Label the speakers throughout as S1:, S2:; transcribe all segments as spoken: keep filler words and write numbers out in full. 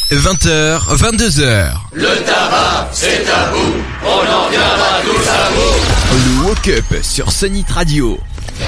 S1: vingt heures, vingt-deux heures.
S2: Le tabac, c'est tabou, on en viendra tous à bout.
S1: Le Woke Up sur Sonic Radio.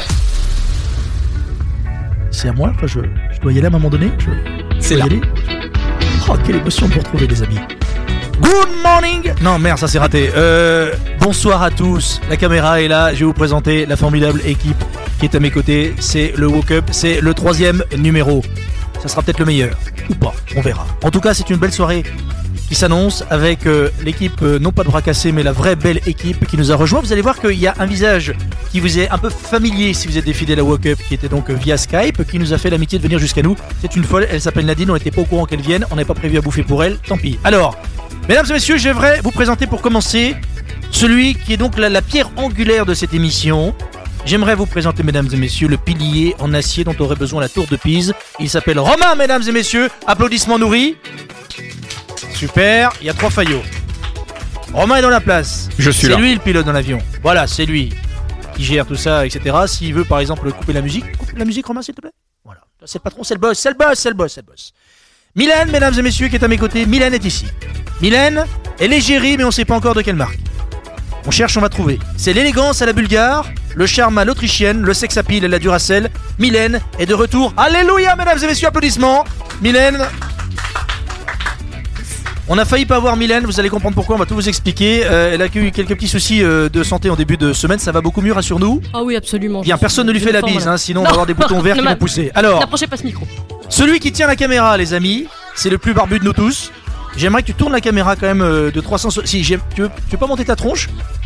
S3: C'est à moi, enfin, je, je dois y aller à un moment donné. Je, je
S1: C'est
S3: dois
S1: là.
S3: y aller. Oh, quelle émotion de vous retrouver, les amis. Good morning. Non, merde, ça c'est raté. Euh, bonsoir à tous. La caméra est là. Je vais vous présenter la formidable équipe qui est à mes côtés. C'est le Woke Up. C'est le troisième numéro. Ça sera peut-être le meilleur ou pas. On verra. En tout cas, c'est une belle soirée qui s'annonce avec euh, l'équipe, euh, non pas de bras cassés, mais la vraie belle équipe qui nous a rejoint. Vous allez voir qu'il y a un visage qui vous est un peu familier si vous êtes des fidèles à Woke Up, qui était donc euh, via Skype, qui nous a fait l'amitié de venir jusqu'à nous. C'est une folle, elle s'appelle Nadine, on n'était pas au courant qu'elle vienne, on n'avait pas prévu à bouffer pour elle, tant pis. Alors, mesdames et messieurs, j'aimerais vous présenter pour commencer celui qui est donc la, la pierre angulaire de cette émission. J'aimerais vous présenter, mesdames et messieurs, le pilier en acier dont aurait besoin la tour de Pise. Il s'appelle Romain, mesdames et messieurs. Applaudissements nourris. Super, il y a trois faillots. Romain est dans la place.
S1: Je suis
S3: C'est
S1: là.
S3: lui le pilote dans l'avion. Voilà, c'est lui qui gère tout ça, et cetera. S'il veut, par exemple, couper la musique, coupe la musique, Romain, s'il te plaît. Voilà, c'est le patron, c'est le boss, c'est le boss, c'est le boss, c'est le boss. Mylène, mesdames et messieurs, qui est à mes côtés. Mylène est ici. Mylène est l'égérie, mais on sait pas encore de quelle marque. On cherche, on va trouver. C'est l'élégance à la bulgare, le charme à l'autrichienne, le sex appeal à la duracell. Mylène est de retour. Alléluia, mesdames et messieurs, applaudissements. Mylène. On a failli pas voir Mylène, vous allez comprendre pourquoi, on va tout vous expliquer. Euh, elle a eu quelques petits soucis euh, de santé en début de semaine, ça va beaucoup mieux, rassure-nous.
S4: Ah oui, absolument.
S3: Bien, personne ne lui fait la bise, hein, sinon on va
S4: Non.
S3: avoir des boutons verts qui
S4: Ne
S3: vont
S4: m'a-
S3: pousser. Alors,
S4: N'approchez pas ce micro.
S3: celui qui tient la caméra, les amis, c'est le plus barbu de nous tous. J'aimerais que tu tournes la caméra quand même euh, de trois cents... Si, j'aime- tu veux, tu veux pas monter ta tronche ?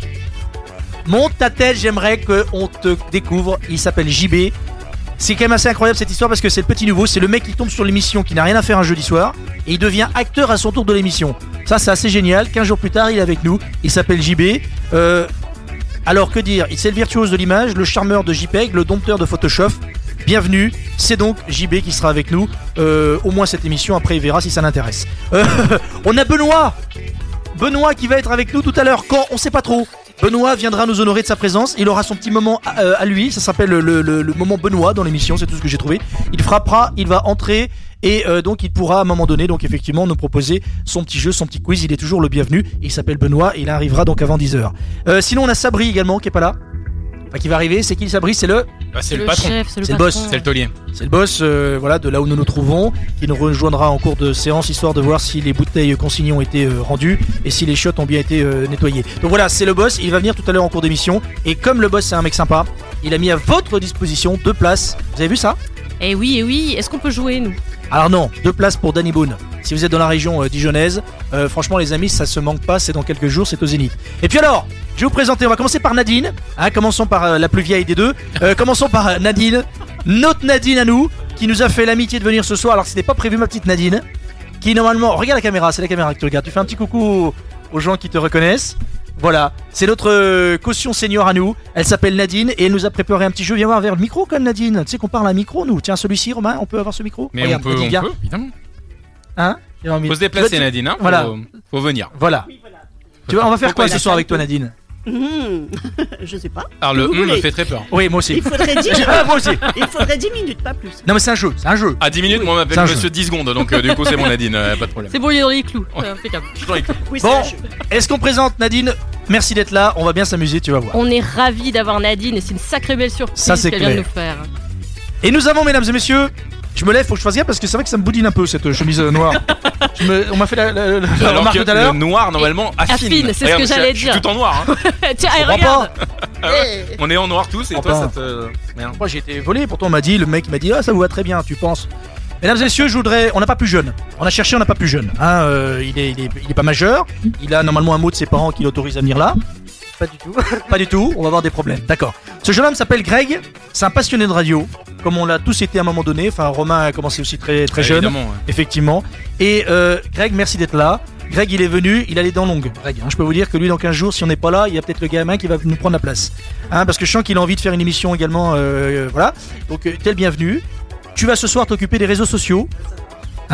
S3: Monte ta tête, j'aimerais qu'on te découvre. Il s'appelle J B. C'est quand même assez incroyable cette histoire parce que c'est le petit nouveau. C'est le mec qui tombe sur l'émission, qui n'a rien à faire un jeudi soir. Et il devient acteur à son tour de l'émission. Ça, c'est assez génial. quinze jours plus tard, il est avec nous. Il s'appelle J B. Euh, alors, que dire ? C'est le virtuose de l'image, le charmeur de JPEG, le dompteur de Photoshop. Bienvenue. C'est donc J B qui sera avec nous. Euh, au moins cette émission. Après, il verra si ça l'intéresse. Euh, on a Benoît. Benoît qui va être avec nous tout à l'heure. Quand ? On sait pas trop. Benoît viendra nous honorer de sa présence. Il aura son petit moment à, euh, à lui. Ça s'appelle le, le, le moment Benoît dans l'émission. C'est tout ce que j'ai trouvé. Il frappera, il va entrer et euh, donc il pourra à un moment donné donc effectivement nous proposer son petit jeu, son petit quiz. Il est toujours le bienvenu. Il s'appelle Benoît et il arrivera donc avant dix heures. Euh, sinon on a Sabri également qui est pas là. Enfin, qui va arriver. C'est qui Sabri ? C'est le
S5: Bah, c'est le, patron,
S4: chef, c'est le,
S3: C'est le
S4: patron.
S3: boss,
S5: c'est le taulier.
S3: c'est le boss, euh, voilà, de là où nous nous trouvons, qui nous rejoindra en cours de séance histoire de voir si les bouteilles consignées ont été euh, rendues et si les chiottes ont bien été euh, nettoyées. Donc voilà, c'est le boss. Il va venir tout à l'heure en cours d'émission. Et comme le boss c'est un mec sympa, il a mis à votre disposition deux places. Vous avez vu ça ?
S4: Eh oui, eh oui. Est-ce qu'on peut jouer, nous ?
S3: Alors non, deux places pour Danny Boone. Si vous êtes dans la région euh, dijonnaise, euh, franchement les amis, ça se manque pas, c'est dans quelques jours, c'est au Zénith. Et puis alors, je vais vous présenter, on va commencer par Nadine. Hein, commençons par euh, la plus vieille des deux. Euh, commençons par euh, Nadine, notre Nadine à nous, qui nous a fait l'amitié de venir ce soir. Alors c'était pas prévu ma petite Nadine, qui normalement, regarde la caméra, c'est la caméra que tu regardes. Tu fais un petit coucou aux, aux gens qui te reconnaissent. Voilà, c'est notre euh, caution senior à nous. Elle s'appelle Nadine et elle nous a préparé un petit jeu. Viens voir vers le micro comme Nadine. Tu sais qu'on parle à un micro, nous. Tiens, celui-ci, Romain, on peut avoir ce micro ?
S5: Mais
S3: Regarde,
S5: on peut,
S3: Nadine,
S5: on
S3: viens.
S5: peut, évidemment.
S3: Hein Il a envie-
S5: Faut se déplacer,
S3: Tu vois, tu-
S5: Nadine, hein. Faut,
S3: Voilà.
S5: faut venir.
S3: Voilà. Tu vois, on va faire
S5: Pourquoi
S3: quoi
S5: il
S3: ce
S5: a
S3: soir
S5: fait
S3: avec toi, Nadine ?
S6: Mmh. Je sais pas.
S5: Alors, le
S6: Vous
S5: hum me
S6: voulez.
S5: fait très peur.
S3: Oui, moi aussi.
S6: Il faudrait dix
S3: Ah, moi aussi.
S6: Il faudrait dix minutes, pas plus.
S3: Non, mais c'est un jeu, c'est un jeu.
S5: À dix minutes, moi, on
S3: C'est
S5: m'appelle
S3: un
S5: Monsieur
S3: jeu.
S5: dix secondes. Donc, euh, du coup, c'est mon Nadine, euh, pas de problème.
S4: C'est bon, il est dans les clous. C'est impeccable.
S5: Je suis dans les clous.
S6: Oui, c'est
S3: Bon,
S6: un jeu.
S3: est-ce qu'on présente Nadine ? Merci d'être là, on va bien s'amuser, tu vas voir.
S4: On est ravis d'avoir Nadine et c'est une sacrée belle surprise
S3: Ça, c'est
S4: qu'elle vient de
S3: clair.
S4: nous faire.
S3: Et nous avons, mesdames et messieurs, je me lève, faut que je fasse gaffe parce que c'est vrai que ça me boudine un peu cette chemise euh, noire. Je me- On m'a fait la, la- la
S5: Alors
S3: remarque
S5: que
S3: tout à l'heure.
S5: le noir, normalement, affine.
S4: affine, c'est ce
S5: Regarde,
S4: que
S5: je suis-
S4: j'allais
S5: Je suis
S4: dire.
S5: tout en noir. Hein.
S4: Tiens,
S3: Je
S4: et
S3: comprends
S4: regarde.
S3: pas.
S5: Ah ouais. On est en noir tous et
S3: Je
S5: toi,
S3: comprends
S5: ça te. Merde.
S3: Moi j'ai été volé, pourtant on m'a dit, le mec m'a dit, ah ça vous va très bien, tu penses. Mesdames et messieurs, je voudrais. On n'a pas plus jeune. On a cherché, on n'a pas plus jeune. Hein, euh, il, est, il, est, il est pas majeur. Il a normalement un mot de ses parents qui l'autorise à venir là. Pas du tout. Pas du tout. On va avoir des problèmes. D'accord. Ce jeune homme s'appelle Greg. C'est un passionné de radio, comme on l'a tous été à un moment donné. Enfin, Romain a commencé aussi très très
S5: Ah,
S3: jeune,
S5: évidemment, ouais.
S3: effectivement. Et euh, Greg, merci d'être là. Greg, il est venu, il a les dents longues. Greg, hein, je peux vous dire que lui, dans quinze jours, si on n'est pas là, il y a peut-être le gamin qui va nous prendre la place. Hein, parce que je sens qu'il a envie de faire une émission également. Euh, euh, voilà. Donc, euh, t'es le bienvenu. Tu vas ce soir t'occuper des réseaux sociaux. Hein ?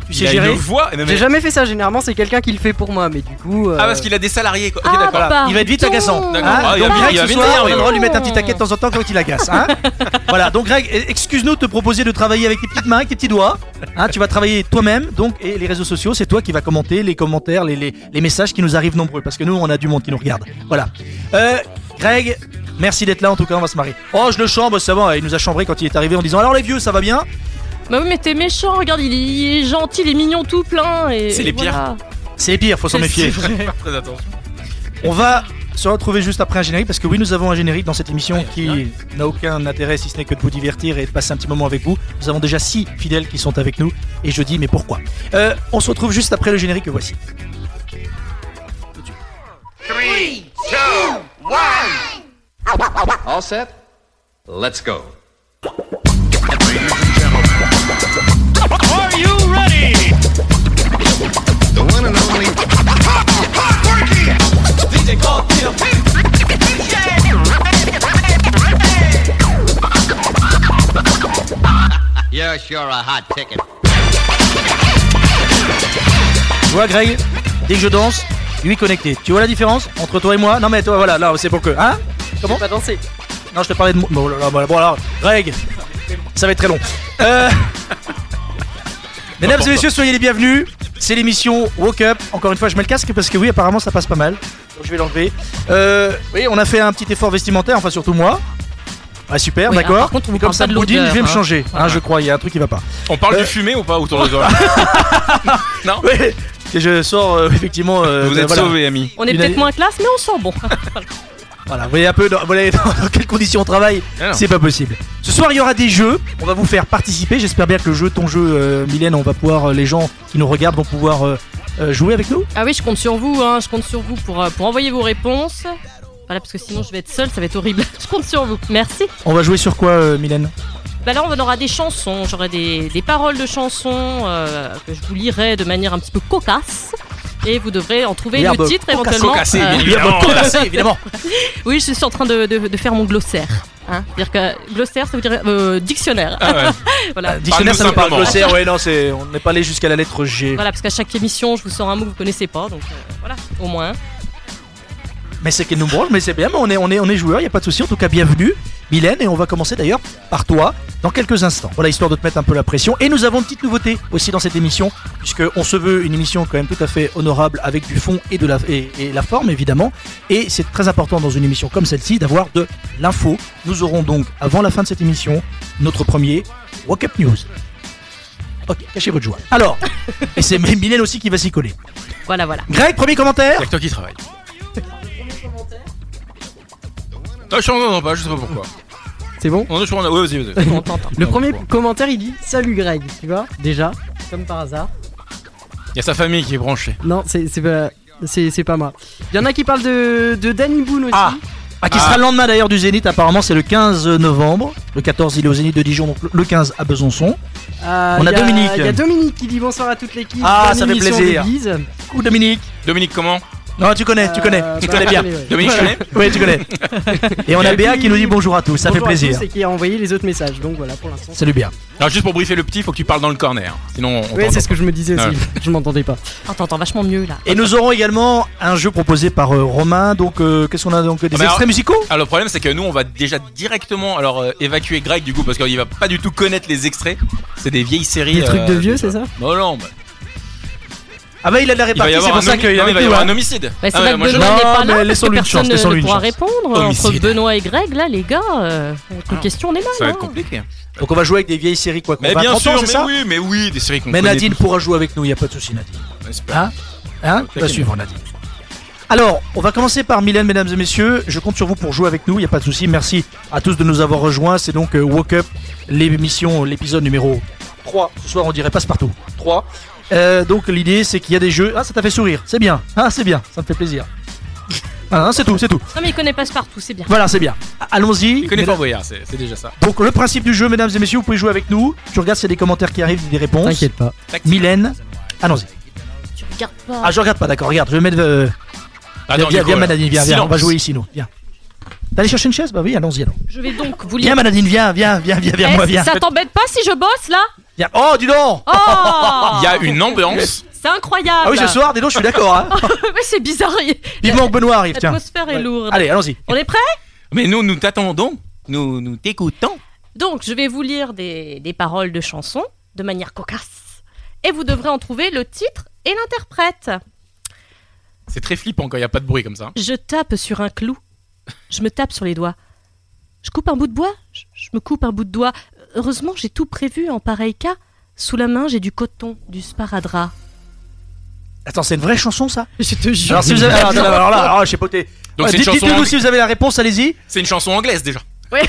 S3: Tu
S5: Il
S3: sais
S5: a
S3: gérer
S5: une voix. Non, mais-
S7: J'ai jamais fait ça, généralement c'est quelqu'un qui le fait pour moi, mais du coup. euh,
S5: Ah, parce qu'il a des salariés quoi. Ok,
S4: Ah,
S5: d'accord.
S4: pardon.
S3: Il va être vite agaçant.
S5: D'accord.
S3: Hein
S5: Ah, il va
S3: donc
S5: bien-
S3: Greg,
S5: il va
S3: ce
S5: bien
S3: soir,
S5: t'énerver,
S3: on a le droit de lui
S4: ouais.
S3: mettre un petit taquet de temps en temps quand il agace. Hein voilà, donc Greg, excuse-nous de te proposer de travailler avec tes petites mains, avec tes petits doigts. Hein, tu vas travailler toi-même, donc, et les réseaux sociaux, c'est toi qui vas commenter les commentaires, les, les, les messages qui nous arrivent nombreux, parce que nous, on a du monde qui nous regarde. Voilà. Euh, Greg, merci d'être là, en tout cas, on va se marier. Oh, je le chambre, ça va, il nous a chambré quand il est arrivé en disant alors les vieux, ça va bien?
S4: Bah oui, mais t'es méchant, regarde, il est, il est gentil, il est mignon tout plein. Et
S5: C'est les
S4: voilà.
S3: C'est pire, faut s'en
S4: C'est
S3: méfier.
S4: vrai.
S5: Faire très attention.
S3: On va se retrouver juste après un générique parce que oui, nous avons un générique dans cette émission qui n'a aucun intérêt si ce n'est que de vous divertir et de passer un petit moment avec vous. Nous avons déjà six fidèles qui sont avec nous et je dis mais pourquoi euh, On se retrouve juste après le générique que voici.
S2: three, two, one. All set? Let's go.
S8: Are you ready?
S2: The one and only.
S8: D J called Tim.
S2: You're sure a hot ticket.
S3: Tu vois Greg, dès que je danse, lui connecté. Tu vois la différence entre toi et moi? Non mais toi voilà, là c'est pour que... Hein Comment?
S7: Pas danser.
S3: Non, je te parlais de... Bon, là, là, bon alors, Greg, ça va être très long. Euh... Mesdames et messieurs, soyez les bienvenus. C'est l'émission Woke Up. Encore une fois, je mets le casque parce que oui, apparemment, ça passe pas mal. Donc je vais l'enlever. Euh... Oui, on a fait un petit effort vestimentaire, enfin surtout moi. Ah super,
S4: Oui, alors,
S3: d'accord.
S4: par contre, on vous
S3: Et comme
S4: parle
S3: ça
S4: pas de
S3: me boudine, je vais me
S4: l'odeur, hein.
S3: changer. Hein, je crois, il y a un truc qui va pas.
S5: On parle
S3: Euh.
S5: du fumé ou pas autour de toi? Non.
S3: Oui, et je sors euh, effectivement. euh,
S5: Vous
S3: de-
S5: êtes
S3: voilà.
S5: sauvés, amis.
S4: On est
S3: Une
S4: peut-être
S3: année-
S4: moins classe, mais on sent bon.
S3: Voilà, vous voyez un peu dans, vous voyez dans- dans quelles conditions on travaille.
S5: Ah non.
S3: C'est pas possible. Ce soir, il y aura des jeux. On va vous faire participer. J'espère bien que le jeu, ton jeu, euh, Mylène, on va pouvoir, euh, les gens qui nous regardent vont pouvoir euh, euh, jouer avec nous.
S4: Ah oui, je compte sur vous, hein, je compte sur vous pour, euh, pour envoyer vos réponses. Voilà, parce que sinon je vais être seule, ça va être horrible. Je compte sur vous. Merci.
S3: On va jouer sur quoi, euh, Mylène?
S4: Bah là, on aura des chansons. J'aurai des, des paroles de chansons euh, que je vous lirai de manière un petit peu cocasse. Et vous devrez en trouver
S3: Verbe
S4: le titre
S3: cocasse.
S4: éventuellement.
S5: Cocassé,
S4: Euh,
S5: bien
S3: Bien,
S5: évidemment.
S3: bon, cocassé, évidemment.
S4: oui, je suis en train de, de, de faire mon glossaire. Hein. C'est-à-dire que glossaire, ça veut dire euh, dictionnaire.
S5: Ah ouais.
S4: voilà.
S3: Dictionnaire, ça me parle.
S5: simplement.
S3: Glossaire, ouais, non, c'est, on n'est pas allé jusqu'à la lettre G.
S4: Voilà, parce qu'à chaque émission, je vous sors un mot que vous connaissez pas. Donc euh, voilà, au moins.
S3: Mais c'est qu'elle nous branche, mais c'est bien, mais on est, on est, on est joueurs, il n'y a pas de souci. En tout cas, bienvenue, Mylène, et on va commencer d'ailleurs par toi dans quelques instants. Voilà, histoire de te mettre un peu la pression. Et nous avons une petite nouveauté aussi dans cette émission, puisqu'on se veut une émission quand même tout à fait honorable avec du fond et de la, et, et la forme, évidemment. Et c'est très important dans une émission comme celle-ci d'avoir de l'info. Nous aurons donc, avant la fin de cette émission, notre premier Woke Up News. Ok, cachez votre joie. Alors, et c'est Mylène aussi qui va s'y coller.
S4: Voilà, voilà.
S3: Greg, premier commentaire.
S5: Y'a que toi qui travaille. Non, je suis en non, pas, je sais pas pourquoi.
S7: C'est bon?
S5: Non, je suis en ouais, vas-y, vas-y.
S4: On t'entend.
S7: Le
S5: Non,
S7: premier
S5: bon.
S7: commentaire il dit salut Greg, tu vois, déjà, comme par hasard.
S5: Y'a sa famille qui est branchée.
S7: Non, c'est c'est pas, c'est c'est pas moi. Il y en a qui parlent de, de Danny Boone aussi.
S3: Ah. Ah, qui
S5: Ah.
S3: sera le lendemain d'ailleurs du Zénith, apparemment c'est le quinze novembre. Le quatorze il est au Zénith de Dijon, donc le quinze à Besançon.
S7: Euh,
S3: On a
S7: il y
S3: Dominique.
S7: Il y a Dominique qui dit bonsoir à toute l'équipe.
S3: Ah,
S7: Bonne
S3: ça fait
S7: émission
S3: plaisir.
S7: d'église.
S3: Coucou Dominique.
S5: Dominique, comment?
S3: Non, tu connais, tu connais,
S7: Euh,
S3: tu
S7: bah,
S3: connais bien.
S7: allez, ouais.
S5: Dominique, je connais.
S3: Oui, tu connais. Et on a
S7: Et
S3: Béa
S7: puis-
S3: qui nous dit bonjour à tous, ça
S7: Bonjour
S3: fait
S7: à
S3: plaisir.
S7: tous et qui a envoyé les autres messages. Donc voilà pour l'instant.
S3: Salut Béa.
S5: Alors, juste pour briefer le petit, faut que tu parles dans le corner. Sinon, on.
S7: Oui,
S5: t'entend
S7: c'est ce que je me disais aussi.
S5: Ouais.
S7: Je m'entendais pas.
S4: On t'entend vachement mieux là.
S3: Et nous aurons également un jeu proposé par euh, Romain. Donc, euh, qu'est-ce qu'on a donc des
S5: Ah, mais
S3: extraits
S5: alors-
S3: musicaux.
S5: Alors le problème c'est que nous on va déjà directement alors euh, évacuer Greg du coup parce qu'il va pas du tout connaître les extraits. C'est des vieilles séries.
S7: Des trucs de
S5: euh,
S7: vieux,
S5: des-
S7: c'est ça?
S5: Non non. Bah,
S3: Ah bah il a de la
S5: il va
S3: répartie,
S5: y
S3: c'est
S5: avoir
S3: pour
S5: un
S3: ça
S5: homi-
S3: qu'il est
S5: non, mais il
S3: avec
S5: va y
S3: nous.
S5: avoir
S3: hein.
S5: un homicide.
S4: Bah, c'est
S5: Ah ouais,
S4: vrai que
S5: moi, je-
S4: Benoît
S3: Non,
S4: n'est pas
S3: mais
S4: là, parce
S3: laissons-lui
S4: que
S3: une chance,
S4: personne
S3: laissons-lui
S4: ne
S3: une
S4: pourra
S3: chance.
S4: répondre.
S5: Homicide.
S4: Entre Benoît et Greg, là, les gars, euh, avec une question, on est mal.
S5: Ça va
S4: hein.
S5: être compliqué.
S3: Donc on va jouer avec des vieilles séries quoi. qu'on
S5: Mais
S3: va à
S5: bien
S3: trente ans,
S5: sûr,
S3: c'est
S5: mais
S3: ça
S5: oui, mais oui, des séries qu'on
S3: Mais
S5: connaît
S3: Nadine
S5: tous.
S3: pourra jouer avec nous, il y a pas de souci Nadine.
S5: J'espère.
S3: Hein Hein Tu vas suivre Nadine. Alors, on va commencer par Mylène, mesdames et messieurs. Je compte sur vous pour jouer avec nous, il n'y a pas de souci. Merci à tous de nous avoir rejoints. C'est donc euh, Woke Up, l'émission, l'épisode numéro trois. Ce soir, on dirait passe-partout. trois. Euh, donc, l'idée, c'est qu'il y a des jeux. Ah, ça t'a fait sourire. C'est bien. Ah, c'est bien. Ça me fait plaisir. Voilà, hein, c'est tout, c'est tout.
S4: Non, mais il connaît Passe-Partout, c'est bien.
S3: Voilà, c'est bien. Allons-y.
S5: Il connaît
S3: Mesdames-
S5: Fort Boyard, c'est c'est déjà ça.
S3: Donc, le principe du jeu, mesdames et messieurs, vous pouvez jouer avec nous. Tu regardes s'il y a des commentaires qui arrivent, des réponses.
S7: T'inquiète pas.
S3: Mylène, allons-y.
S4: Tu regardes pas.
S3: Ah, je regarde pas, d'accord. Regarde, je vais mettre. euh,
S5: Attends,
S3: viens,
S5: Nico,
S3: viens,
S5: là.
S3: Nadine, viens, viens.
S5: Silence.
S3: On va jouer ici, nous. Viens. T'allais chercher une chaise? Bah oui, allons-y alors.
S4: Je vais donc vous lire.
S3: Viens Manadine, viens, viens, viens, viens, viens,
S4: Eh,
S3: moi, viens.
S4: Ça t'embête pas si je bosse là?
S3: Viens. Oh, dis donc.
S4: Oh
S5: Il y a une ambiance.
S4: C'est incroyable.
S3: Ah oui, ce soir, dis donc, je suis d'accord. Hein.
S4: Mais c'est bizarre.
S3: Vivement que Benoît arrive, tiens.
S4: L'atmosphère est
S3: Ouais.
S4: lourde.
S3: Allez, allons-y.
S4: On est prêts?
S5: Mais nous, nous t'attendons. Nous, nous t'écoutons.
S4: Donc, je vais vous lire des, des paroles de chansons de manière cocasse. Et vous devrez en trouver le titre et l'interprète.
S5: C'est très flippant quand il n'y a pas de bruit comme ça.
S4: Je tape sur un clou. Je me tape sur les doigts. Je coupe un bout de bois. Je, je me coupe un bout de doigt. Heureusement, j'ai tout prévu en pareil cas. Sous la main, j'ai du coton, du sparadrap.
S3: Attends, c'est une vraie chanson ça?
S4: Je te jure.
S3: Alors si vous avez, alors, alors, alors là, alors, je sais pas. t'es-
S5: Donc,
S3: Ouais,
S5: c'est une
S3: dites-
S5: chanson
S3: Dites-le nous
S5: anglaise.
S3: si vous avez la réponse, allez-y.
S5: C'est une chanson anglaise déjà.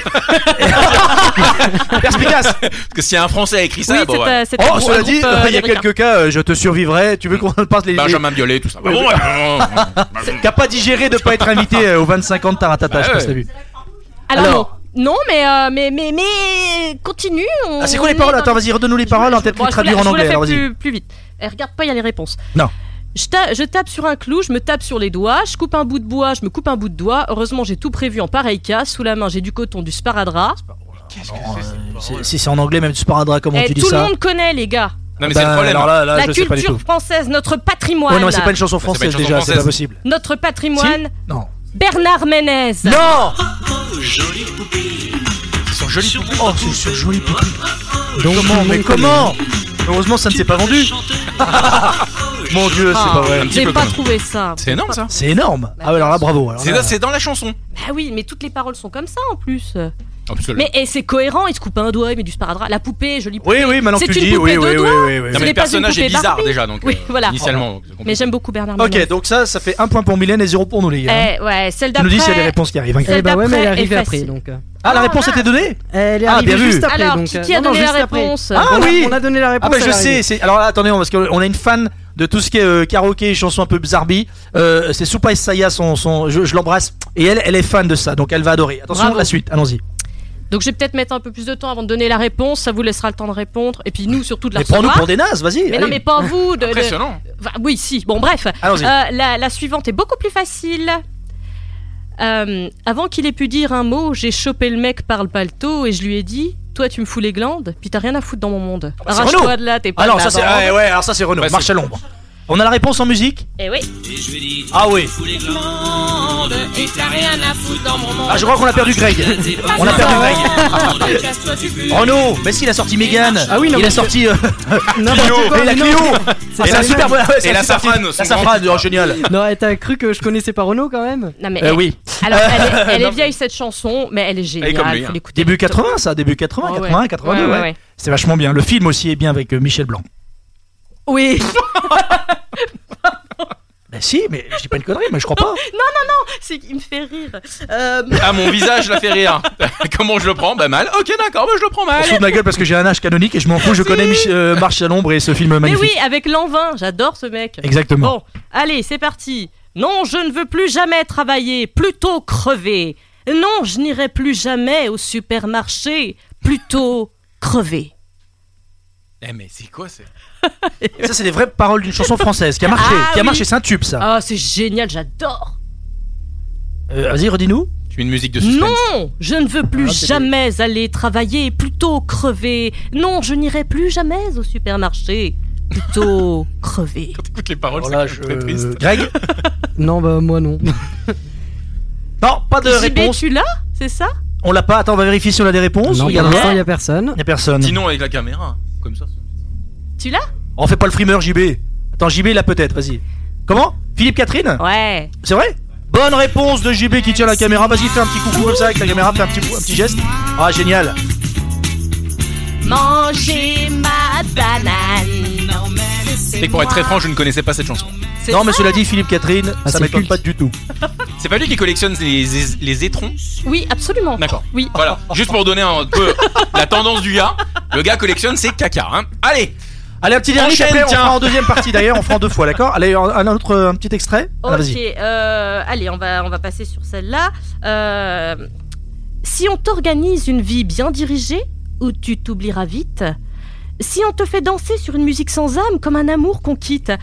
S3: Perspicace.
S5: Parce que s'il y a un Français a écrit ça,
S4: Oui,
S5: bon,
S4: c'est
S5: ouais.
S4: euh, c'est
S3: Oh,
S4: un
S3: cela
S4: groupe,
S3: dit, il
S4: euh,
S3: y a
S4: américain.
S3: quelques cas, euh, je te survivrai. Tu veux qu'on passe les. les...
S5: Benjamin Biolay, tout ça. Bah,
S3: Oui,
S5: bon,
S3: oui.
S5: ouais.
S3: Qui a pas digéré de pas être invité euh, aux vingt-cinq ans de Taratata,
S5: Bah
S3: je sais pas
S5: ouais.
S3: si t'as vu.
S4: Alors,
S3: Alors.
S4: non, non, mais, euh, mais, mais, mais, continue. On,
S3: Ah, c'est quoi les
S4: on
S3: paroles?
S4: est
S3: Attends,
S4: dans-
S3: vas-y, redonne-nous les paroles, hein, peut-être
S4: Bon,
S3: les
S4: je vous la-
S3: traduire en
S4: je vous la
S3: anglais.
S4: fais
S3: Alors, vas-y.
S4: plus, plus vite. Eh, regarde pas, il y a les réponses.
S3: Non.
S4: Je, ta- je tape sur un clou, je me tape sur les doigts, je coupe un bout de bois, je me coupe un bout de doigt. Heureusement, j'ai tout prévu en pareil cas. Sous la main, j'ai du coton, du sparadrap.
S3: C'est- Si c'est en anglais, même du sparadrap, comment
S4: Eh,
S3: tu dis
S4: tout
S3: ça?
S4: le monde connaît, les gars.
S5: Non, mais
S3: Bah,
S5: c'est le problème.
S3: alors là, là,
S4: La
S3: je sais pas du
S4: culture
S3: tout.
S4: française, notre patrimoine.
S3: Ouais, non, mais c'est pas une chanson
S5: C'est pas une
S3: française
S5: chanson
S3: déjà, c'est
S5: française.
S3: pas possible.
S4: Notre patrimoine,
S3: Non.
S4: Bernard Ménez.
S3: Non.
S5: C'est sur Jolie Poupée.
S3: Oh, c'est sur Jolie Poupée.
S7: Donc,
S3: Comment?
S7: tout le
S3: Mais
S7: monde
S3: comment? Heureusement, ça ne s'est pas vendu. Mon Dieu, c'est
S4: Ah,
S3: pas vrai.
S5: Un petit
S4: J'ai
S5: peu
S4: pas
S5: quand même.
S4: trouvé ça.
S5: C'est énorme ça.
S3: C'est énorme. Ah ouais, alors là, bravo. Alors
S5: C'est
S3: là-
S5: c'est dans la chanson.
S4: Bah oui, mais toutes les paroles sont comme ça en plus.
S5: Oh, parce que le-
S4: Mais et c'est cohérent, il se coupe un doigt, il met du sparadrap. La poupée, jolie poupée.
S3: Oui, oui, maintenant que
S4: C'est
S3: tu
S4: une
S3: dis,
S4: poupée
S3: oui,
S4: de
S3: oui, oui,
S4: doigts.
S3: oui, oui,
S5: Non,
S3: oui.
S5: mais
S4: Ce
S5: le
S4: n'est pas une
S5: personnage est
S4: poupée
S5: bizarre
S4: Barbie.
S5: déjà, donc
S4: Oui,
S5: euh,
S4: voilà.
S5: initialement. c'est compliqué.
S4: Mais j'aime beaucoup Bernard Ménez.
S3: Ok, donc ça, ça fait un point pour Mylène et zéro pour nous, les gars.
S4: Eh ouais, celle
S3: Tu
S4: d'après.
S3: nous dis s'il y a des réponses qui arrivent. hein.
S4: Celle
S7: Eh bah ouais, mais elle est
S4: d'après
S7: arrivée
S4: est
S7: après
S4: facile.
S7: donc. euh,
S3: Ah, la
S4: Ah,
S3: réponse
S4: mince.
S3: était donnée?
S7: Elle est
S3: Ah,
S7: arrivée
S3: bien vu.
S7: juste après
S4: Alors,
S7: donc.
S4: qui,
S7: euh,
S4: qui a
S7: non, non,
S4: donné la
S7: juste après.
S4: réponse?
S3: Ah
S7: On a-
S3: oui.
S7: On a donné la réponse.
S3: Ah bah je
S7: elle est
S3: sais,
S7: arrivée.
S3: c'est... alors là, attendez, parce qu'on a une fan de tout ce qui est euh, karaoké et chansons un peu bizarbi. Euh, c'est Soupa Saya, son, son, je, je l'embrasse. Et elle, elle est fan de ça, donc elle va adorer. Attention,
S4: Bravo.
S3: la suite, allons-y.
S4: Donc je vais peut-être mettre un peu plus de temps avant de donner la réponse, ça vous laissera le temps de répondre. Et puis nous, surtout de la
S3: Mais prends-nous
S4: recevoir.
S3: pour des nazes, vas-y.
S4: Mais non,
S3: allez.
S4: mais pas vous. De, de-
S5: Impressionnant.
S4: Enfin, oui, si. Bon, bref.
S3: Allons-y.
S4: Euh, la, la suivante est beaucoup plus facile. Euh, avant qu'il ait pu dire un mot, j'ai chopé le mec par le paletot et je lui ai dit: toi, tu me fous les glandes, puis t'as rien à foutre dans mon monde.
S3: bah, c'est
S4: Arrache-toi
S3: Renaud.
S4: de là, t'es pas
S3: Ah non,
S4: de
S3: ça
S4: la
S3: c'est...
S4: bande.
S3: ah, ouais, alors ça c'est Renaud,
S5: Ouais,
S3: marche
S5: c'est-
S3: à l'ombre. On a la réponse en musique?
S4: Eh oui.
S3: Ah oui.
S2: Et t'as rien à foutre dans mon monde.
S3: Ah, je crois qu'on a perdu Greg. On a perdu Greg. Renaud, mais si, il a sorti Mégane.
S7: Ah oui, non,
S3: il
S7: mais
S3: a sorti... euh,
S7: N'importe quoi,
S3: et la
S7: mais
S3: Clio.
S7: non.
S3: Et la
S7: pas
S3: super...
S7: les mêmes.
S3: ouais, c'est
S5: Et la
S3: super
S5: Safrane,
S3: fine.
S5: son
S3: La Safrane, oh, génial.
S7: Non, et t'as cru que je connaissais pas Renault quand même?
S4: Non, mais
S3: Euh,
S4: elle-
S3: oui.
S4: Alors, elle est, elle est
S3: Non.
S4: vieille cette chanson, mais elle est géniale.
S5: Elle est comme lui,
S4: faut
S5: hein.
S4: l'écouter.
S3: Début quatre-vingts, ça, début quatre-vingts,
S4: Oh, ouais.
S3: quatre-vingts, quatre-vingt-deux,
S4: Ouais,
S3: ouais.
S4: ouais, ouais.
S3: C'est vachement bien. Le film aussi est bien avec euh, Michel Blanc.
S4: Oui.
S3: Bah si, mais je dis pas une connerie, mais je crois pas.
S4: C'est qu'il me fait rire. Euh,
S5: Ah, mon visage la fait rire. Comment je le prends? Bah mal. Ok, d'accord, bah je le prends
S3: On
S5: mal.
S3: se fout de ma gueule parce que j'ai un âge canonique et je m'en fous, je connais Mich- euh, Marche à l'ombre et ce film
S4: mais
S3: magnifique.
S4: oui, avec Lanvin, j'adore ce mec.
S3: Exactement.
S4: Bon, allez, c'est parti. Non, je ne veux plus jamais travailler, plutôt crever. Non, je n'irai plus jamais au supermarché, plutôt crever.
S5: Eh, mais c'est quoi c'est
S3: Ça, c'est les vraies paroles d'une chanson française qui a marché.
S4: Ah,
S3: qui a
S4: oui.
S3: marché, c'est un tube ça.
S4: Ah, c'est génial, j'adore.
S3: Euh, Vas-y, redis-nous.
S5: Tu fais une musique de suspense.
S4: Non, je ne veux plus
S3: Ah, c'est
S4: jamais aller travailler, plutôt crever. Non, je n'irai plus jamais au supermarché, plutôt crever.
S5: Quand t'écoutes les paroles,
S3: Voilà,
S5: c'est
S3: je...
S5: très triste.
S3: Greg.
S7: Non, bah moi non.
S3: Non, pas de
S4: J B,
S3: réponse.
S4: tu l'as? C'est ça?
S3: On l'a pas. Attends, on va vérifier si on a des réponses.
S7: Non, pour
S3: Regarde.
S7: l'instant, il y a personne.
S3: Y a personne.
S5: Sinon, avec la caméra, comme ça.
S4: Tu l'as?
S3: On fait pas le frimeur J B. Attends, J B il l'a peut-être, vas-y. Comment? Philippe Catherine?
S4: Ouais.
S3: C'est vrai? Bonne réponse de J B qui tient la caméra. Vas-y, fais un petit coucou comme ça avec la caméra, fais un petit, un petit geste. Ah, génial.
S4: Manger ma banane.
S5: Et pour être très franc, je ne connaissais pas cette chanson.
S4: C'est
S3: Non, mais
S4: ça?
S3: cela dit, Philippe Catherine,
S7: Ah,
S3: ça
S7: c'est
S3: m'étonne
S7: culte.
S3: pas du tout.
S5: C'est pas lui qui collectionne les, les étrons?
S4: Oui, absolument.
S5: D'accord.
S4: Oui.
S5: Voilà. Juste pour donner un peu la tendance du gars. Le gars collectionne ses caca, hein. Allez.
S3: Allez, un petit dernier, puis
S5: Enchaîne,
S3: après on
S5: tiens.
S3: fera en deuxième partie d'ailleurs, on fera en deux fois, d'accord? Allez, un, un autre, un petit extrait. Ah,
S4: Ok,
S3: vas-y.
S4: euh, allez, on va, on va passer sur celle-là. Euh, si on t'organise une vie bien dirigée, où tu t'oublieras vite, si on te fait danser sur une musique sans âme comme un amour qu'on quitte,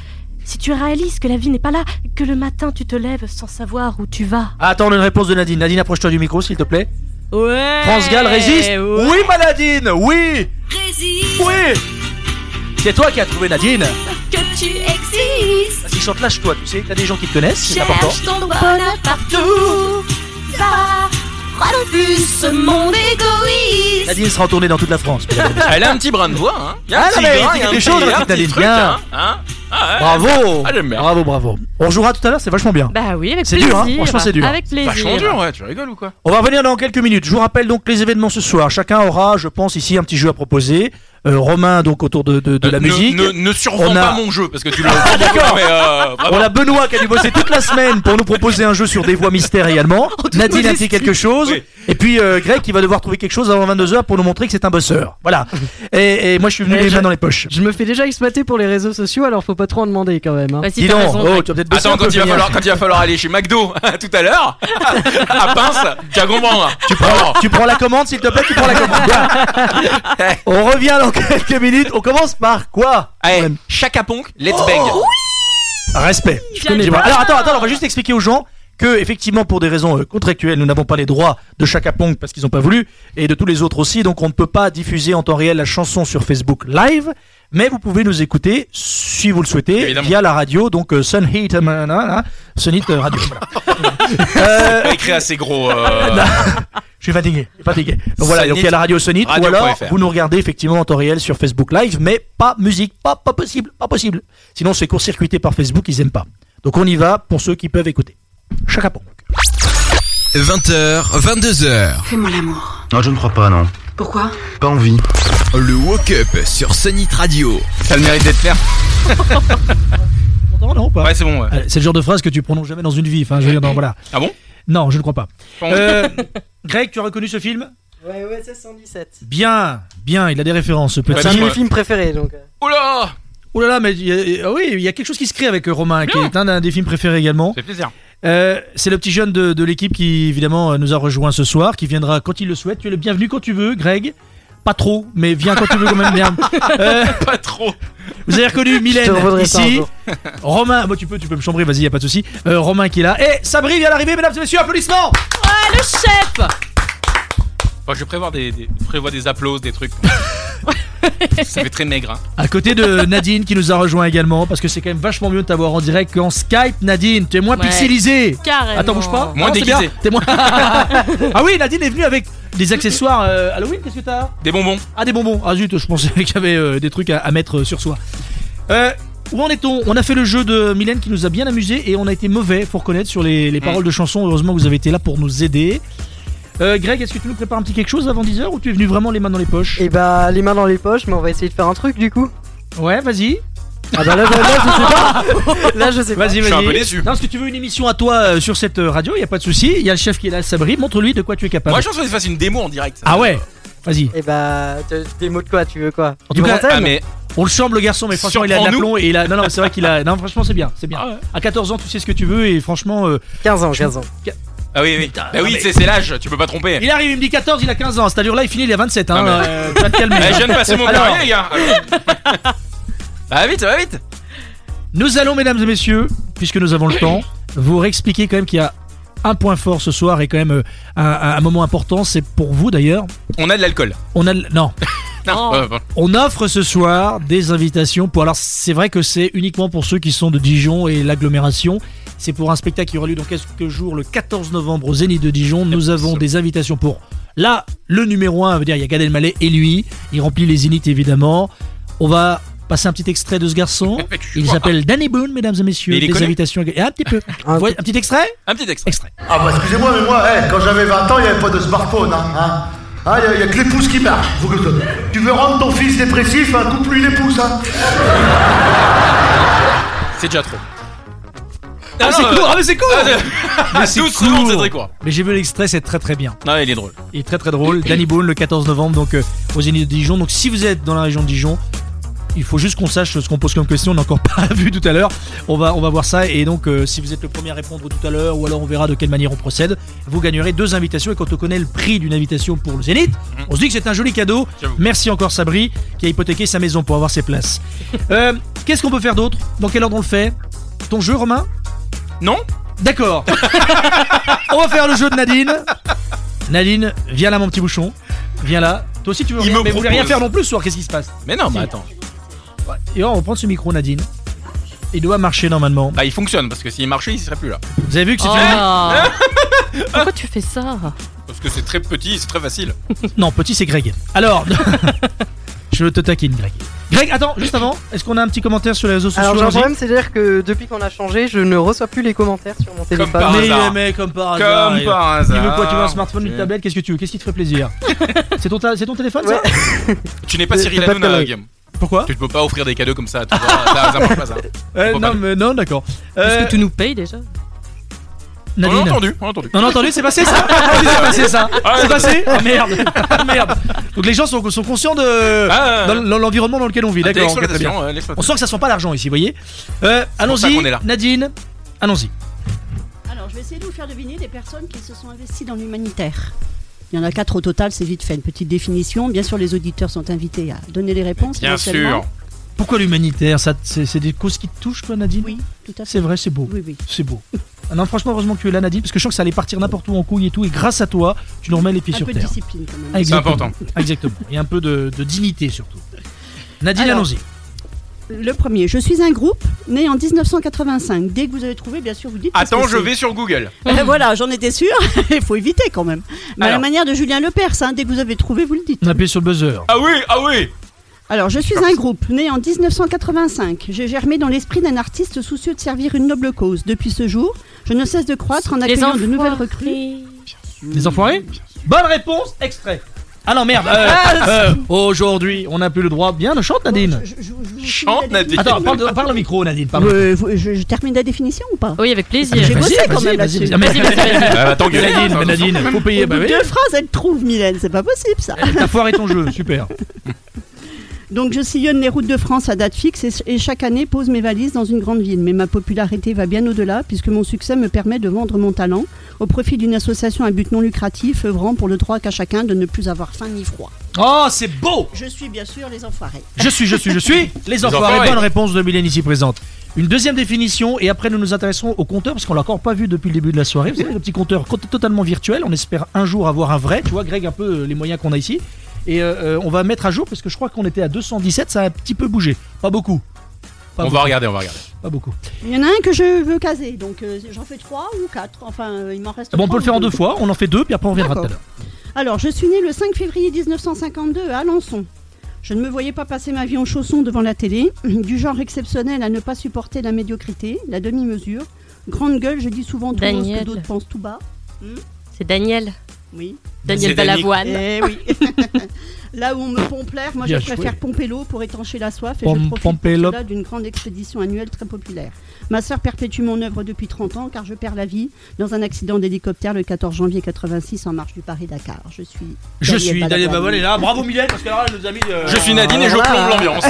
S4: si tu réalises que la vie n'est pas là, que le matin tu te lèves sans savoir où tu vas.
S3: Attends, on a une réponse de Nadine. Nadine, approche-toi du micro, s'il te plaît.
S4: Ouais.
S3: France Gall résiste.
S4: ouais.
S3: Oui, ma Nadine, oui.
S6: Résiste.
S3: Oui. C'est toi qui as trouvé Nadine.
S4: Que tu existes.
S3: Vas-y, chante, lâche-toi, tu sais, t'as des gens qui te connaissent, c'est important.
S4: Cherche ton bonheur partout. Va, refuse ce monde égoïste.
S3: Nadine sera en tournée dans toute la France.
S5: Elle a un petit brin de voix, hein. Il y a un
S3: Ah,
S5: petit
S3: non, mais
S5: grain,
S3: c'est
S5: il y a un
S3: quelque
S5: petit-
S3: chose,
S5: il y a un
S3: Nadine,
S5: petit truc,
S3: bien.
S5: hein. Hein. Ah, ouais.
S3: Bravo.
S5: Ah, j'aime bien.
S3: Bravo, bravo. On rejouera tout à l'heure, c'est vachement bien.
S4: Bah oui, avec
S3: C'est
S4: plaisir.
S3: dur, hein. Franchement, c'est dur.
S4: Avec plaisir.
S5: Vachement dur, ouais, tu rigoles ou quoi?
S3: On va revenir dans quelques minutes. Je vous rappelle donc les événements ce soir. Chacun aura, je pense, ici un petit jeu à proposer. Euh, Romain, donc autour de, de, de la
S5: Euh,
S3: musique.
S5: Ne, ne, ne survends
S3: On a-
S5: pas mon jeu parce que tu le vends beaucoup, mais euh, vraiment.
S3: On a Benoît qui a dû bosser toute la semaine pour nous proposer un jeu sur des voix mystères également. Nadine a dit quelque chose.
S5: Oui.
S3: Et puis euh, Greg qui va devoir trouver quelque chose avant vingt-deux heures pour nous montrer que c'est un bosseur. Voilà. Et, et moi je suis venu
S7: Mais
S3: les
S7: je-
S3: mains dans les poches.
S7: Je me fais déjà exploiter pour les réseaux sociaux, alors faut pas trop en demander quand même. Hein.
S4: Bah si,
S3: Dis
S4: t'as
S3: donc,
S4: raison,
S3: oh,
S4: Greg.
S3: tu vas peut-être bosser un
S5: Attends,
S3: peu,
S5: quand il, va
S3: Julien.
S5: falloir, quand il va falloir aller chez McDo tout à l'heure, à Pince, tu vas comprendre.
S3: Tu prends, tu prends la commande s'il te plaît, tu prends la commande. Voilà. On revient dans quelques minutes. On commence par quoi?
S5: Allez, Chaka Ponk, let's bang.
S3: Respect.
S4: Je connais
S3: Dis-moi. Alors attends, attends, on va juste expliquer aux gens que effectivement pour des raisons euh, contractuelles, nous n'avons pas les droits de Chaka Ponk parce qu'ils n'ont pas voulu et de tous les autres aussi, donc on ne peut pas diffuser en temps réel la chanson sur Facebook Live, mais vous pouvez nous écouter si vous le souhaitez
S5: Évidemment.
S3: via la radio, donc euh, Sun Heat, euh, nan, nan, nan, Sun Heat euh, Radio. Voilà. Euh,
S5: Pas écrit assez gros. Euh...
S3: non, je suis fatigué, fatigué. Donc voilà,
S5: Sun
S3: donc il y a
S5: Heat
S3: la radio Sun Heat, ou
S5: radio point
S3: alors
S5: F R.
S3: vous nous regardez effectivement en temps réel sur Facebook Live, mais pas musique, pas pas possible, pas possible. Sinon c'est court-circuité par Facebook, ils aiment pas. Donc on y va pour ceux qui peuvent écouter. Chaka Ponk.
S1: vingt heures, vingt-deux heures.
S6: Fais-moi l'amour.
S9: Non, je ne crois pas, non.
S6: Pourquoi?
S9: Pas envie.
S1: Le Woke Up sur Sunny Radio.
S5: Ça a le mérite d'être faire.
S3: Content, non ou pas?
S5: Ouais, c'est bon. Ouais.
S3: Euh, C'est le genre de phrase que tu prononces jamais dans une vie. Enfin, je veux dire, dans, voilà.
S5: Ah bon?
S3: Non, je ne crois pas.
S5: Bon.
S3: Euh, Greg, tu as reconnu ce film?
S7: Ouais, ouais, c'est cent dix-sept.
S3: Bien, bien, il a des références, ce petit.
S5: Ouais,
S7: C'est un de
S5: Ouais.
S7: mes films préférés donc. euh.
S5: Oh là!
S3: Oh là là, mais il y a- ah oui, il y a quelque chose qui se crée avec euh, Romain, qui est un, un des films préférés également.
S5: Ça fait plaisir.
S3: Euh, c'est le petit jeune de, de l'équipe qui, évidemment, euh, nous a rejoint ce soir, qui viendra quand il le souhaite. Tu es le bienvenu quand tu veux, Greg. Pas trop, mais viens quand tu veux quand même bien. Euh,
S5: Pas trop.
S3: vous avez reconnu
S7: Je te
S3: Mylène
S7: revaudrai ça un
S3: ici.
S7: jour.
S3: Romain, moi tu peux, tu peux me chambrer, vas-y, y a pas de souci. Euh, Romain qui est là. Et Sabri vient d'arriver, mesdames et messieurs, applaudissements.
S4: Ah, le chef.
S5: Bon, je prévois des, des, je prévois des applauses, des trucs. Ça fait très maigre. Hein.
S3: À côté de Nadine qui nous a rejoint également, parce que c'est quand même vachement mieux de t'avoir en direct qu'en Skype, Nadine. Tu es moins
S4: Ouais.
S3: pixelisé.
S4: Carrément.
S3: Attends, bouge pas.
S5: Moins
S3: Non, c'est
S5: déguisé.
S3: bien. T'es moins. Ah oui, Nadine est venue avec des accessoires euh, Halloween. Qu'est-ce que t'as?
S5: Des bonbons.
S3: Ah, des bonbons. Ah zut, je pensais qu'il y avait euh, des trucs à, à mettre euh, sur soi. Euh, où en est-on? On a fait le jeu de Mylène qui nous a bien amusé et on a été mauvais, faut reconnaître, sur les, les paroles de chansons. Heureusement que vous avez été là pour nous aider. Euh, Greg, est-ce que tu nous prépares un petit quelque chose avant dix heures ou tu es venu vraiment les mains dans les poches?
S7: Et bah, les mains dans les poches, mais on va essayer de faire un truc du coup.
S3: Ouais, vas-y.
S7: Ah bah là, là, là, je sais pas. Là, je sais pas.
S3: Vas-y,
S5: Je suis
S3: vas-y.
S5: un peu déçu.
S3: Non, parce que tu veux une émission à toi euh, sur cette euh, radio, y a pas de souci. Il y a le chef qui est là, Sabri. Montre-lui de quoi tu es capable.
S5: Moi, je pense qu'on fasse une démo en direct.
S3: Ah ouais. Vas-y.
S7: Et bah, t'as des mots de quoi, tu veux quoi?
S3: En
S7: Du
S3: tout cas,
S7: Bretagne
S5: Ah, mais
S3: On le chambre le garçon, mais franchement il a de
S5: Surprends-nous.
S3: l'aplomb et il a. Non, non, c'est vrai qu'il a. Non, franchement c'est bien, c'est bien.
S5: Ah ouais.
S3: À quatorze ans, tu sais ce que tu veux et franchement. euh,
S7: quinze ans, quinze ans.
S5: Ah oui, oui.
S3: Putain,
S5: Bah oui,
S3: mais-
S5: c'est c'est l'âge, tu peux pas tromper.
S3: Il arrive, il me dit quatorze, il a quinze ans. À cette allure-là, il finit, il a vingt-sept. Hein.
S5: Ah, mais-
S3: Euh, tu vas te calmer.
S5: Eh, je viens de passer mon
S3: Alors.
S5: permis, les gars. Ça va vite, ça va vite.
S3: Nous allons, mesdames et messieurs, puisque nous avons le temps, vous réexpliquer quand même qu'il y a un point fort ce soir et quand même euh, un, un- un moment important. C'est pour vous d'ailleurs.
S5: On a de l'alcool.
S3: On a. l- Non.
S5: Non,
S4: Oh.
S5: euh, bon.
S3: On offre ce soir des invitations pour. Alors, c'est vrai que c'est uniquement pour ceux qui sont de Dijon et l'agglomération. C'est pour un spectacle qui aura lieu dans quelques jours, le quatorze novembre, au Zénith de Dijon. Nous avons des invitations pour. Là, le numéro un, veut dire, il y a Gad Elmaleh et lui. Il remplit les Zéniths, évidemment. On va passer un petit extrait de ce garçon. Il s'appelle Danny Boone, mesdames et messieurs.
S5: Mais il est
S3: Des
S5: connu
S3: invitations. Et un petit peu.
S7: Un
S3: Vous voyez, un petit extrait
S5: Un petit extrait.
S3: Extrait.
S10: Ah bah excusez-moi, mais moi, eh, quand j'avais vingt ans, il n'y avait pas de smartphone. Hein, hein. Ah, il n'y a, y a que les pouces qui marchent. Faut que- Tu veux rendre ton fils dépressif, hein, coupe-lui les pouces. Hein.
S5: C'est déjà trop.
S3: Ah, c'est
S5: non,
S3: court,
S5: euh,
S3: ah, mais c'est court
S5: Ah,
S3: Mais c'est
S5: douze secondes,
S3: court.
S5: c'est très court.
S3: Mais j'ai vu l'extrait, c'est très très bien.
S5: Non, il est drôle.
S3: Il est très très drôle. Danny Boone le quatorze novembre donc euh, au Zénith de Dijon. Donc si vous êtes dans la région de Dijon, Il faut juste qu'on sache ce qu'on pose comme question, on n'a encore pas vu tout à l'heure. On va, on va voir ça et donc euh, si vous êtes le premier à répondre tout à l'heure ou alors on verra de quelle manière on procède, vous gagnerez deux invitations et quand on connaît le prix d'une invitation pour le Zénith, mmh. on se dit que c'est un joli cadeau.
S5: J'avoue.
S3: Merci encore Sabri qui a hypothéqué sa maison pour avoir ses places. euh, qu'est-ce qu'on peut faire d'autre? Dans quel ordre on le fait? Ton jeu Romain?
S5: Non.
S3: D'accord. On va faire le jeu de Nadine. Nadine, viens là mon petit bouchon. Viens là. Toi aussi tu veux
S5: Il
S3: rien,
S5: me
S3: mais vous voulez rien
S5: propose.
S3: faire non plus ce soir, qu'est-ce qui se passe?
S5: Mais non,
S3: Si.
S5: bah attends.
S3: Et on va prendre ce micro Nadine. Il doit marcher normalement.
S5: Bah il fonctionne parce que s'il marchait, il serait plus là.
S3: Vous avez vu que c'est
S4: Oh. Pourquoi tu fais ça?
S5: Parce que c'est très petit, c'est très facile.
S3: une... Non, petit c'est Greg. Alors, je te taquine Greg. Greg, attends, juste avant, est-ce qu'on a un petit commentaire sur les réseaux sociaux?
S7: Alors j'ai un
S3: vas-y.
S7: problème, c'est-à-dire que depuis qu'on a changé, je ne reçois plus les commentaires sur mon téléphone.
S5: par
S3: Mais,
S5: hasard.
S3: mais comme par hasard.
S5: Comme
S3: Et-
S5: par hasard.
S3: Tu veux quoi? Tu veux un smartphone, une
S5: Ok.
S3: tablette? Qu'est-ce que tu veux? Qu'est-ce qui te ferait plaisir? C'est ton, ta- c'est ton téléphone ça?
S5: Tu n'es pas
S7: C'est-
S5: Cyril
S7: c'est pas de
S5: Hanouna,
S7: conneries.
S5: Guillaume.
S3: Pourquoi?
S5: Tu ne peux pas offrir des cadeaux comme ça à toi. Ça, ça marche pas ça.
S3: Euh,
S5: Faut
S3: non,
S5: pas-
S3: mais non, d'accord.
S4: Est-ce
S3: Euh,
S4: que tu nous payes déjà?
S5: On a
S3: Nadine.
S5: entendu, on a entendu.
S3: On a entendu, c'est passé ça? C'est passé ça? C'est passé? Ah merde! Ah merde! Donc les gens sont, sont conscients de
S5: Ah,
S3: dans, dans l'environnement dans lequel on vit,
S5: ah,
S3: d'accord? Ok, très bien.
S5: l'exploitation, euh,
S3: On
S5: l'exploitation.
S3: sent que ça sent pas l'argent ici, vous voyez? Euh,
S5: ça
S3: allons-y,
S5: qu'on est là.
S3: Nadine, allons-y.
S6: Alors, je vais essayer de vous faire deviner des personnes qui se sont investies dans l'humanitaire. Il y en a quatre au total, c'est vite fait. Une petite définition. Bien sûr, les auditeurs sont invités à donner les réponses.
S5: Bien
S6: éventuellement.
S5: sûr.
S3: Pourquoi l'humanitaire? Ça, c'est, c'est des causes qui te touchent, toi, Nadine?
S6: Oui, tout à fait.
S3: C'est vrai, c'est beau.
S6: Oui, oui.
S3: C'est beau. Ah non, franchement, heureusement que tu es là, Nadine, parce que je sens que ça allait partir n'importe où en couille et tout, et grâce à toi, tu nous remets les pieds
S6: Un
S3: sur
S6: peu de
S3: terre.
S6: discipline quand même.
S3: Ah, exactement.
S5: important.
S3: Ah, exactement. Et un peu de, de dignité surtout. Nadine,
S6: Alors,
S3: allons-y.
S6: Le premier, je suis un groupe né en dix-neuf cent quatre-vingt-cinq. Dès que vous avez trouvé, bien sûr, vous dites.
S5: Attends,
S6: qu'est-ce que
S5: je
S6: c'est.
S5: vais sur Google.
S6: Euh, voilà, j'en étais sûre. Il faut éviter quand même. Mais à la
S5: Alors.
S6: manière de Julien Lepers, hein, dès que vous avez trouvé, vous le dites.
S3: On appuie sur le buzzer.
S5: Ah oui, ah oui.
S6: Alors, je suis un groupe né en dix-neuf cent quatre-vingt-cinq. J'ai germé dans l'esprit d'un artiste soucieux de servir une noble cause. Depuis ce jour, je ne cesse de croître en
S4: Les
S6: accueillant de
S4: enfoirés.
S6: nouvelles recrues.
S3: Les enfoirés? Bonne réponse, extrait. Ah non, merde. euh, euh, aujourd'hui, on n'a plus le droit. Bien, chante Nadine.
S6: Je- je- je- je- je-
S5: Chante,
S6: je-
S5: Nadine.
S3: Attends, parle, de- parle au micro, Nadine. Parle.
S6: Euh, vous- je, je termine la définition ou pas?
S4: Oui, avec plaisir.
S6: J'ai
S3: Vas-y,
S6: bossé quand
S3: vas-y,
S6: même
S3: vas-y,
S6: là-dessus.
S3: vas-y.
S4: Vas-y, vas-y, vas-y.
S5: Ah, bah, attends,
S3: Mais Nadine, mais Nadine, faut payer. Bah oui.
S6: Deux phrases, elle trouve, Mylène. C'est pas possible ça.
S3: T'as foiré ton jeu, super.
S6: Donc je sillonne les routes de France à date fixe et, et chaque année pose mes valises dans une grande ville. Mais ma popularité va bien au-delà puisque mon succès me permet de vendre mon talent au profit d'une association à but non lucratif œuvrant pour le droit qu'a chacun de ne plus avoir faim ni froid.
S3: Oh, c'est beau.
S6: Je suis bien sûr les enfoirés.
S3: Je suis, je suis, je suis. Les enfoirés,
S5: enfoirés.
S3: bonne réponse de Mylène ici présente. Une deuxième définition et après nous nous intéresserons au compteur parce qu'on l'a encore pas vu depuis le début de la soirée. Vous savez, le petit compteur co- totalement virtuel. On espère un jour avoir un vrai. Tu vois, Greg, un peu euh, les moyens qu'on a ici. Et euh, euh, on va mettre à jour parce que je crois qu'on était à deux cent dix-sept. Ça a un petit peu bougé. Pas beaucoup. Pas
S5: On
S3: beaucoup.
S5: va regarder, on va regarder.
S3: Pas beaucoup.
S6: Il y en a un que je veux caser, donc euh, j'en fais trois ou quatre. Enfin, euh, il m'en reste.
S3: Bon, on peut
S6: trois
S3: le faire
S6: ou
S3: en deux fois. On en fait deux puis après on reviendra tout à
S6: D'accord.
S3: l'heure.
S6: Alors, je suis née le cinq février dix-neuf cent cinquante-deux à Alençon. Je ne me voyais pas passer ma vie en chaussons devant la télé, du genre exceptionnel à ne pas supporter la médiocrité, la demi-mesure. Grande gueule, je dis souvent tout haut ce
S4: Daniel.
S6: que d'autres pensent tout bas.
S4: C'est Daniel.
S6: Oui.
S4: Daniel
S5: C'est Daniel.
S4: Balavoine.
S6: Eh oui. Là où on me pompe l'air, moi
S3: Bien
S6: je préfère
S3: joué.
S6: pomper l'eau pour étancher la soif et
S3: Pom-
S6: je profite
S3: pomper
S6: pour
S3: l'eau.
S6: cela d'une grande expédition annuelle très populaire. Ma sœur perpétue mon œuvre depuis trente ans car je perds la vie dans un accident d'hélicoptère le quatorze janvier quatre-vingt-six en marche du Paris-Dakar. Je suis
S3: Je suis Daniel
S6: Balavoine.
S3: Balavoine et là, bravo Mylène parce que là, elle nous a mis. euh,
S5: Je suis Nadine et je
S6: voilà.
S5: plombe l'ambiance.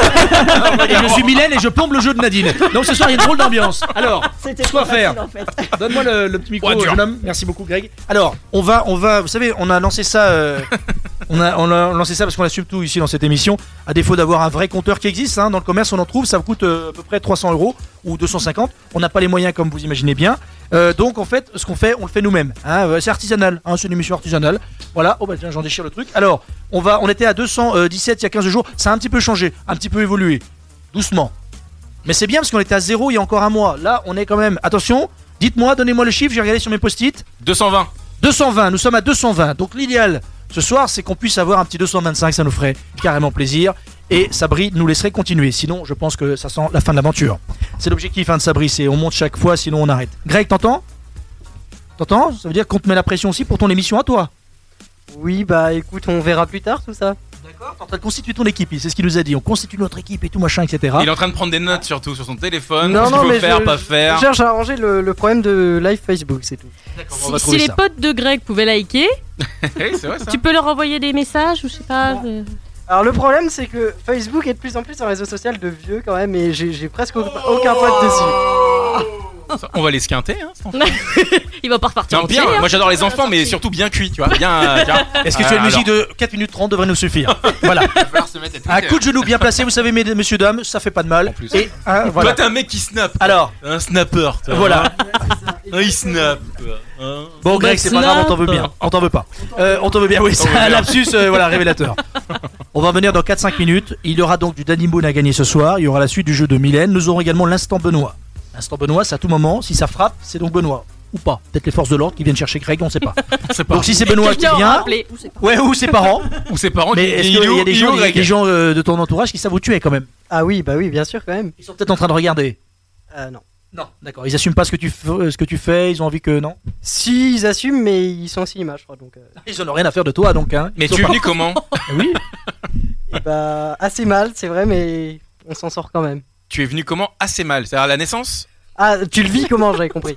S3: Et je suis Mylène et je plombe le jeu de Nadine. Donc ce soir il y a une drôle d'ambiance. Alors,
S6: C'était
S3: quoi
S6: trop
S3: faire
S6: facile, en fait.
S3: donne-moi le, le petit micro,
S5: Ouais, dur.
S3: jeune homme. Merci beaucoup, Greg. Alors, on va, on va. Vous savez, on a lancé ça. euh, on a, on a lancé ça parce qu'on assume tout ici dans cette émission. À défaut d'avoir un vrai compteur qui existe, hein, dans le commerce, on en trouve. Ça vous coûte euh, à peu près trois cents euros ou deux cent cinquante. On n'a pas les moyens comme vous imaginez bien. Euh, donc en fait, ce qu'on fait, on le fait nous-mêmes. Hein, euh, c'est artisanal. Hein, c'est une émission artisanale. Voilà. Oh bah tiens, j'en déchire le truc. Alors, on va, on était à deux cent dix-sept il y a quinze jours. Ça a un petit peu changé, un petit peu évolué, doucement. Mais c'est bien parce qu'on était à zéro il y a encore un mois. Là, on est quand même. Attention, dites-moi, donnez-moi le chiffre, j'ai regardé sur mes post-it.
S5: deux cent vingt.
S3: deux cent vingt, nous sommes à deux cent vingt. Donc l'idéal ce soir, c'est qu'on puisse avoir un petit deux cent vingt-cinq, ça nous ferait carrément plaisir. Et Sabri nous laisserait continuer. Sinon, je pense que ça sent la fin de l'aventure. C'est l'objectif hein, de Sabri, c'est on monte chaque fois, sinon on arrête. Greg, t'entends? T'entends? Ça veut dire qu'on te met la pression aussi pour ton émission à toi.
S7: Oui, bah écoute, on verra plus tard tout ça.
S3: D'accord. T'es en train de constituer ton équipe, c'est ce qu'il nous a dit. On constitue notre équipe et tout machin, et cetera.
S5: Il est en train de prendre des notes surtout sur son téléphone.
S7: Non,
S5: ce
S7: non,
S5: qu'il faut
S7: mais
S5: faire,
S7: je-
S5: pas
S7: Je
S5: faire.
S7: cherche à arranger le, le problème de live Facebook, c'est tout.
S3: D'accord, on
S4: Si,
S3: va
S4: si
S3: trouver
S4: les
S3: ça.
S4: potes de Greg pouvaient liker,
S5: Oui, c'est vrai ça.
S4: tu peux leur envoyer des messages ou je sais pas. euh,
S7: Alors le problème c'est que Facebook est de plus en plus un réseau social de vieux quand même et j'ai, j'ai presque aucun pote dessus.
S5: On va les squinter, hein. Sans
S4: Il va pas repartir.
S5: non, bien.
S4: entier, hein.
S5: Moi j'adore les enfants, mais surtout bien cuits, tu vois. Bien. euh, tiens.
S3: Est-ce que tu as une musique de quatre minutes trente devrait nous suffire? Voilà.
S2: Il va falloir se mettre à
S3: Un
S2: Twitter.
S3: coup de genou bien placé, vous savez, mesdames, messieurs, dames, ça fait pas de mal.
S5: En plus.
S3: Et hein,
S5: Toi
S3: voilà.
S5: t'es un mec qui snap.
S3: Alors,
S5: Un snapper. toi.
S3: voilà.
S5: Un il snap. Toi. Hein.
S3: Bon, Greg, c'est pas grave, on t'en veut bien. On t'en veut pas. Euh, on t'en veut bien, oui, c'est un lapsus, euh, voilà, révélateur. On va venir dans quatre cinq minutes. Il y aura donc du Danny Boone à gagner ce soir. Il y aura la suite du jeu de Mylène. Nous aurons également l'instant Benoît. L'instant Benoît, c'est à tout moment. Si ça frappe, c'est donc Benoît. Ou pas. Peut-être les forces de l'ordre qui viennent chercher Greg, on sait pas.
S5: On sait pas.
S3: Donc si c'est Benoît qui
S4: Quelqu'un aura
S3: vient,
S4: appelé.
S3: ouais, ou ses parents.
S5: Ou ses parents.
S3: Mais
S5: qui-
S3: est-ce
S5: et
S3: qu'il y a
S5: Ilio-
S3: des
S5: Ilio
S3: gens,
S5: Greg.
S3: des gens euh, de ton entourage qui savent où tu es quand même?
S7: Ah oui, bah oui, bien sûr quand même.
S3: Ils sont peut-être en train de regarder.
S7: Euh, non.
S3: Non, d'accord. Ils assument pas ce que tu fais, ce que tu fais. Ils ont envie que non.
S7: Si, ils assument, mais ils sont au cinéma, je crois. Donc, euh...
S3: Ils en ont rien à faire de toi, donc. Hein.
S5: Mais
S3: Ils sont
S5: tu es
S3: pas-
S5: venu comment?
S3: Oui.
S7: et bah, assez mal, c'est vrai, mais on s'en sort quand même.
S5: Tu es venu comment assez mal? C'est-à-dire à la naissance?
S7: Ah, tu le vis comment, j'avais compris.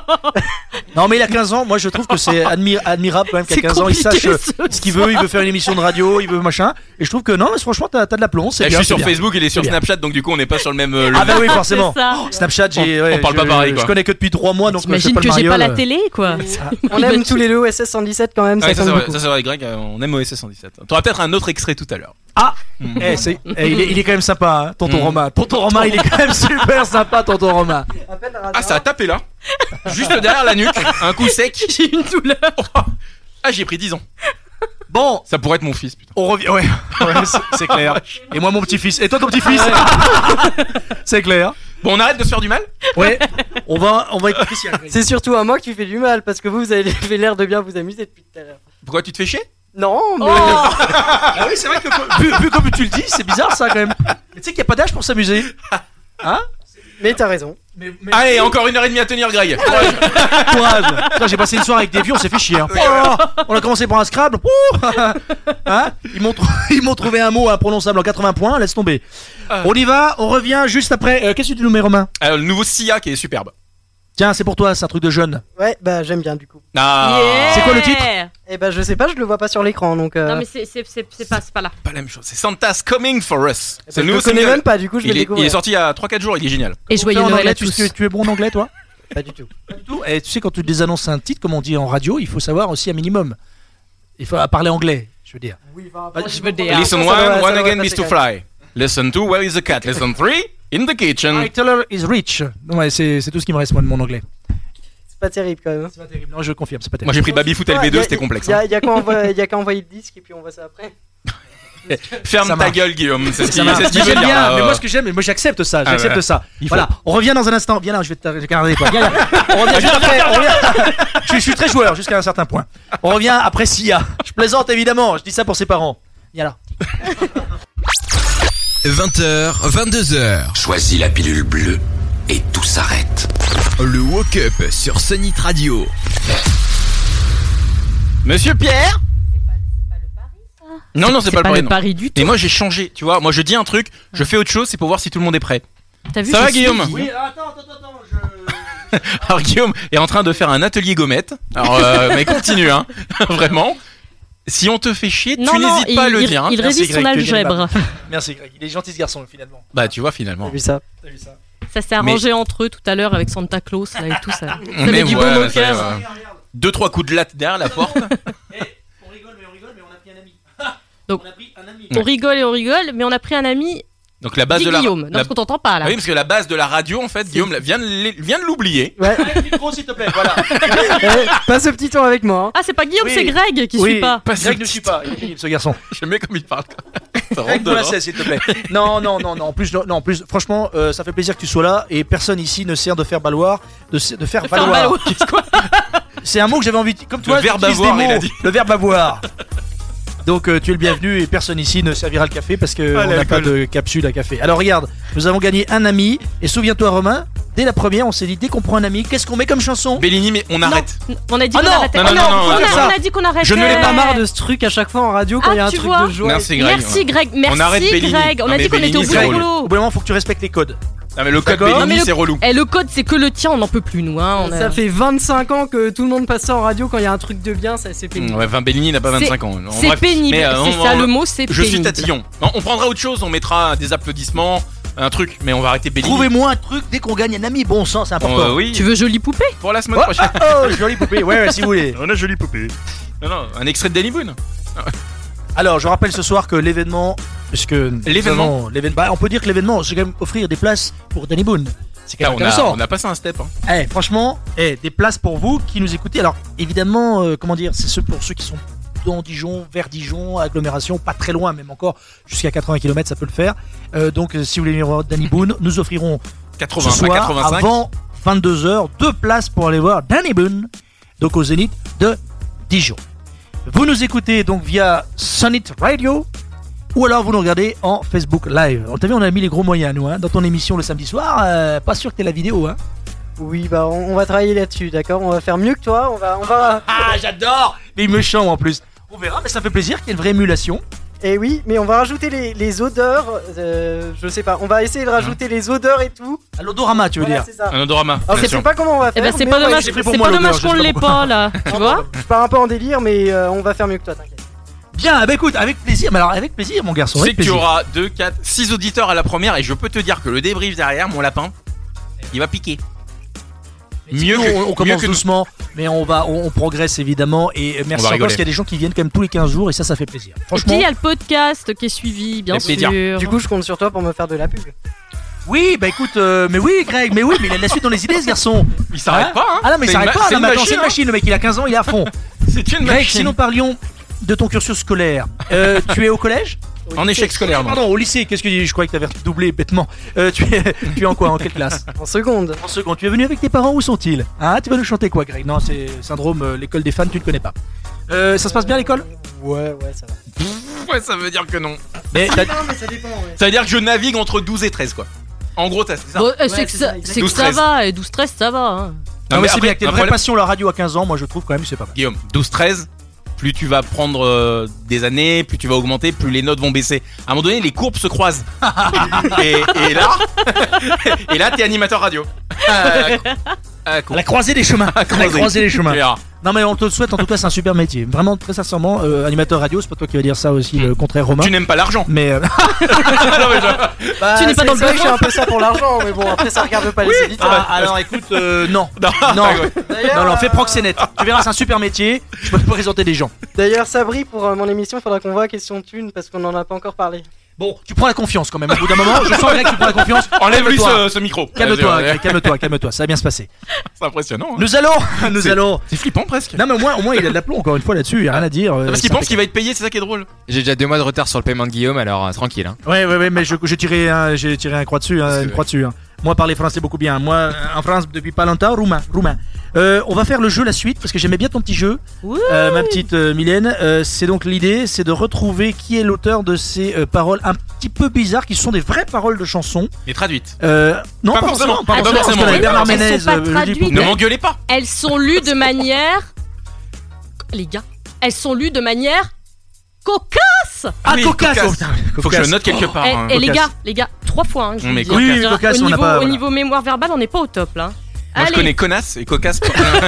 S3: Non, mais il a quinze ans. Moi, je trouve que c'est admi- admirable quand même qu'à
S4: C'est
S3: quinze ans, il sache
S4: compliqué,
S3: euh, ce qu'il veut. Il veut faire une émission de radio, il veut machin. Et je trouve que non, mais franchement, t'as, t'as de la plombe. C'est
S5: Là,
S3: bien.
S5: je suis
S3: c'est
S5: sur
S3: bien.
S5: Facebook, il est sur
S3: C'est bien.
S5: Snapchat, donc du coup on n'est pas sur le même. euh,
S3: Ah
S5: le-
S3: bah oui, forcément.
S4: C'est ça.
S3: Snapchat, j'ai.
S5: On-
S3: ouais,
S5: on parle
S3: je,
S5: pas pareil, quoi.
S3: Je connais que depuis trois mois, donc euh,
S4: T'imagines
S3: c'est pas
S4: que
S3: le
S4: j'ai pas
S3: mariole.
S4: la télé, quoi.
S7: On aime tous les deux O S S cent dix-sept quand même,
S5: Ah,
S7: ça
S5: oui, ça,
S7: compte
S5: c'est vrai,
S7: beaucoup.
S5: ça c'est vrai, Greg, euh, on aime O S S cent dix-sept. T'auras peut-être un autre extrait tout à l'heure.
S3: Ah.
S5: Mm.
S3: Eh, c'est, eh, il, est, il est quand même sympa, hein, tonton
S5: Mm.
S3: Romain. Tonton Romain, il est quand même super sympa, tonton Romain.
S5: Ah, ça a tapé là. Juste derrière la nuque, un coup sec.
S4: J'ai une douleur.
S5: Ah, j'ai pris dix ans.
S3: Bon,
S5: Ça pourrait être mon fils, putain.
S3: on revient. Ouais, ouais c'est, c'est clair. Et moi, mon petit-fils. Et toi, ton petit-fils. C'est clair.
S5: Bon, on arrête de se faire du mal.
S3: Ouais. On va, on va être officiel. Greg.
S7: C'est surtout à moi que tu fais du mal, parce que vous, vous avez fait l'air de bien vous amuser depuis tout à l'heure.
S5: Pourquoi tu te fais chier?
S7: Non, mais...
S3: Ah oui, c'est vrai que vu, vu comme tu le dis, c'est bizarre ça quand même. Mais tu sais qu'il n'y a pas d'âge pour s'amuser. Hein?
S7: mais t'as raison.
S3: Mais, mais
S5: Allez, encore une heure et demie à tenir, Greg.
S3: courage. Putain, j'ai passé une soirée avec des vieux, on s'est fait chier. Hein. Oh, on a commencé par un Scrabble. Ouh. Hein? Ils m'ont trou- ils m'ont trouvé un mot imprononçable en quatre-vingts points. Laisse tomber. On y va. On revient juste après. Euh, qu'est-ce que tu nous mets, Romain?
S5: Alors, le nouveau Sia qui est superbe.
S3: Tiens, c'est pour toi. C'est un truc de jeune.
S7: Ouais, bah j'aime bien du coup.
S5: Ah,
S4: Yeah.
S3: C'est quoi le titre?
S7: Et bah je sais pas, je le vois pas sur l'écran, donc... Euh...
S4: Non, mais c'est, c'est, c'est, c'est pas, c'est pas là.
S5: pas la même chose. C'est Santa's Coming for Us. C'est
S7: je
S5: le nouveau
S7: le connais
S5: single.
S7: même pas, du coup je vais
S5: Il
S7: le
S5: est, il
S7: découvrir.
S5: est sorti il y a trois quatre jours, il est génial.
S4: Et joyeux
S3: En
S4: Noël
S3: anglais,
S4: à
S3: tu,
S4: tous.
S3: tu, tu es bon en anglais, toi?
S7: Pas du tout.
S3: Pas du tout. Et tu sais, quand tu désannonces un titre, comme on dit en radio, il faut savoir aussi un minimum. Il faut parler anglais, je veux dire. Bah,
S4: Je veux dire.
S5: Listen
S7: ça, ça
S5: one,
S7: doit- ça
S5: one
S7: doit
S5: again
S7: passer
S5: is to
S7: quand
S5: fly. Listen two, where is the cat? Listen three, in the kitchen.
S3: My teller is rich. Ouais, c'est, c'est tout ce qui me reste, moi, de mon anglais.
S7: C'est pas terrible quand même.
S3: C'est pas terrible. Non, je confirme, c'est pas
S5: Moi
S3: terrible.
S5: j'ai pris Babyfoot L V deux, c'était complexe.
S7: Il y,
S5: hein.
S7: a- y a qu'à envoyer, y a qu'à envoyer le disque et puis on voit ça après.
S5: Ferme
S3: Ça
S5: ta
S3: marche.
S5: gueule, Guillaume. C'est ce
S3: Ça
S5: qu'il
S3: marche.
S5: c'est ce qu'il
S3: Mais
S5: veut
S3: j'aime
S5: dire.
S3: bien,
S5: là,
S3: mais
S5: euh.
S3: moi ce que j'aime, moi j'accepte ça,
S5: Ah
S3: j'accepte
S5: ouais.
S3: ça.
S5: Il faut.
S3: Voilà, on revient dans un instant. Viens là, je vais te regarder toi. Viens là. On revient juste après. on revient- je, je suis très joueur jusqu'à un certain point. On revient après Sia. Je plaisante évidemment, je dis ça pour ses parents. Viens là.
S1: vingt heures, vingt-deux heures.
S2: Choisis la pilule bleue et tout s'arrête.
S1: Le Woke Up sur Sonic Radio.
S5: Monsieur Pierre. Non, non, c'est,
S4: C'est
S5: pas,
S4: pas
S5: le
S4: le
S5: pari.
S4: pari du
S5: Et
S4: tout.
S5: moi j'ai changé, tu vois. Moi je dis un truc, je fais autre chose, c'est pour voir si tout le monde est prêt.
S4: T'as vu,
S5: Ça
S4: j'ai
S5: va, Guillaume
S4: suivi.
S3: Oui, attends, attends, attends, je.
S5: Alors Guillaume est en train de faire un atelier gommette. Alors, euh, mais continue, hein. Vraiment. Si on te fait chier,
S4: Non,
S5: tu
S4: non,
S5: n'hésites pas à
S4: il,
S5: le
S4: il-
S5: dire. hein.
S4: il
S3: Merci,
S4: révise son
S3: Greg, tu es bien
S4: algèbre.
S3: Merci Greg, il est gentil ce garçon finalement.
S5: Bah tu vois finalement.
S7: T'as vu ça?
S3: T'as vu ça?
S4: Ça s'est arrangé entre eux tout à l'heure avec Santa Claus là, et tout ça. Ça
S5: Mais
S4: met du
S5: ouais,
S4: baume au
S5: ça,
S4: cœur.
S5: ouais. Deux trois coups de latte derrière la porte.
S3: On rigole, mais on rigole, mais on a pris un ami.
S4: Donc-
S3: on a pris un ami.
S4: On rigole et on rigole, mais on a pris un ami
S5: Donc la base
S4: dit
S5: de la.
S4: Guillaume.
S5: la-
S4: Non, parce qu'on t'entend pas là.
S5: Ah oui, parce que la base de la radio en fait, Guillaume la- vient de l'é- vient de l'oublier.
S7: Ouais.
S3: Allez, le micro s'il te plaît, voilà.
S7: Eh, passe ce petit tour avec moi. hein.
S4: Ah, c'est pas Guillaume,
S3: Oui.
S4: c'est Greg qui
S3: Oui.
S4: suit pas.
S5: Pas
S3: Greg
S5: ce
S3: ne suit
S5: petit-
S3: pas, il est pénible ce garçon.
S5: J'aime bien comme il parle. Ça rentre
S3: Greg
S5: dedans.
S3: Boulasset, s'il te plaît. Non, non, non, non. En plus, non, en plus, franchement, euh, ça fait plaisir que tu sois là et personne ici ne sert de faire valoir, de, se- de faire
S4: De faire
S3: valoir.
S4: valoir.
S3: Qu'est-ce quoi C'est un mot que j'avais envie de... Comme toi,
S5: verbe
S3: tu utilises
S5: avoir,
S3: des
S5: il a
S3: mots.
S5: dit.
S3: Le verbe avoir. Donc euh, tu es le bienvenu et personne ici ne servira le café parce que
S5: Ah,
S3: on n'a
S5: l'alcool.
S3: pas de capsule à café. Alors regarde, nous avons gagné un ami et souviens-toi Romain, dès la première on s'est dit dès qu'on prend un ami, qu'est-ce qu'on met comme chanson?
S5: Bellini, mais on arrête.
S4: On a dit
S3: Ah
S4: qu'on
S3: non,
S4: arrêtait.
S5: non, non,
S4: Oh
S5: non, non,
S4: on,
S5: on va
S4: a,
S5: faire
S3: ça.
S4: on a dit qu'on arrêtait.
S5: Je ne l'ai
S7: Pas marre de ce truc à chaque fois en radio quand il y a
S4: Ah,
S7: un
S4: tu
S7: truc
S4: vois.
S7: de joie.
S5: Merci Greg.
S4: Merci Greg, merci
S5: On arrête Bellini.
S4: Greg. On
S5: Non,
S4: a
S5: mais
S4: dit qu'on était au
S5: Bellini,
S4: bout
S5: c'est
S4: du
S5: drôle.
S3: Au
S4: boulot.
S3: bout d'un moment faut que tu respectes les codes.
S5: Non mais le code
S3: D'accord.
S5: Bellini
S4: Non, mais
S5: c'est relou.
S4: Eh, le code, c'est que le tien, on n'en peut plus, nous. Hein, on a-
S7: Ça fait vingt-cinq ans que tout le monde passe ça en radio quand il y a un truc de bien, ça c'est pénible.
S5: Ouais, enfin Bellini n'a pas vingt-cinq ans. En
S4: C'est
S5: bref.
S4: pénible,
S5: Mais, euh,
S4: c'est
S5: on-
S4: ça
S5: on-
S4: le mot, c'est
S5: Je suis
S4: pénible.
S5: tatillon. Non, on prendra autre chose, on mettra des applaudissements, un truc, mais on va arrêter Bellini.
S3: Trouvez-moi un truc dès qu'on gagne un ami. Bon sang, c'est important.
S5: Euh, oui.
S4: Tu veux jolie poupée?
S5: Pour la semaine
S3: Oh,
S5: prochaine.
S3: oh, oh, jolie poupée. Ouais, ouais, si vous voulez.
S5: On a jolie poupée. Non, non, un extrait de Danny Boone.
S3: Alors, je rappelle ce soir que l'événement, puisque
S5: L'événement
S3: nous avons- l'événement, bah, on peut dire que l'événement, c'est quand même offrir des places pour Danny Boone. C'est quand
S5: Là,
S3: même
S5: on, a,
S3: intéressant.
S5: on a passé un step. Hein.
S3: Eh, franchement, eh, des places pour vous qui nous écoutez. Alors, évidemment, euh, comment dire, c'est ceux pour ceux qui sont dans Dijon, vers Dijon, agglomération, pas très loin, même encore jusqu'à quatre-vingts kilomètres, ça peut le faire. Euh, donc, euh, si vous voulez venir voir Danny Boone, nous offrirons
S5: quatre-vingts,
S3: ce soir,
S5: pas quatre-vingt-cinq.
S3: avant vingt-deux heures, deux places pour aller voir Danny Boone, donc au Zénith de Dijon. Vous nous écoutez donc via Sunnit Radio, ou alors vous nous regardez en Facebook Live. On t'a vu, on a mis les gros moyens, nous, hein, dans ton émission le samedi soir. euh, pas sûr que t'aies la vidéo, hein.
S7: Oui, bah on, on va travailler là-dessus, d'accord? On va faire mieux que toi, on va... On va...
S3: Ah, j'adore. Mais il me chante en plus. On verra, mais ça fait plaisir qu'il y ait une vraie émulation.
S7: Et oui, mais on va rajouter les, les odeurs, euh, je sais pas, on va essayer de rajouter les odeurs et tout.
S3: À l'odorama, tu veux
S7: Voilà,
S3: dire.
S7: c'est ça.
S5: Un odorama.
S7: Alors, je
S5: bien
S7: sais
S5: sûr.
S7: pas comment on va
S4: Eh
S7: faire.
S4: ben, c'est
S7: mais
S4: pas
S7: on va
S4: dommage,
S7: essayer.
S3: pris pour
S4: c'est
S3: moi
S4: pas
S3: l'odeur,
S4: dommage
S3: je
S4: qu'on
S3: sais
S4: l'ait
S3: pas
S4: pas, là. Tu vois?
S7: Je pars un peu en délire, mais euh, on va faire mieux que toi, t'inquiète.
S3: Bien, bah écoute, avec plaisir. Mais alors, avec plaisir, mon garçon.
S5: Tu sais
S3: Avec
S5: que tu
S3: plaisir.
S5: auras deux, quatre, six auditeurs à la première et je peux te dire que le débrief derrière, mon lapin, il va piquer. Mieux
S3: Nous,
S5: que,
S3: on, on
S5: mieux
S3: commence
S5: que nous.
S3: doucement, mais on va, on, on progresse évidemment. Et merci
S5: va
S3: encore
S5: rigoler.
S3: parce qu'il y a des gens qui viennent quand même tous les quinze jours et ça, ça fait plaisir.
S4: Et puis,
S3: Franchement.
S4: il y a le podcast qui est suivi, bien
S5: Avec plaisir.
S4: sûr.
S7: Du coup, je compte sur toi pour me faire de la pub.
S3: Oui, bah écoute, euh, mais oui, Greg, mais oui, mais il a de la suite dans les idées, ce garçon.
S5: Il s'arrête
S3: Hein
S5: pas, hein.
S3: Ah non, mais il
S5: C'est
S3: s'arrête
S5: une ma-
S3: pas.
S5: c'est
S3: Non,
S5: une
S3: mais attends,
S5: machine,
S3: c'est une
S5: hein.
S3: machine, le mec, il a quinze ans, il est à fond.
S5: C'est une
S3: Greg,
S5: machine.
S3: si nous parlions de ton cursus scolaire, euh, tu es au collège?
S5: En échec scolaire, moi.
S3: Pardon, au lycée, qu'est-ce que je croyais que t'avais doublé bêtement. Euh, tu, es, tu es en quoi? En quelle classe?
S7: En seconde.
S3: En seconde. Tu es venu avec tes parents, où sont-ils? Hein, tu vas nous chanter quoi, Greg? Non, c'est syndrome, euh, l'école des fans, tu ne connais pas. Euh, ça se passe bien à l'école?
S7: Ouais, ouais, ça va.
S5: Ouais, ça veut dire que non.
S3: Mais t'as-
S7: Non, mais ça dépend, ouais.
S5: Ça veut dire que je navigue entre douze et treize, quoi. En gros, t'as- c'est ça.
S4: Bon, eh,
S7: Ouais,
S4: c'est que
S7: c'est
S4: ça,
S7: ça,
S4: c'est
S7: exactement.
S4: que ça
S5: douze
S4: va, et douze treize, ça va. Hein.
S3: non, mais c'est
S5: après,
S3: bien, que t'aies
S5: un
S3: une vraie
S5: problème-
S3: passion la radio à quinze ans, moi je trouve quand même c'est pas mal.
S5: Guillaume, douze treize, plus tu vas prendre euh, des années, plus tu vas augmenter, plus les notes vont baisser. À un moment donné, les courbes se croisent. et, et là, et là, t'es animateur radio. Ah, ah, con.
S3: À la croisée des chemins. À la
S5: croisée.
S3: croisée des chemins.
S5: Tu verras.
S3: Non mais on te le souhaite, en tout cas c'est un super métier. Vraiment très sincèrement, euh, animateur radio, c'est pas toi qui vas dire ça aussi, le contraire Romain.
S5: Tu n'aimes pas l'argent.
S3: Mais euh,
S5: Non, mais je-
S7: Bah,
S4: Tu n'es pas
S7: c'est-
S4: dans le
S7: c'est vrai que je suis
S4: besoin.
S7: un peu ça pour l'argent, mais bon, après ça regarde pas les éditeurs.
S3: ah, alors écoute, euh, non.
S5: Non,
S3: Non.
S5: ouais.
S7: D'ailleurs,
S3: Non, non, fais
S7: euh,
S3: proxénète. Tu verras, c'est un super métier. Je peux te présenter des gens.
S7: D'ailleurs, Sabri, pour euh, mon émission, il faudra qu'on voit question thune parce qu'on en a pas encore parlé.
S3: Bon, tu prends la confiance quand même. Au bout d'un moment, je sens Greg que tu prends la confiance.
S5: Enlève-lui
S3: Calme-toi.
S5: ce, ce micro.
S3: Calme-toi,
S5: Vas-y,
S3: Greg, calme-toi, calme-toi. Ça va bien se passer.
S5: C'est impressionnant. hein.
S3: Nous allons, nous
S5: C'est-
S3: allons.
S5: C'est flippant presque.
S3: Non mais au moins, au moins il a de l'aplomb encore une fois là-dessus. Il y a rien à dire. euh,
S5: Parce qu'il
S3: c'est
S5: pense qu'il va être payé, c'est ça qui est drôle.
S9: J'ai déjà deux mois de retard sur le paiement de Guillaume, alors euh, tranquille. Hein.
S3: Ouais, ouais, ouais, mais je- j'ai tiré, un, j'ai tiré un croix dessus, hein, une croix dessus. hein. Moi, parler français beaucoup bien. Moi, en France depuis pas longtemps, roumain, roumain. Euh, on va faire le jeu la suite parce que j'aimais bien ton petit jeu,
S4: Ouh.
S3: euh, ma petite euh, Mylène. Euh, c'est donc l'idée, c'est de retrouver qui est l'auteur de ces euh, paroles un petit peu bizarres, qui sont des vraies paroles de chansons.
S5: Mais traduite.
S3: Euh, non,
S5: Pas
S3: pas,
S5: forcément,
S3: forcément, pas
S5: pas
S3: forcément, parce
S5: forcément,
S3: que
S5: oui.
S3: Bernard
S4: Elles sont
S3: Ménez,
S4: pas
S3: euh, je dis
S4: traduites.
S3: pour-
S5: Ne m'engueulez pas.
S4: Elles sont lues de manière. Les gars, elles sont lues de manière cocasse.
S3: Ah,
S5: Oui,
S3: cocasse,
S5: cocasse.
S3: oh, putain,
S5: Faut que je
S3: cocasse.
S5: le note quelque part.
S4: Et,
S5: hein.
S4: et les
S3: cocasse.
S4: gars, les gars, trois fois. Hein, que je
S5: On
S4: vous
S5: met
S4: le dis.
S3: Oui,
S4: Je veux dire,
S3: cocasse,
S4: au
S3: on n'a
S4: niveau,
S3: pas,
S4: au
S3: voilà.
S4: niveau mémoire verbale, on n'est pas au top là.
S5: Moi
S4: Allez.
S5: je connais connasse et cocasse.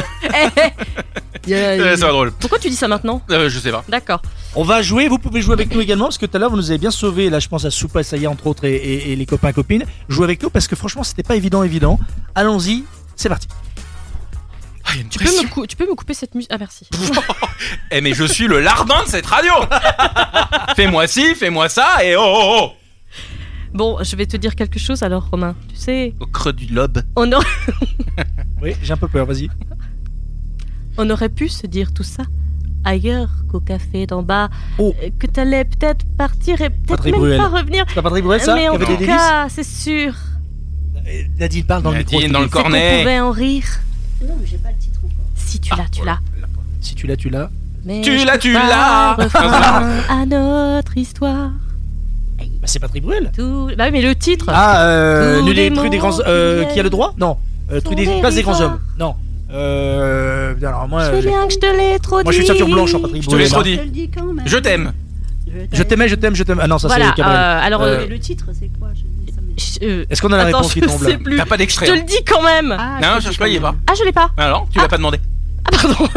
S4: Il y a-
S5: Euh, ça va drôle.
S4: Pourquoi tu dis ça maintenant?
S5: Euh, je sais pas.
S4: D'accord.
S3: On va jouer, vous pouvez jouer avec nous également parce que tout à l'heure vous nous avez bien sauvé, là je pense à Soupa, ça y est, entre autres, et, et- et les copains copines. Jouez avec nous parce que franchement c'était pas évident, évident. Allons-y, c'est parti.
S5: Ah, il y a une
S4: Tu peux,
S5: pression.
S4: me cou- tu peux me couper cette musique? Ah merci.
S5: Eh mais je suis le lardin de cette radio. Fais-moi ci, fais-moi ça et oh oh oh.
S4: Bon, je vais te dire quelque chose alors, Romain. Tu sais,
S5: Au creux du lobe.
S4: on, aurait-
S3: Oui, j'ai un peu peur, vas-y.
S4: on aurait pu se dire tout ça ailleurs qu'au café d'en bas.
S3: Oh.
S4: Euh, Que t'allais peut-être partir et peut-être
S3: Patrick
S4: même
S3: Bruel.
S4: pas revenir.
S3: C'est pas Patrick Bruel ça
S4: Mais
S3: qui
S4: en
S3: avait
S4: tout
S3: des délices
S4: cas, c'est sûr.
S3: Euh, Nadine parle dans le micro.
S5: Nadine, dans le
S3: s'il te plaît.
S4: C'est qu'on
S5: cornet.
S4: pouvait en rire.
S6: Non, mais j'ai pas le titre encore.
S4: Si tu l'as, tu l'as.
S3: Si tu l'as, tu l'as.
S4: Mais
S5: Tu
S4: je
S5: l'as,
S4: peux
S5: tu
S4: pas
S5: l'as.
S4: refrain à notre histoire.
S3: Bah, c'est Patrick Bruel.
S4: Tout... Bah oui, mais le titre.
S3: Ah, euh,
S4: Tous
S3: nul
S4: les
S3: des trucs des grands.
S4: mots
S3: Euh,
S4: qui
S3: qui a le droit Non. Euh, truc des
S4: sont
S3: places des grands
S4: dérisoires.
S3: hommes. Non. Euh. Alors moi.
S4: Je
S3: euh,
S4: sais
S3: j'ai-
S4: bien que je te l'ai trop dit.
S3: Moi je suis ceinture blanche en Patrick
S5: Je te l'ai
S3: Bruel.
S5: trop
S3: hein.
S5: dit.
S6: Je te le dis quand même.
S5: Je t'aime.
S3: Je t'aimais, je t'aime, je t'aime. Ah non, ça
S4: Voilà,
S3: c'est Cabrel.
S4: euh, alors
S3: Euh,
S6: Mais le titre, c'est quoi? Je- ça m'est-
S4: je euh,
S3: Est-ce qu'on a la
S4: attends,
S3: réponse qui
S4: je
S3: tombe
S4: sais
S3: là
S4: plus.
S5: T'as pas
S4: Je
S5: d'extrait.
S4: te
S5: hein.
S4: le dis quand même.
S6: Ah,
S5: Non,
S6: je
S5: cherche pas, il est pas.
S4: Ah, je l'ai pas.
S5: Alors, tu l'as pas demandé.
S4: Ah, pardon.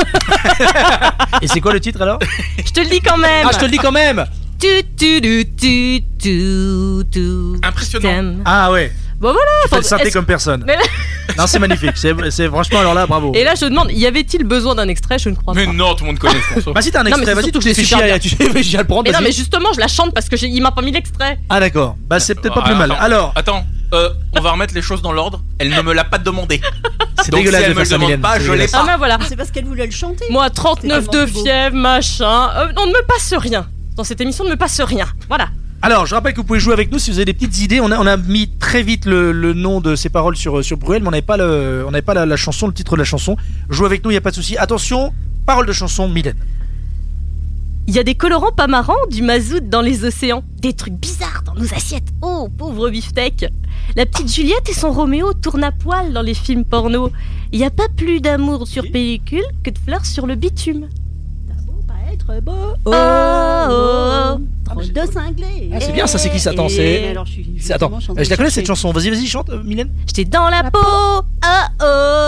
S3: Et c'est quoi le titre alors?
S4: Je te le dis quand même.
S3: Ah, je te le dis quand même.
S4: Tu, tu, tu, tu, tu, tu,
S5: Impressionnant.
S4: t'aimes.
S3: Ah ouais.
S4: Bon voilà.
S3: Tu fais le
S4: Attends,
S3: synthé
S4: est-ce-
S3: comme personne.
S4: Mais là-
S3: Non, c'est magnifique. C'est, c'est franchement alors là, bravo.
S4: Et là, je demande, y avait-il besoin d'un extrait? Je ne crois
S5: Mais
S4: pas.
S5: non, tout le monde connaît ce morceau.
S3: Bah si t'as un
S4: Non, mais
S3: extrait,
S4: c'est
S3: vas-y,
S4: surtout
S3: tu
S4: que
S3: fais
S4: c'est
S3: chier,
S4: super
S3: à- tu fais chier à le prendre.
S4: Mais non,
S3: vas-y.
S4: mais justement, je la chante parce que j'ai- il m'a pas mis l'extrait.
S3: Ah d'accord. Bah c'est peut-être pas
S5: Ah,
S3: plus mal.
S5: attends.
S3: Alors,
S5: Attends, euh, on va remettre les choses dans l'ordre. Elle ne me l'a pas demandé.
S3: c'est
S5: Donc si
S3: dégueulasse
S5: elle
S3: de
S5: me
S3: faire
S5: le
S3: ça,
S5: demande
S3: Mylène.
S5: pas,
S3: C'est
S5: je l'ai
S3: dégueulasse.
S4: Ah
S5: pas.
S4: ben voilà.
S6: C'est parce qu'elle voulait le chanter.
S4: Moi, trente-neuf
S6: C'est
S4: de
S6: tellement plus beau.
S4: fièvre, machin. Euh, on ne me passe rien. Dans cette émission, on ne me passe rien. Voilà.
S3: Alors, je rappelle que vous pouvez jouer avec nous si vous avez des petites idées. On a, on a mis très vite le, le nom de ces paroles sur, sur Bruel, mais on n'avait pas, le, on n'avait pas la, la chanson, le titre de la chanson. Jouez avec nous, il n'y a pas de souci. Attention, parole de chanson, Mylène.
S4: Il y a des colorants pas marrants, du mazout dans les océans. Des trucs bizarres dans nos assiettes. Oh, pauvre beefsteak. La petite Juliette et son Roméo tournent à poil dans les films porno. Il n'y a pas plus d'amour sur pellicule que de fleurs sur le bitume.
S6: T'as beau pas être beau.
S4: Oh, oh, oh.
S6: Drôle de cinglé.
S3: Ah, c'est bien, ça, c'est qui ça? Attends,
S4: Et-
S3: c'est-
S6: Mais alors, je suis- je suis
S3: C'est- Attends,
S6: vraiment
S3: euh,
S6: chanteuse
S3: je la connais cette
S6: cherchée.
S3: chanson. Vas-y, vas-y, chante, euh, Mylène.
S4: J'étais dans la peau. Oh, oh, oh,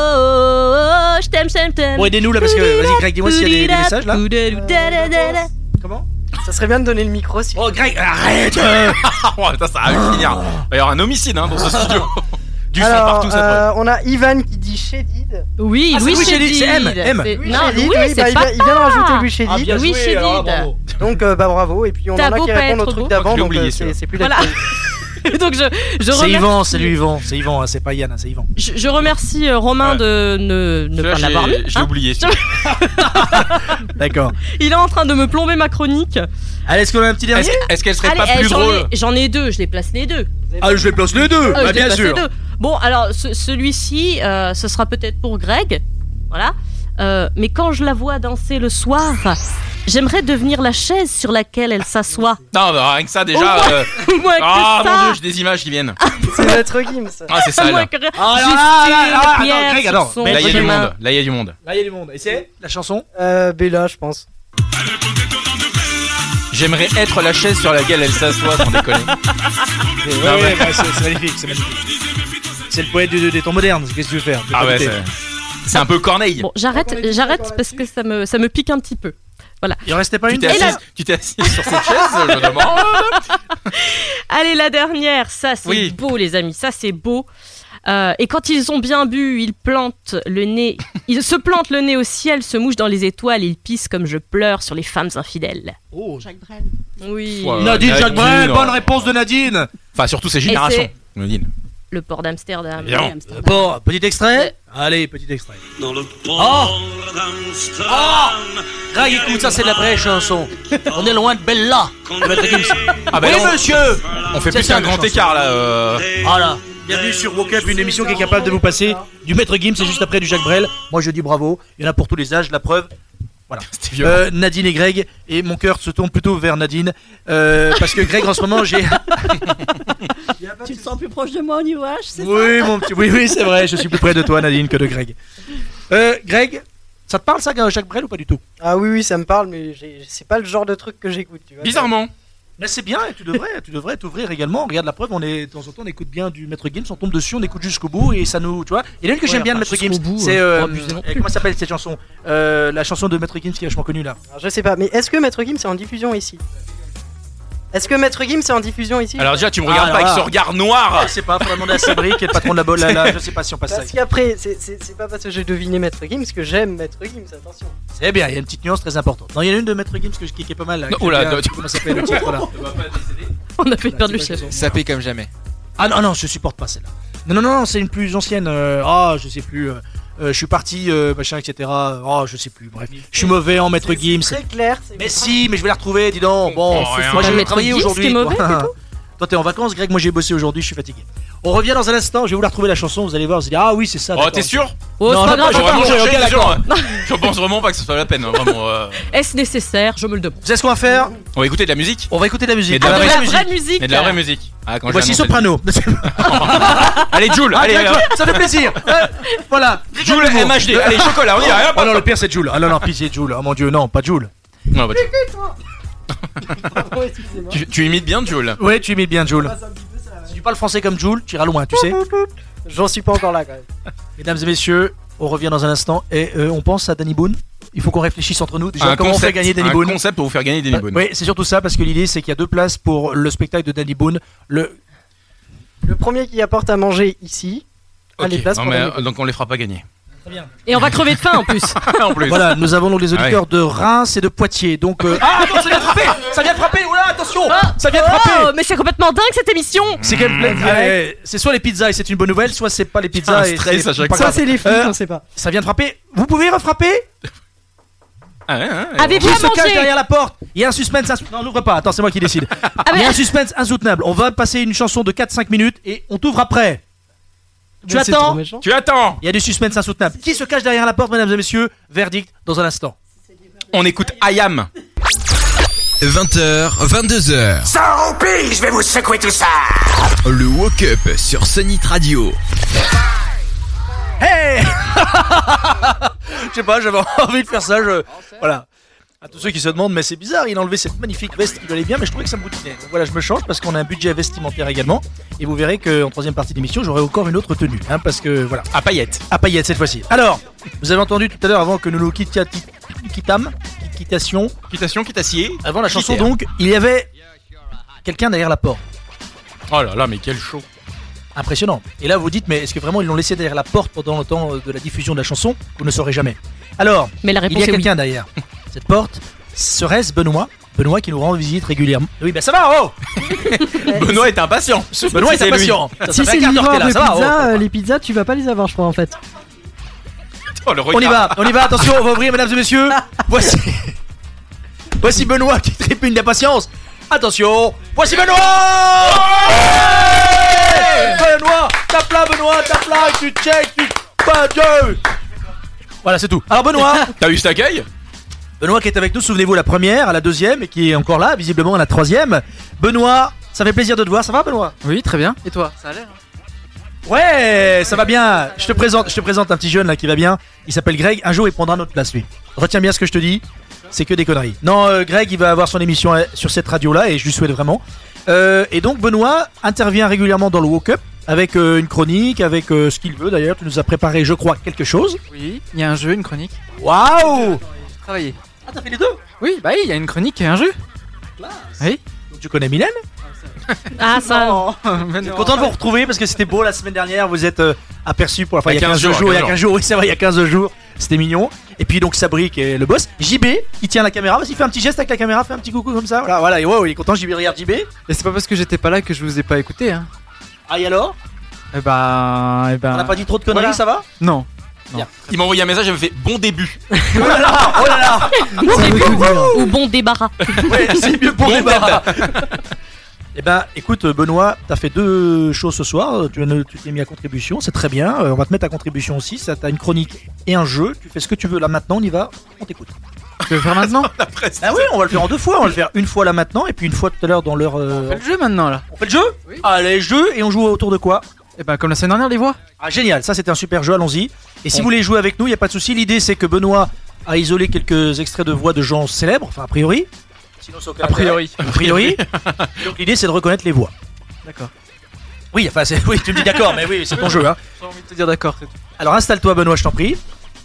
S4: oh, je t'aime, je t'aime, je t'aime.
S3: Bon, aidez-nous là, parce que, vas-y, Greg, dis-moi s'il y a des, des messages là.
S4: là.
S3: Comment?
S7: Ça serait bien de donner le micro si.
S3: Oh, Greg, arrête euh.
S5: Oh, putain, ça va finir. Il va y avoir un homicide hein, dans ce studio. Du sang
S7: Alors,
S5: partout, cette
S7: euh,
S5: preuve.
S7: on a Ivan qui dit Chédid.
S4: Oui,
S3: Ah, c'est
S4: Louis
S3: Louis Chédid,
S4: Chédid.
S3: c'est M, M.
S4: C'est-
S7: Louis
S4: Non,
S7: Chédid,
S4: oui,
S7: oui,
S4: c'est
S7: bah, il,
S4: pas
S7: vient, il vient de rajouter Louis
S3: Ah,
S7: Chédid.
S3: bien
S4: Louis
S3: joué, alors,
S4: Chédid.
S3: bravo.
S7: Donc euh, bah bravo. Et puis on
S4: T'as
S7: en a
S4: beau
S7: qui
S4: pas
S7: répondent au
S4: être
S7: truc
S4: beau.
S7: d'avant,
S5: Je l'ai
S7: donc
S5: oublié,
S7: euh,
S5: celui-là.
S7: c'est c'est plus
S4: Voilà.
S7: d'actualité.
S4: Donc je, je
S3: C'est
S4: remercie,
S3: Yvan, c'est lui Yvan, c'est Yvan, hein, c'est pas Yann, hein, c'est Yvan.
S4: je, je remercie euh, Romain
S5: Ouais.
S4: de ne, ne
S5: Celui-là,
S4: pas l'avoir mis.
S5: j'ai- J'ai
S4: hein.
S5: oublié. celui-là.
S3: D'accord.
S4: Il est en train de me plomber ma chronique.
S3: Allez, est-ce qu'on a un petit dernier?
S5: Est-ce est-ce qu'elle serait
S4: Allez,
S5: pas
S4: eh,
S5: plus
S4: j'en
S5: drôle
S4: ai- J'en ai deux, je les place les deux.
S3: Ah, je les place les deux,
S4: Ah, je
S3: bah,
S4: les
S3: bien
S4: place
S3: sûr.
S4: les deux. Bon, alors ce- celui-ci, euh, ce sera peut-être pour Greg. Voilà. Euh, mais quand je la vois danser le soir, j'aimerais devenir la chaise sur laquelle elle s'assoit.
S5: Non, bah, rien que ça déjà.
S4: Au moins-
S5: euh,
S4: Au moins que
S5: Ah
S4: ça.
S5: mon dieu, j'ai des images qui viennent.
S7: C'est notre Gims.
S5: Ah, c'est ça
S4: Au moins
S5: là.
S4: que-
S3: Ah,
S4: Juste
S3: là, là, là,
S4: une
S3: là, attends,
S4: pierre
S3: Greg,
S4: sur
S3: attends,
S4: son
S3: mais
S5: Là, il y a du
S4: chemin.
S5: monde. Là, il y a du monde.
S3: Là, il y a du monde. Et c'est la chanson?
S7: Euh, Bella, je pense.
S5: J'aimerais être la chaise sur laquelle elle s'assoit, sans déconner.
S3: Ouais, ouais, bah, c'est c'est magnifique, c'est magnifique. C'est le poète du- des temps modernes, qu'est-ce que tu veux faire? Tu veux
S5: Ah
S3: pas
S5: ouais,
S3: douter.
S5: c'est c'est un peu Corneille.
S4: Bon, j'arrête, j'arrête parce que ça me, ça me pique un petit peu. Voilà.
S3: Il en restait pas
S5: Tu
S3: une?
S5: t'es
S4: Et là-
S5: assis, tu t'es assis sur cette chaise, je demande.
S4: Allez, la dernière, ça c'est
S5: Oui.
S4: beau les amis, ça c'est beau. Euh, et quand ils ont bien bu, ils plantent le nez, ils se plantent le nez au ciel, se mouchent dans les étoiles, ils pissent comme je pleure sur les femmes infidèles.
S3: Oh.
S6: Jacques Brel.
S4: Oui.
S5: Ouais.
S3: Nadine
S5: Nadine,
S3: Jacques Brel,
S5: oh.
S3: bonne réponse de Nadine.
S5: Enfin, surtout ces
S4: Et
S5: générations.
S4: c'est-
S5: Nadine.
S4: Le port d'Amsterdam.
S5: Bien.
S6: Oui, Amsterdam.
S3: Bon, petit extrait. Allez, petit extrait.
S8: Dans le
S3: Oh.
S8: port d'Amsterdam.
S3: Greg, écoute, ça c'est de la vraie chanson. On est loin de Bella. de Maître Gims.
S5: Ah bah
S3: Oui,
S5: non,
S3: monsieur.
S5: on fait
S3: C'est
S5: plus
S3: ça,
S5: qu'un
S3: la
S5: grand
S3: chanson.
S5: écart là. euh.
S3: Voilà. Bienvenue sur Woke Up, une émission qui est capable de vous passer du Maître Gims et juste après du Jacques Brel. Moi je dis bravo. Il y en a pour tous les âges, la preuve. Voilà.
S5: C'était violent.
S3: Euh, Nadine et Greg, et mon cœur se tourne plutôt vers Nadine euh, parce que Greg en ce moment j'ai.
S6: Tu te sens plus proche de moi au niveau H, c'est ça?
S3: Oui, mon petit, oui, oui, c'est vrai, je suis plus près de toi, Nadine, que de Greg. Euh, Greg, ça te parle ça, Jacques Brel ou pas du tout?
S7: Ah oui, oui, ça me parle, mais j'ai- c'est pas le genre de truc que j'écoute, tu vois.
S5: Bizarrement.
S3: Mais c'est bien, et tu devrais, tu devrais t'ouvrir également. Regarde la preuve, on est de temps en temps, on écoute bien du Maître Gims, on tombe dessus, on écoute jusqu'au bout et ça nous, tu vois. Il y en a une que
S4: Ouais,
S3: j'aime bien de
S4: enfin,
S3: Maître Gims,
S4: jusqu'au bout,
S3: c'est
S4: hein,
S3: euh,
S4: faut pas abuser non
S3: euh,
S4: plus.
S3: comment s'appelle cette chanson? Euh, La chanson de Maître Gims qui est vachement connue là.
S7: Alors, je sais pas, mais est-ce que Maître Gims est en diffusion ici? Est-ce que Maître Gims est en diffusion ici?
S5: Alors déjà, tu me
S3: Ah,
S5: regardes pas
S3: alors
S5: avec
S3: là.
S5: ce regard noir.
S3: Je sais pas, faudra demander à Cédric, qui est le patron de la bolle là, là, je sais pas si on passe ça.
S7: Parce qu'après, c'est- c'est c'est pas parce que j'ai deviné Maître Gims que j'aime Maître Gims, attention.
S3: C'est bien, il y a une petite nuance très importante. Non, il y en a une de Maître Gims que je- qui, qui est pas mal là.
S5: Non,
S3: que
S5: oula,
S3: j'aime bien.
S5: tu-
S3: Comment ça s'appelle le titre là?
S4: On a fait perdre le chef.
S9: Sapé comme jamais.
S3: Ah non, non, je supporte pas celle-là. Non, non, non, c'est une plus ancienne. euh, Ah, je sais plus. euh, euh, je suis parti, euh, machin, et cetera. Oh, je sais plus. Bref, je suis mauvais en Maître Gims.
S7: Très clair. c'est-
S3: Mais si, mais je vais la retrouver, dis donc. Bon,
S5: Oh, rien.
S3: moi
S4: pas
S3: j'ai
S4: Maître
S3: travaillé
S4: Gims
S3: aujourd'hui.
S4: qui est mauvais,
S3: toi.
S4: c'est tout
S3: Toi, t'es en vacances, Greg. Moi, j'ai bossé aujourd'hui. Je suis fatigué. On revient dans un instant. Je vais vous la retrouver la chanson. Vous allez voir. Vous allez dire, ah oui, c'est ça.
S5: Oh,
S3: d'accord.
S5: t'es sûr?
S4: Oh,
S3: Non,
S4: c'est pas
S3: non,
S4: grave,
S3: je
S5: J'aurais
S3: pas
S5: vraiment
S3: manger,
S5: cherché,
S3: ok,
S5: t'es sûr,
S3: d'accord.
S5: hein. Je pense vraiment pas que ce soit la peine, hein, vraiment. euh.
S4: Est-ce nécessaire? Je me le demande.
S3: Vous savez ce qu'on va faire?
S5: On va écouter de la musique.
S3: On va écouter de la musique.
S5: Et de la
S4: Ah, de
S5: vraie
S4: la
S3: musique.
S4: vraie musique.
S5: Et de la vraie musique. Ah, quand j'ai
S3: Voici
S5: annoncé-
S3: Soprano.
S5: Allez, Jules,
S3: Ah,
S5: allez,
S3: Greg,
S5: euh,
S3: ça fait plaisir. Euh, Voilà.
S5: Jules M H D. Allez, chocolat, on y va. hop.
S3: Oh non, le pire c'est Jules. Ah non, non, pitié, Jules. Oh mon dieu, non, pas Jules.
S5: Non, bah, tu-
S7: Oh, excusez-moi.
S5: tu, tu imites bien Jules.
S3: Ouais, tu imites bien Jules.
S7: Passe un petit peu, ça va.
S3: tu parles français comme Jules, tu iras loin, tu sais.
S7: J'en suis pas encore là quand même.
S3: Mesdames et messieurs, on revient dans un instant et euh, on pense à Danny Boone. Il faut qu'on réfléchisse entre nous. Déjà,
S5: Un
S3: comment
S5: concept,
S3: on fait gagner Danny
S5: un
S3: Boone.
S5: concept pour vous faire gagner Danny Boone.
S3: Oui, c'est surtout ça parce que l'idée c'est qu'il y a deux places pour le spectacle de Danny Boone. Le
S7: Le premier qui apporte à manger ici a
S5: Ok,
S7: les places
S5: non,
S7: pour
S5: mais,
S7: Danny
S5: euh,
S7: Boone.
S5: donc on les fera pas gagner.
S4: Et on va crever de faim en plus.
S5: En plus.
S3: Voilà, nous avons donc les auditeurs de Reims et de Poitiers. Donc euh, ah attends, ça vient de frapper, ça vient de frapper. Oula, attention, ça vient de frapper.
S4: Oh, mais c'est complètement dingue cette émission.
S3: C'est quand même plein- Ah ouais, c'est soit les pizzas et c'est une bonne nouvelle, soit c'est pas les pizzas
S5: Un
S3: et
S5: stress
S3: c'est
S5: à chaque
S3: pas
S5: fois.
S3: grave.
S7: Ça c'est les flics,
S3: Euh,
S7: on sait pas.
S3: Ça vient de frapper. Vous pouvez refrapper.
S5: Ah, ouais, ouais, ouais.
S4: Avez-vous
S3: Qui
S4: à
S3: se cache
S4: manger?
S3: derrière la porte? Il y a un suspense insoutenable. Non, n'ouvre pas. Attends, c'est moi qui décide. Il y a un suspense insoutenable. On va passer une chanson de quatre cinq minutes et on t'ouvre après. Tu
S7: Mais c'est
S3: attends.
S7: trop méchant.
S5: Tu attends.
S3: Il y a du suspense insoutenable. Qui se cache derrière la porte, mesdames et messieurs? Verdict dans un instant.
S5: On écoute Ayam.
S1: vingt heures, vingt-deux heures.
S2: Sans roupie, je vais vous secouer tout ça.
S1: Le Woke Up sur Sunnit Radio.
S3: Hey. Je sais pas, j'avais envie de faire ça. Je... Voilà. À tous ceux qui se demandent, mais c'est bizarre, il a enlevé cette magnifique veste qui lui allait bien, mais je trouvais que ça me boutinait. Donc voilà, je me change parce qu'on a un budget vestimentaire également. Et vous verrez qu'en troisième partie d'émission, j'aurai encore une autre tenue. Hein, parce que voilà.
S5: À paillettes.
S3: À paillettes cette fois-ci. Alors, vous avez entendu tout à l'heure avant que nous nous quittia- quittam, quittation,
S5: Quitation, quittassier.
S3: avant la chanson
S5: Quitter.
S3: donc, il y avait quelqu'un derrière la porte.
S5: Oh là là, mais quel show.
S3: Impressionnant. Et là, vous dites, mais est-ce que vraiment ils l'ont laissé derrière la porte pendant le temps de la diffusion de la chanson? Vous ne saurez jamais. Alors,
S4: Mais la
S3: il
S4: réponse
S3: y a
S4: est oui.
S3: quelqu'un derrière cette porte. Serait-ce Benoît? Benoît qui nous rend visite régulièrement. Oui, ben ça va, oh.
S5: Benoît est impatient.
S3: Benoît est
S5: C'est lui.
S3: impatient. Ça, ça
S7: Si
S3: fait
S7: c'est
S3: un quart d'heure
S7: livreur
S3: que t'es là,
S7: de
S3: ça va,
S7: pizza,
S3: oh.
S7: euh, les pizzas, tu vas pas les avoir, je crois en fait.
S5: Oh, le
S3: On y
S5: regard.
S3: va, on y va, attention, on va ouvrir, mesdames et messieurs. Voici. Voici Benoît qui trépigne d'impatience. Attention, voici Benoît. Ouais Benoît, tape là, Benoît, tape là, tu check, tu. Pas Dieu. Voilà, c'est tout. Alors Benoît,
S5: T'as eu cet accueil?
S3: Benoît qui est avec nous, souvenez-vous, la première, à la deuxième et qui est encore là, visiblement à la troisième. Benoît, ça fait plaisir de te voir, ça va Benoît?
S9: Oui, très bien. Et toi? Ça a l'air.
S3: Ouais, ça va bien. Je te présente, je te présente un petit jeune là qui va bien. Il s'appelle Greg. Un jour, il prendra notre place lui. Retiens bien ce que je te dis. C'est que des conneries. Non, euh, Greg, il va avoir son émission euh, sur cette radio là et je lui souhaite vraiment. Euh, et donc Benoît intervient régulièrement dans le Woke Up avec euh, une chronique, avec euh, ce qu'il veut d'ailleurs. Tu nous as préparé, je crois, quelque chose.
S9: Oui, il y a un jeu, une chronique.
S3: Waouh!
S9: Travailler.
S3: Ah, t'as fait les deux?
S9: Oui, bah oui, il y a une chronique et un jeu. Oui.
S3: Donc, tu connais Mylène?
S4: Ah, ça.
S3: Content de vous retrouver parce que c'était beau la semaine dernière. Vous êtes euh, aperçus pour la fois il y a quinze jours.
S5: jours,
S3: Il y a
S5: quinze
S3: quinze jours, oui, c'est vrai, il y a quinze jours. C'était mignon. Et puis donc Sabri qui est le boss. J B, il tient la caméra. Vas-y, fais un petit geste avec la caméra, fais un petit coucou comme ça. Voilà, voilà. Et wow, il est content. J B, regarde J B.
S9: Et c'est pas parce que j'étais pas là que je vous ai pas écouté, hein.
S3: Ah, et alors?
S9: Eh bah. Eh ben.
S3: On n'a pas dit trop de conneries,
S9: Voilà.
S3: ça va?
S9: Non.
S5: Il m'a envoyé un message, il m'a fait bon début.
S3: Oh là là, oh là là.
S4: Ou bon débarras.
S3: Ouais, c'est mieux pour
S5: Bon
S3: débat. Eh ben, écoute, Benoît, t'as fait deux choses ce soir. Tu as- tu t'es mis à contribution, c'est très bien. Euh, on va te mettre à contribution aussi. Ça, t'as une chronique et un jeu. Tu fais ce que tu veux là maintenant. On y va. On t'écoute.
S9: Tu veux le faire maintenant?
S3: Ah oui, on va le faire en deux fois. On va le faire une fois là maintenant et puis une fois tout à l'heure dans l'heure. euh,
S9: On fait le jeu maintenant là.
S3: On fait le jeu? Allez, jeu et on joue autour de quoi?
S9: Eh bah, comme la semaine dernière, les voix.
S3: Ah, génial, ça c'était un super jeu, allons-y. Et si
S5: On-
S3: vous voulez jouer avec nous, il n'y a pas de souci. L'idée c'est que Benoît a isolé quelques extraits de voix de gens célèbres, enfin a priori. Sinon, c'est aucun
S9: A priori.
S3: intérêt. A priori. Donc l'idée c'est de reconnaître les voix.
S9: D'accord.
S3: Oui, enfin, c'est... oui, tu me dis d'accord, mais oui, c'est ton jeu. Hein.
S9: J'ai envie de te dire d'accord, c'est tout.
S3: Alors installe-toi, Benoît, je t'en prie.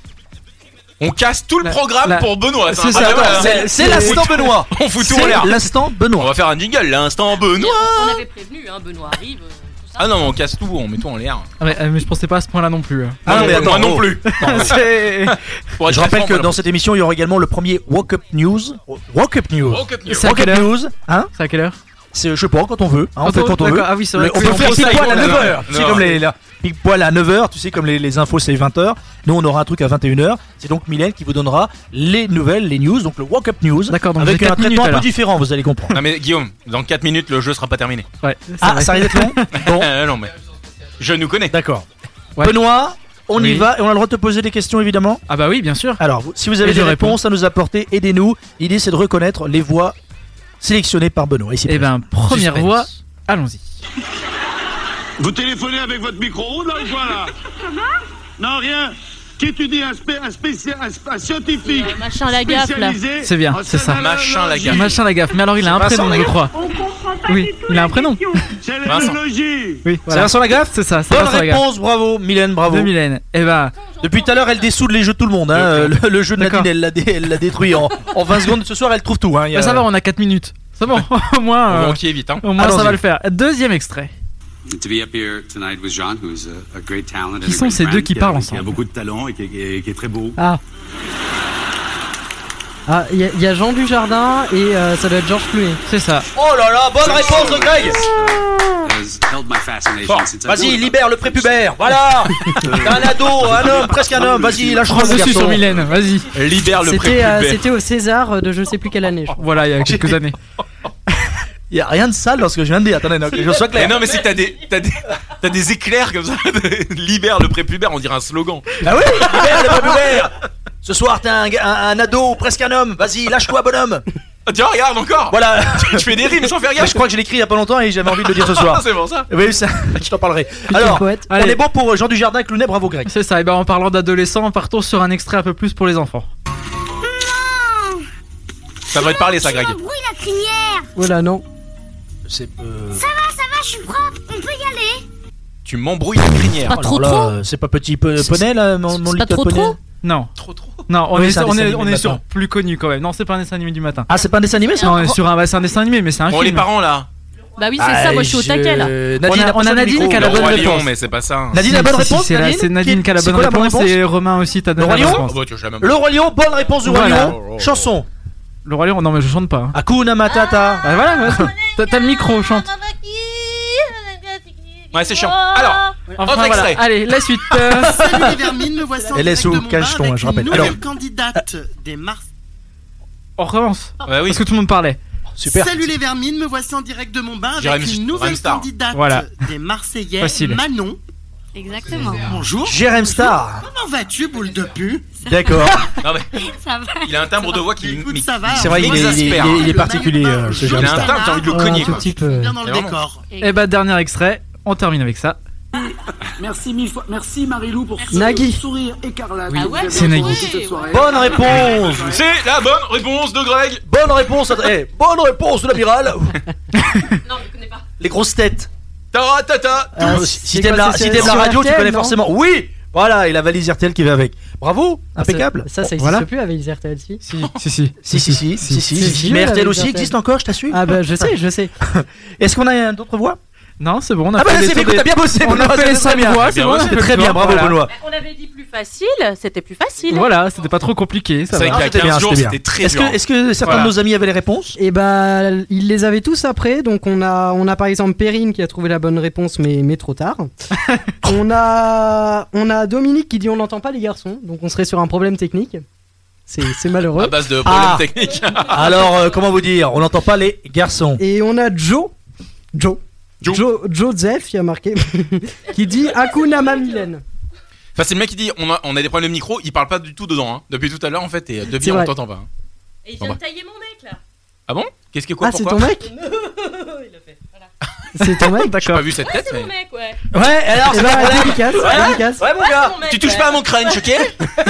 S5: On casse tout le
S9: La-
S5: programme
S9: la-
S5: pour Benoît.
S9: C'est
S5: un
S9: ça,
S5: incroyable,
S9: attends,
S5: hein.
S3: C'est, c'est
S9: c'est-
S3: l'instant Benoît.
S5: On fout tout en
S3: C'est
S5: l'air.
S3: l'instant
S5: On
S3: Benoît.
S5: va faire un jingle, l'instant Benoît.
S4: On avait prévenu, hein, Benoît arrive. euh, tout ça.
S5: Ah non, on casse tout, on met tout en l'air.
S9: Ah, mais, euh, mais je pensais pas à ce point-là non plus. hein.
S3: Ah,
S5: Moi
S3: mais
S5: non-
S3: attends,
S5: moi non
S3: oh.
S5: plus.
S9: C'est.
S5: Pour être
S3: Je
S5: très
S3: rappelle
S5: franc,
S3: que
S5: moi non
S3: dans cette émission, il y aura également le premier Woke Up News. Woke Up News.
S5: plus. Woke up news.
S9: C'est à
S3: Woke
S9: quelle
S3: Up
S9: heure?
S3: News. Hein?
S9: C'est à quelle heure?
S3: C'est, je sais pas, quand on veut. Hein, on fait quand on veut.
S9: D'accord. Ah oui, c'est vrai.
S3: Le- on
S9: que
S3: peut
S9: c'est-
S3: faire
S5: on
S3: pile
S5: fait
S3: poil
S5: ça,
S3: à
S5: non,
S3: neuf heures. Tu sais,
S5: non.
S3: comme les, là, pile poil à neuf heures, tu sais, comme les, les infos c'est vingt heures. Nous, on aura un truc à vingt et une heures. C'est donc Mylène qui vous donnera les nouvelles, les news, donc le Woke Up News.
S9: D'accord, donc
S3: avec
S9: j'ai
S3: un
S9: quatre
S3: traitement
S9: minutes,
S3: un peu
S9: alors.
S3: différent, vous allez comprendre.
S5: Non mais Guillaume, dans quatre minutes, le jeu sera pas terminé.
S9: Ouais. c'est
S3: Ah,
S9: vrai.
S3: ça risque d'être long. Bon,
S5: Euh, non mais. Je nous connais.
S3: d'accord.
S9: Ouais.
S3: Benoît, on y
S9: Oui.
S3: va et on a le droit de te poser des questions évidemment.
S9: Ah bah oui, bien sûr.
S3: Alors, vous- si vous avez
S9: Et
S3: des
S9: je réponds.
S3: réponses à nous apporter, aidez-nous. L'idée c'est de reconnaître les voix sélectionnées par Benoît. Ici,
S9: Eh ben, première
S5: Suspense.
S9: voix, allons-y.
S8: Vous téléphonez avec votre micro-ondes là ou quoi là? Comment? Non, rien. qu'étudie un, spé, un, spéci, un, un scientifique
S4: euh, machin la gaffe là.
S9: C'est bien, c'est ça.
S5: Machin la gaffe.
S9: Machin la gaffe. Mais alors il a un prénom, je crois.
S11: On comprend pas
S9: Oui,
S11: du tout
S9: il a
S11: la
S9: un prénom.
S11: question.
S8: C'est
S5: Vincent.
S8: l'éthologie.
S9: Oui,
S3: C'est Vincent Lagaffe.
S9: C'est ça, c'est
S3: Bonne
S9: Vincent Lagaffe.
S3: réponse, bravo, Mylène, bravo.
S9: De Mylène. Eh ben,
S3: Depuis tout à l'heure, elle dessoude les jeux de tout le monde. Hein. Euh, Le, le jeu de
S9: D'accord.
S3: Nadine, elle l'a dé- elle l'a détruit en, en vingt secondes. Ce soir, elle trouve tout. Hein. Il y a-
S9: bah, ça va, on a quatre minutes. C'est bon, au moins,
S5: On va
S9: euh,
S5: enquiller vite, hein.
S9: au moins ça
S3: Allons-y.
S9: va le faire. Deuxième extrait.
S12: To be up here tonight with Jean, who's a, a great talent.
S9: Qui sont ces deux qui parlent
S12: Qui a
S9: ensemble?
S12: beaucoup de talent et qui, est- qui est très beau.
S13: Ah. Ah, il y, a- y a Jean Dujardin et euh, ça doit être Georges Clooney.
S9: C'est ça.
S3: Oh là là, bonne réponse de Greg.
S12: Has held my fascination
S3: Fort.
S12: since I
S3: Vas-y,
S12: was-
S3: libère le prépubère. Voilà. T'as un ado, un homme, presque un homme. Vas-y, lâche-toi
S9: Prends
S3: mon
S9: dessus sur
S3: garçon.
S9: Mylène, vas-y.
S5: Libère le
S13: C'était euh,
S5: prépubère.
S13: c'était au César de je sais plus quelle année, je crois.
S9: Voilà, il y a quelques années.
S3: Il y a rien de sale dans ce que je viens de dire. Attendez, non, que je sois
S5: Mais
S3: clair.
S5: non, mais si t'as des, t'as des, t'as des éclairs comme ça, libère le prépubère, on dirait un slogan.
S3: Ah oui, libère le prépubère. Ce soir, t'as un, un, un ado, presque un homme. Vas-y, lâche-toi, bonhomme.
S5: Ah, tiens, regarde encore.
S3: Voilà.
S5: Tu fais des rimes sans faire
S3: Mais
S5: gaffe.
S3: je crois que je l'ai écrit il y a pas longtemps et j'avais envie de le dire ce soir.
S5: C'est bon ça.
S3: Oui, ça, je t'en parlerai. Alors,
S13: poète.
S3: on
S9: Allez.
S3: est bon pour Jean Dujardin, Clooney, bravo Greg.
S9: C'est ça, et ben en parlant d'adolescents, partons sur un extrait un peu plus pour les enfants.
S5: Ça devrait te parler, ça, Greg.
S11: Bruit la crinière.
S13: Voilà, non.
S3: C'est euh...
S11: Ça va, ça va, je suis propre. On peut y aller.
S5: Tu m'embrouilles la crinière.
S4: Pas trop
S3: alors
S4: trop.
S3: là, c'est pas petit po- poney là, mon, mon
S4: C'est pas
S3: little
S4: trop
S3: poney.
S4: trop.
S9: Non,
S5: Trop, trop.
S9: non, on
S3: Oui,
S9: est,
S3: c'est un
S9: on
S3: dessin
S9: est,
S3: animé
S9: on est
S3: du
S9: sur
S3: matin.
S9: plus connu quand même. Non, c'est pas un dessin animé du matin.
S3: Ah, c'est pas un dessin animé ça?
S9: Non, on est sur un, bah, c'est un dessin animé, mais c'est un
S5: Bon,
S9: film.
S5: les parents là.
S4: Bah oui, c'est ça, moi je suis au taquet là.
S3: Nadine,
S9: On a- on a
S3: approche-toi du
S9: Nadine
S3: micro.
S9: qui a
S5: Le
S9: la bonne
S5: roi
S9: réponse.
S5: lion, mais c'est pas ça.
S3: Nadine, la
S9: Si,
S3: bonne
S9: si,
S3: réponse,
S9: si, c'est la-
S3: Nadine
S9: c'est Nadine qui a la
S3: C'est
S9: bonne
S3: quoi la bonne
S9: réponse
S3: réponse
S9: et Romain aussi t'as
S3: Le
S9: donné
S3: Roi
S9: la
S3: Lion
S9: réponse.
S5: Oh, bah, tu vois, je sais même
S3: Le Roi Lion, bonne réponse du Roi
S9: Voilà.
S3: Lion. Chanson.
S9: Le Roi Lion, non mais je chante pas. hein.
S3: Hakuna Matata.
S9: Bah, voilà, ouais, t'as- t'as le micro, chante.
S5: Ouais, c'est chiant. Alors,
S9: Enfin,
S5: autre
S9: voilà.
S5: extrait.
S9: Allez, la suite. euh,
S14: Salut les vermines, me voici en
S3: Elle est
S14: direct
S3: sous
S14: de mon
S3: cacheton,
S14: bar
S3: hein,
S14: avec
S3: je rappelle.
S14: une
S3: Alors.
S14: nouvelle candidate des Mars.
S9: on recommence.
S5: Bah oui.
S9: Parce que tout le monde parlait.
S3: Super.
S14: Salut les vermines, me voici en direct de mon bar
S5: Jérém-
S14: avec une nouvelle
S5: Jérém Star.
S14: candidate
S9: Voilà.
S14: des Marseillais,
S9: Facile.
S14: Manon.
S11: Exactement.
S14: Bonjour.
S3: Jérém Star.
S14: Comment vas-tu, boule de pu?
S3: D'accord.
S5: Non, mais
S11: Ça va.
S5: il a un timbre de voix qui.
S14: Écoute,
S5: mais-
S14: ça va.
S3: C'est vrai, il est, il est- il est- il est particulier euh, ce
S5: Il
S3: Jérém
S5: a un
S3: Star.
S5: timbre, j'ai envie de le
S13: Ouais,
S5: cogner.
S13: un tout
S5: quoi.
S13: petit peu.
S14: Bien dans le
S5: Vraiment.
S14: décor.
S9: Et bah, dernier extrait, on termine avec ça.
S15: Merci mille fois, merci Marilou pour ce
S13: Nagui.
S15: sourire écarlate.
S4: Ah ouais,
S9: c'est Nagui.
S15: Cette soirée.
S3: Bonne réponse.
S5: C'est la bonne réponse de Greg.
S3: Bonne réponse. Eh, bonne réponse de l'amiral.
S4: Non, je connais pas.
S3: Les grosses têtes.
S5: Ta ta ta.
S13: Euh,
S3: Si
S13: c'est
S3: t'aimes
S13: quoi,
S3: la,
S13: c'est
S3: si
S13: sur-
S3: t'aimes la
S13: sur
S3: radio, tu
S13: R T L,
S3: connais
S13: non
S3: forcément. Oui. Voilà, et la valise R T L qui va avec. Bravo,
S13: Ah, ça-
S3: impeccable.
S13: Ça, ça existe
S9: Voilà.
S13: plus avec les R T L, si.
S9: Si, si, si.
S3: Si, si, si, si, si,
S13: C'est
S3: si.
S13: vieux,
S3: Mais
S13: la
S3: R T L
S13: valise
S3: aussi
S13: R T L.
S3: existe encore, je t'assure.
S13: Ah bah je sais, je sais.
S3: Est-ce qu'on a d'autres voix?
S9: Non, c'est bon, on a
S3: Ah bah
S9: fait les
S3: c'est
S9: tours
S3: écoute,
S9: des-
S3: t'as bien bossé.
S9: On a
S3: Benoît,
S9: fait
S3: c'est
S9: les
S3: très
S9: cinq
S3: bien.
S9: voix, c'est bon, on a
S3: C'est
S9: fait le
S3: très
S9: tour,
S3: bien, bravo
S9: voilà.
S3: Benoît.
S4: On avait dit plus facile, c'était plus facile.
S9: Voilà, c'était pas trop compliqué, ça
S5: C'est vrai
S9: va.
S5: qu'il y a
S3: C'était bien,
S5: quinze jours,
S3: c'était bien.
S5: c'était très
S3: Est-ce
S5: dur.
S3: que, est-ce que certains
S9: Voilà.
S3: de nos amis avaient les réponses?
S13: Et bah ils les avaient tous après, donc on a on a par exemple Perrine qui a trouvé la bonne réponse mais mais trop tard. on a on a Dominique qui dit on n'entend pas les garçons, donc on serait sur un problème technique. C'est c'est malheureux.
S5: À base de problèmes
S3: Ah.
S5: techniques.
S3: Alors, euh, comment vous dire? On n'entend pas les garçons.
S13: Et on a Joe Joe
S5: Joe.
S13: Joe Joseph, il a marqué qui dit Hakuna Mamilène.
S5: Enfin, c'est le mec qui dit on a, on a des problèmes de micro, il parle pas du tout dedans. Hein. Depuis tout à l'heure, en fait, et depuis
S13: C'est
S5: on
S13: vrai.
S5: t'entend pas. hein.
S4: Et il
S5: Bon,
S4: vient
S5: bah.
S4: de tailler mon mec là.
S5: Ah bon? Qu'est-ce que quoi?
S13: Ah c'est
S5: Pourquoi?
S13: ton mec?
S4: Il a fait. Voilà.
S13: C'est ton mec?
S5: J'ai
S9: D'accord.
S5: pas vu cette
S4: Ouais,
S5: tête,
S4: c'est mon
S5: mais.
S4: mec, ouais.
S3: Ouais, alors
S13: Et
S3: c'est
S13: bah
S3: pas problème.
S13: dédicace,
S3: Ouais,
S13: dédicace.
S3: ouais, mon
S4: Ouais,
S3: gars.
S4: c'est mon mec,
S5: Tu touches
S4: ouais.
S5: pas à mon crunch, ok?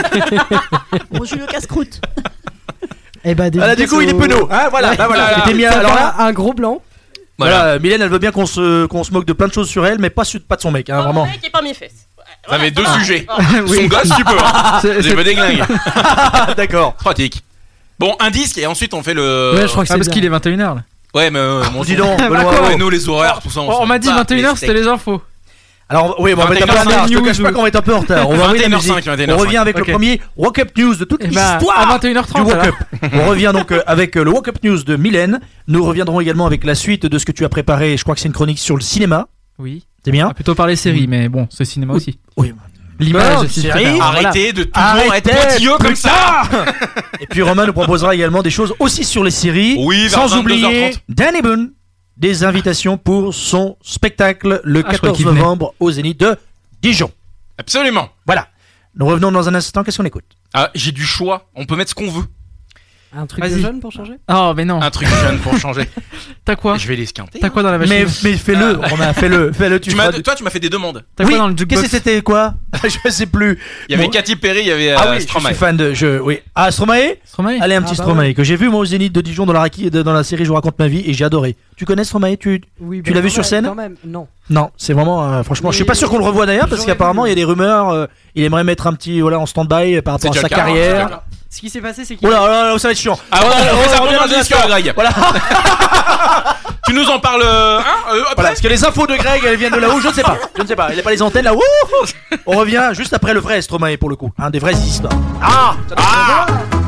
S6: Bon, je suis le casse-croûte.
S13: Et bah
S3: Voilà, du
S13: dédicace
S3: coup, il est
S13: au-
S3: penaud. Hein, voilà, bah, voilà.
S5: Voilà.
S3: Il était mis à-
S13: Ça
S3: alors
S13: va,
S3: là,
S13: un gros blanc.
S3: voilà,
S5: Voilà.
S3: euh, Mylène, elle veut bien qu'on se, qu'on se moque de plein de choses sur elle, mais pas, sur- pas de son mec, hein,
S4: Mon
S3: vraiment.
S4: mec est pas mes fesses. Ouais,
S5: Ça
S4: voilà,
S5: avait deux
S4: voilà.
S5: sujets.
S4: Oh.
S5: Son gosse, tu peux. Hein.
S9: C'est-
S5: J'ai
S9: c'est-
S5: pas déglingue.
S3: D'accord.
S5: Pratique. Bon, un disque et ensuite on fait le.
S13: Ouais, je crois que
S9: Ah,
S13: c'est
S9: parce
S13: bien.
S9: qu'il est vingt et une heures là.
S5: Ouais, mais euh, mon
S3: Dis donc,
S9: Bah,
S3: Benoît.
S9: quoi
S5: Ouais, nous les horaires, tout ça.
S9: On, on
S5: s'en
S9: m'a dit
S5: bat
S9: vingt et une heures,
S5: les
S9: c'était
S5: steaks.
S9: les infos.
S3: Alors, oui, bon, on va être un peu en retard. Je te cache pas qu'on va être un peu en retard. On va envoyer la
S5: vingt et une heures
S3: musique.
S5: cinq, vingt et une heures
S3: On revient
S5: cinq.
S3: avec
S9: Ok.
S3: le premier Walk Up News de toute
S9: Et bah, à
S3: l'histoire
S9: vingt et une heures
S3: du
S9: trente.
S3: Walk
S9: alors.
S3: Up. On revient donc euh, avec euh, le Walk Up News de Mylène. Nous reviendrons également avec la suite de ce que tu as préparé. Je crois que c'est une chronique sur le cinéma.
S9: Oui.
S3: C'est
S9: On
S3: bien?
S9: va plutôt parler série, mais bon, c'est cinéma aussi.
S3: Oui.
S9: L'image,
S3: Non,
S9: si je
S3: série.
S9: préfère. Voilà.
S5: Arrêtez de toujours être pointilleux comme ça.
S3: Et puis Romain nous proposera également des choses aussi sur les séries.
S5: Oui, vers
S3: sans
S5: vingt-deux heures
S3: oublier
S5: trente.
S3: Danny Boone, des invitations pour son spectacle le
S9: Ah, je croyais
S3: quatorze
S9: qu'il venait.
S3: novembre au Zénith de Dijon.
S5: Absolument.
S3: Voilà. Nous revenons dans un instant. Qu'est-ce qu'on écoute?
S5: Ah, j'ai du choix. On peut mettre ce qu'on veut.
S13: Un truc
S9: Vas-y.
S13: de jeune pour changer.
S9: Oh, mais non.
S5: Un truc jeune pour changer.
S9: T'as quoi
S5: Je vais l'esquinter.
S9: T'as quoi dans la machine?
S3: Mais, mais fais-le,
S5: Ah.
S3: Romain, fais-le, fais-le. Tu
S5: Tu m'as-
S3: feras-
S5: Toi, tu m'as fait des demandes.
S9: T'as
S3: Oui,
S9: quoi dans le
S3: qu'est-ce
S9: jukebox?
S3: que c'était quoi? Je sais plus.
S5: Il y avait
S3: Bon.
S5: Katy Perry, il y avait
S3: Ah
S5: euh,
S3: oui, je
S5: Stromae.
S3: suis fan de. Je, oui. Ah, Stromae.
S9: Stromae.
S3: Allez, un
S13: Ah
S3: petit
S13: bah
S3: Stromae
S13: ouais.
S3: que j'ai vu moi au Zénith de Dijon dans la, raki- de- dans la série Je vous raconte ma vie et j'ai adoré. Tu connais Stromae? Tu
S13: Oui,
S3: Tu
S13: bah,
S3: l'as vu
S13: quand
S3: sur
S13: même,
S3: scène?
S13: Quand même, non.
S3: Non, c'est vraiment euh, franchement.
S13: Mais
S3: je suis pas sûr qu'on le revoie d'ailleurs parce
S13: j'aurais
S3: qu'apparemment
S13: vu.
S3: il y a des rumeurs. euh, il aimerait mettre un petit voilà en stand-by par rapport à
S5: déjà
S3: sa
S5: le cas, hein, c'est
S3: carrière.
S5: déjà le cas.
S13: Ce qui s'est passé, c'est qu'il
S3: Oh là là là, ça va être chiant.
S5: Ah ouais,
S3: Voilà,
S5: on fait ça
S3: on
S5: pendant
S3: revient
S5: la discussion,
S3: dans
S5: Greg.
S3: Voilà.
S5: Tu nous en parles euh, hein, euh,
S3: Voilà,
S5: après
S3: parce que les infos de Greg elles viennent de là-haut, je ne sais pas. Je ne sais pas, il n'y a pas les antennes là. Wouhou. On revient juste après le vrai Stromae pour le coup, hein, des vraies histoires. Ah,
S5: Ah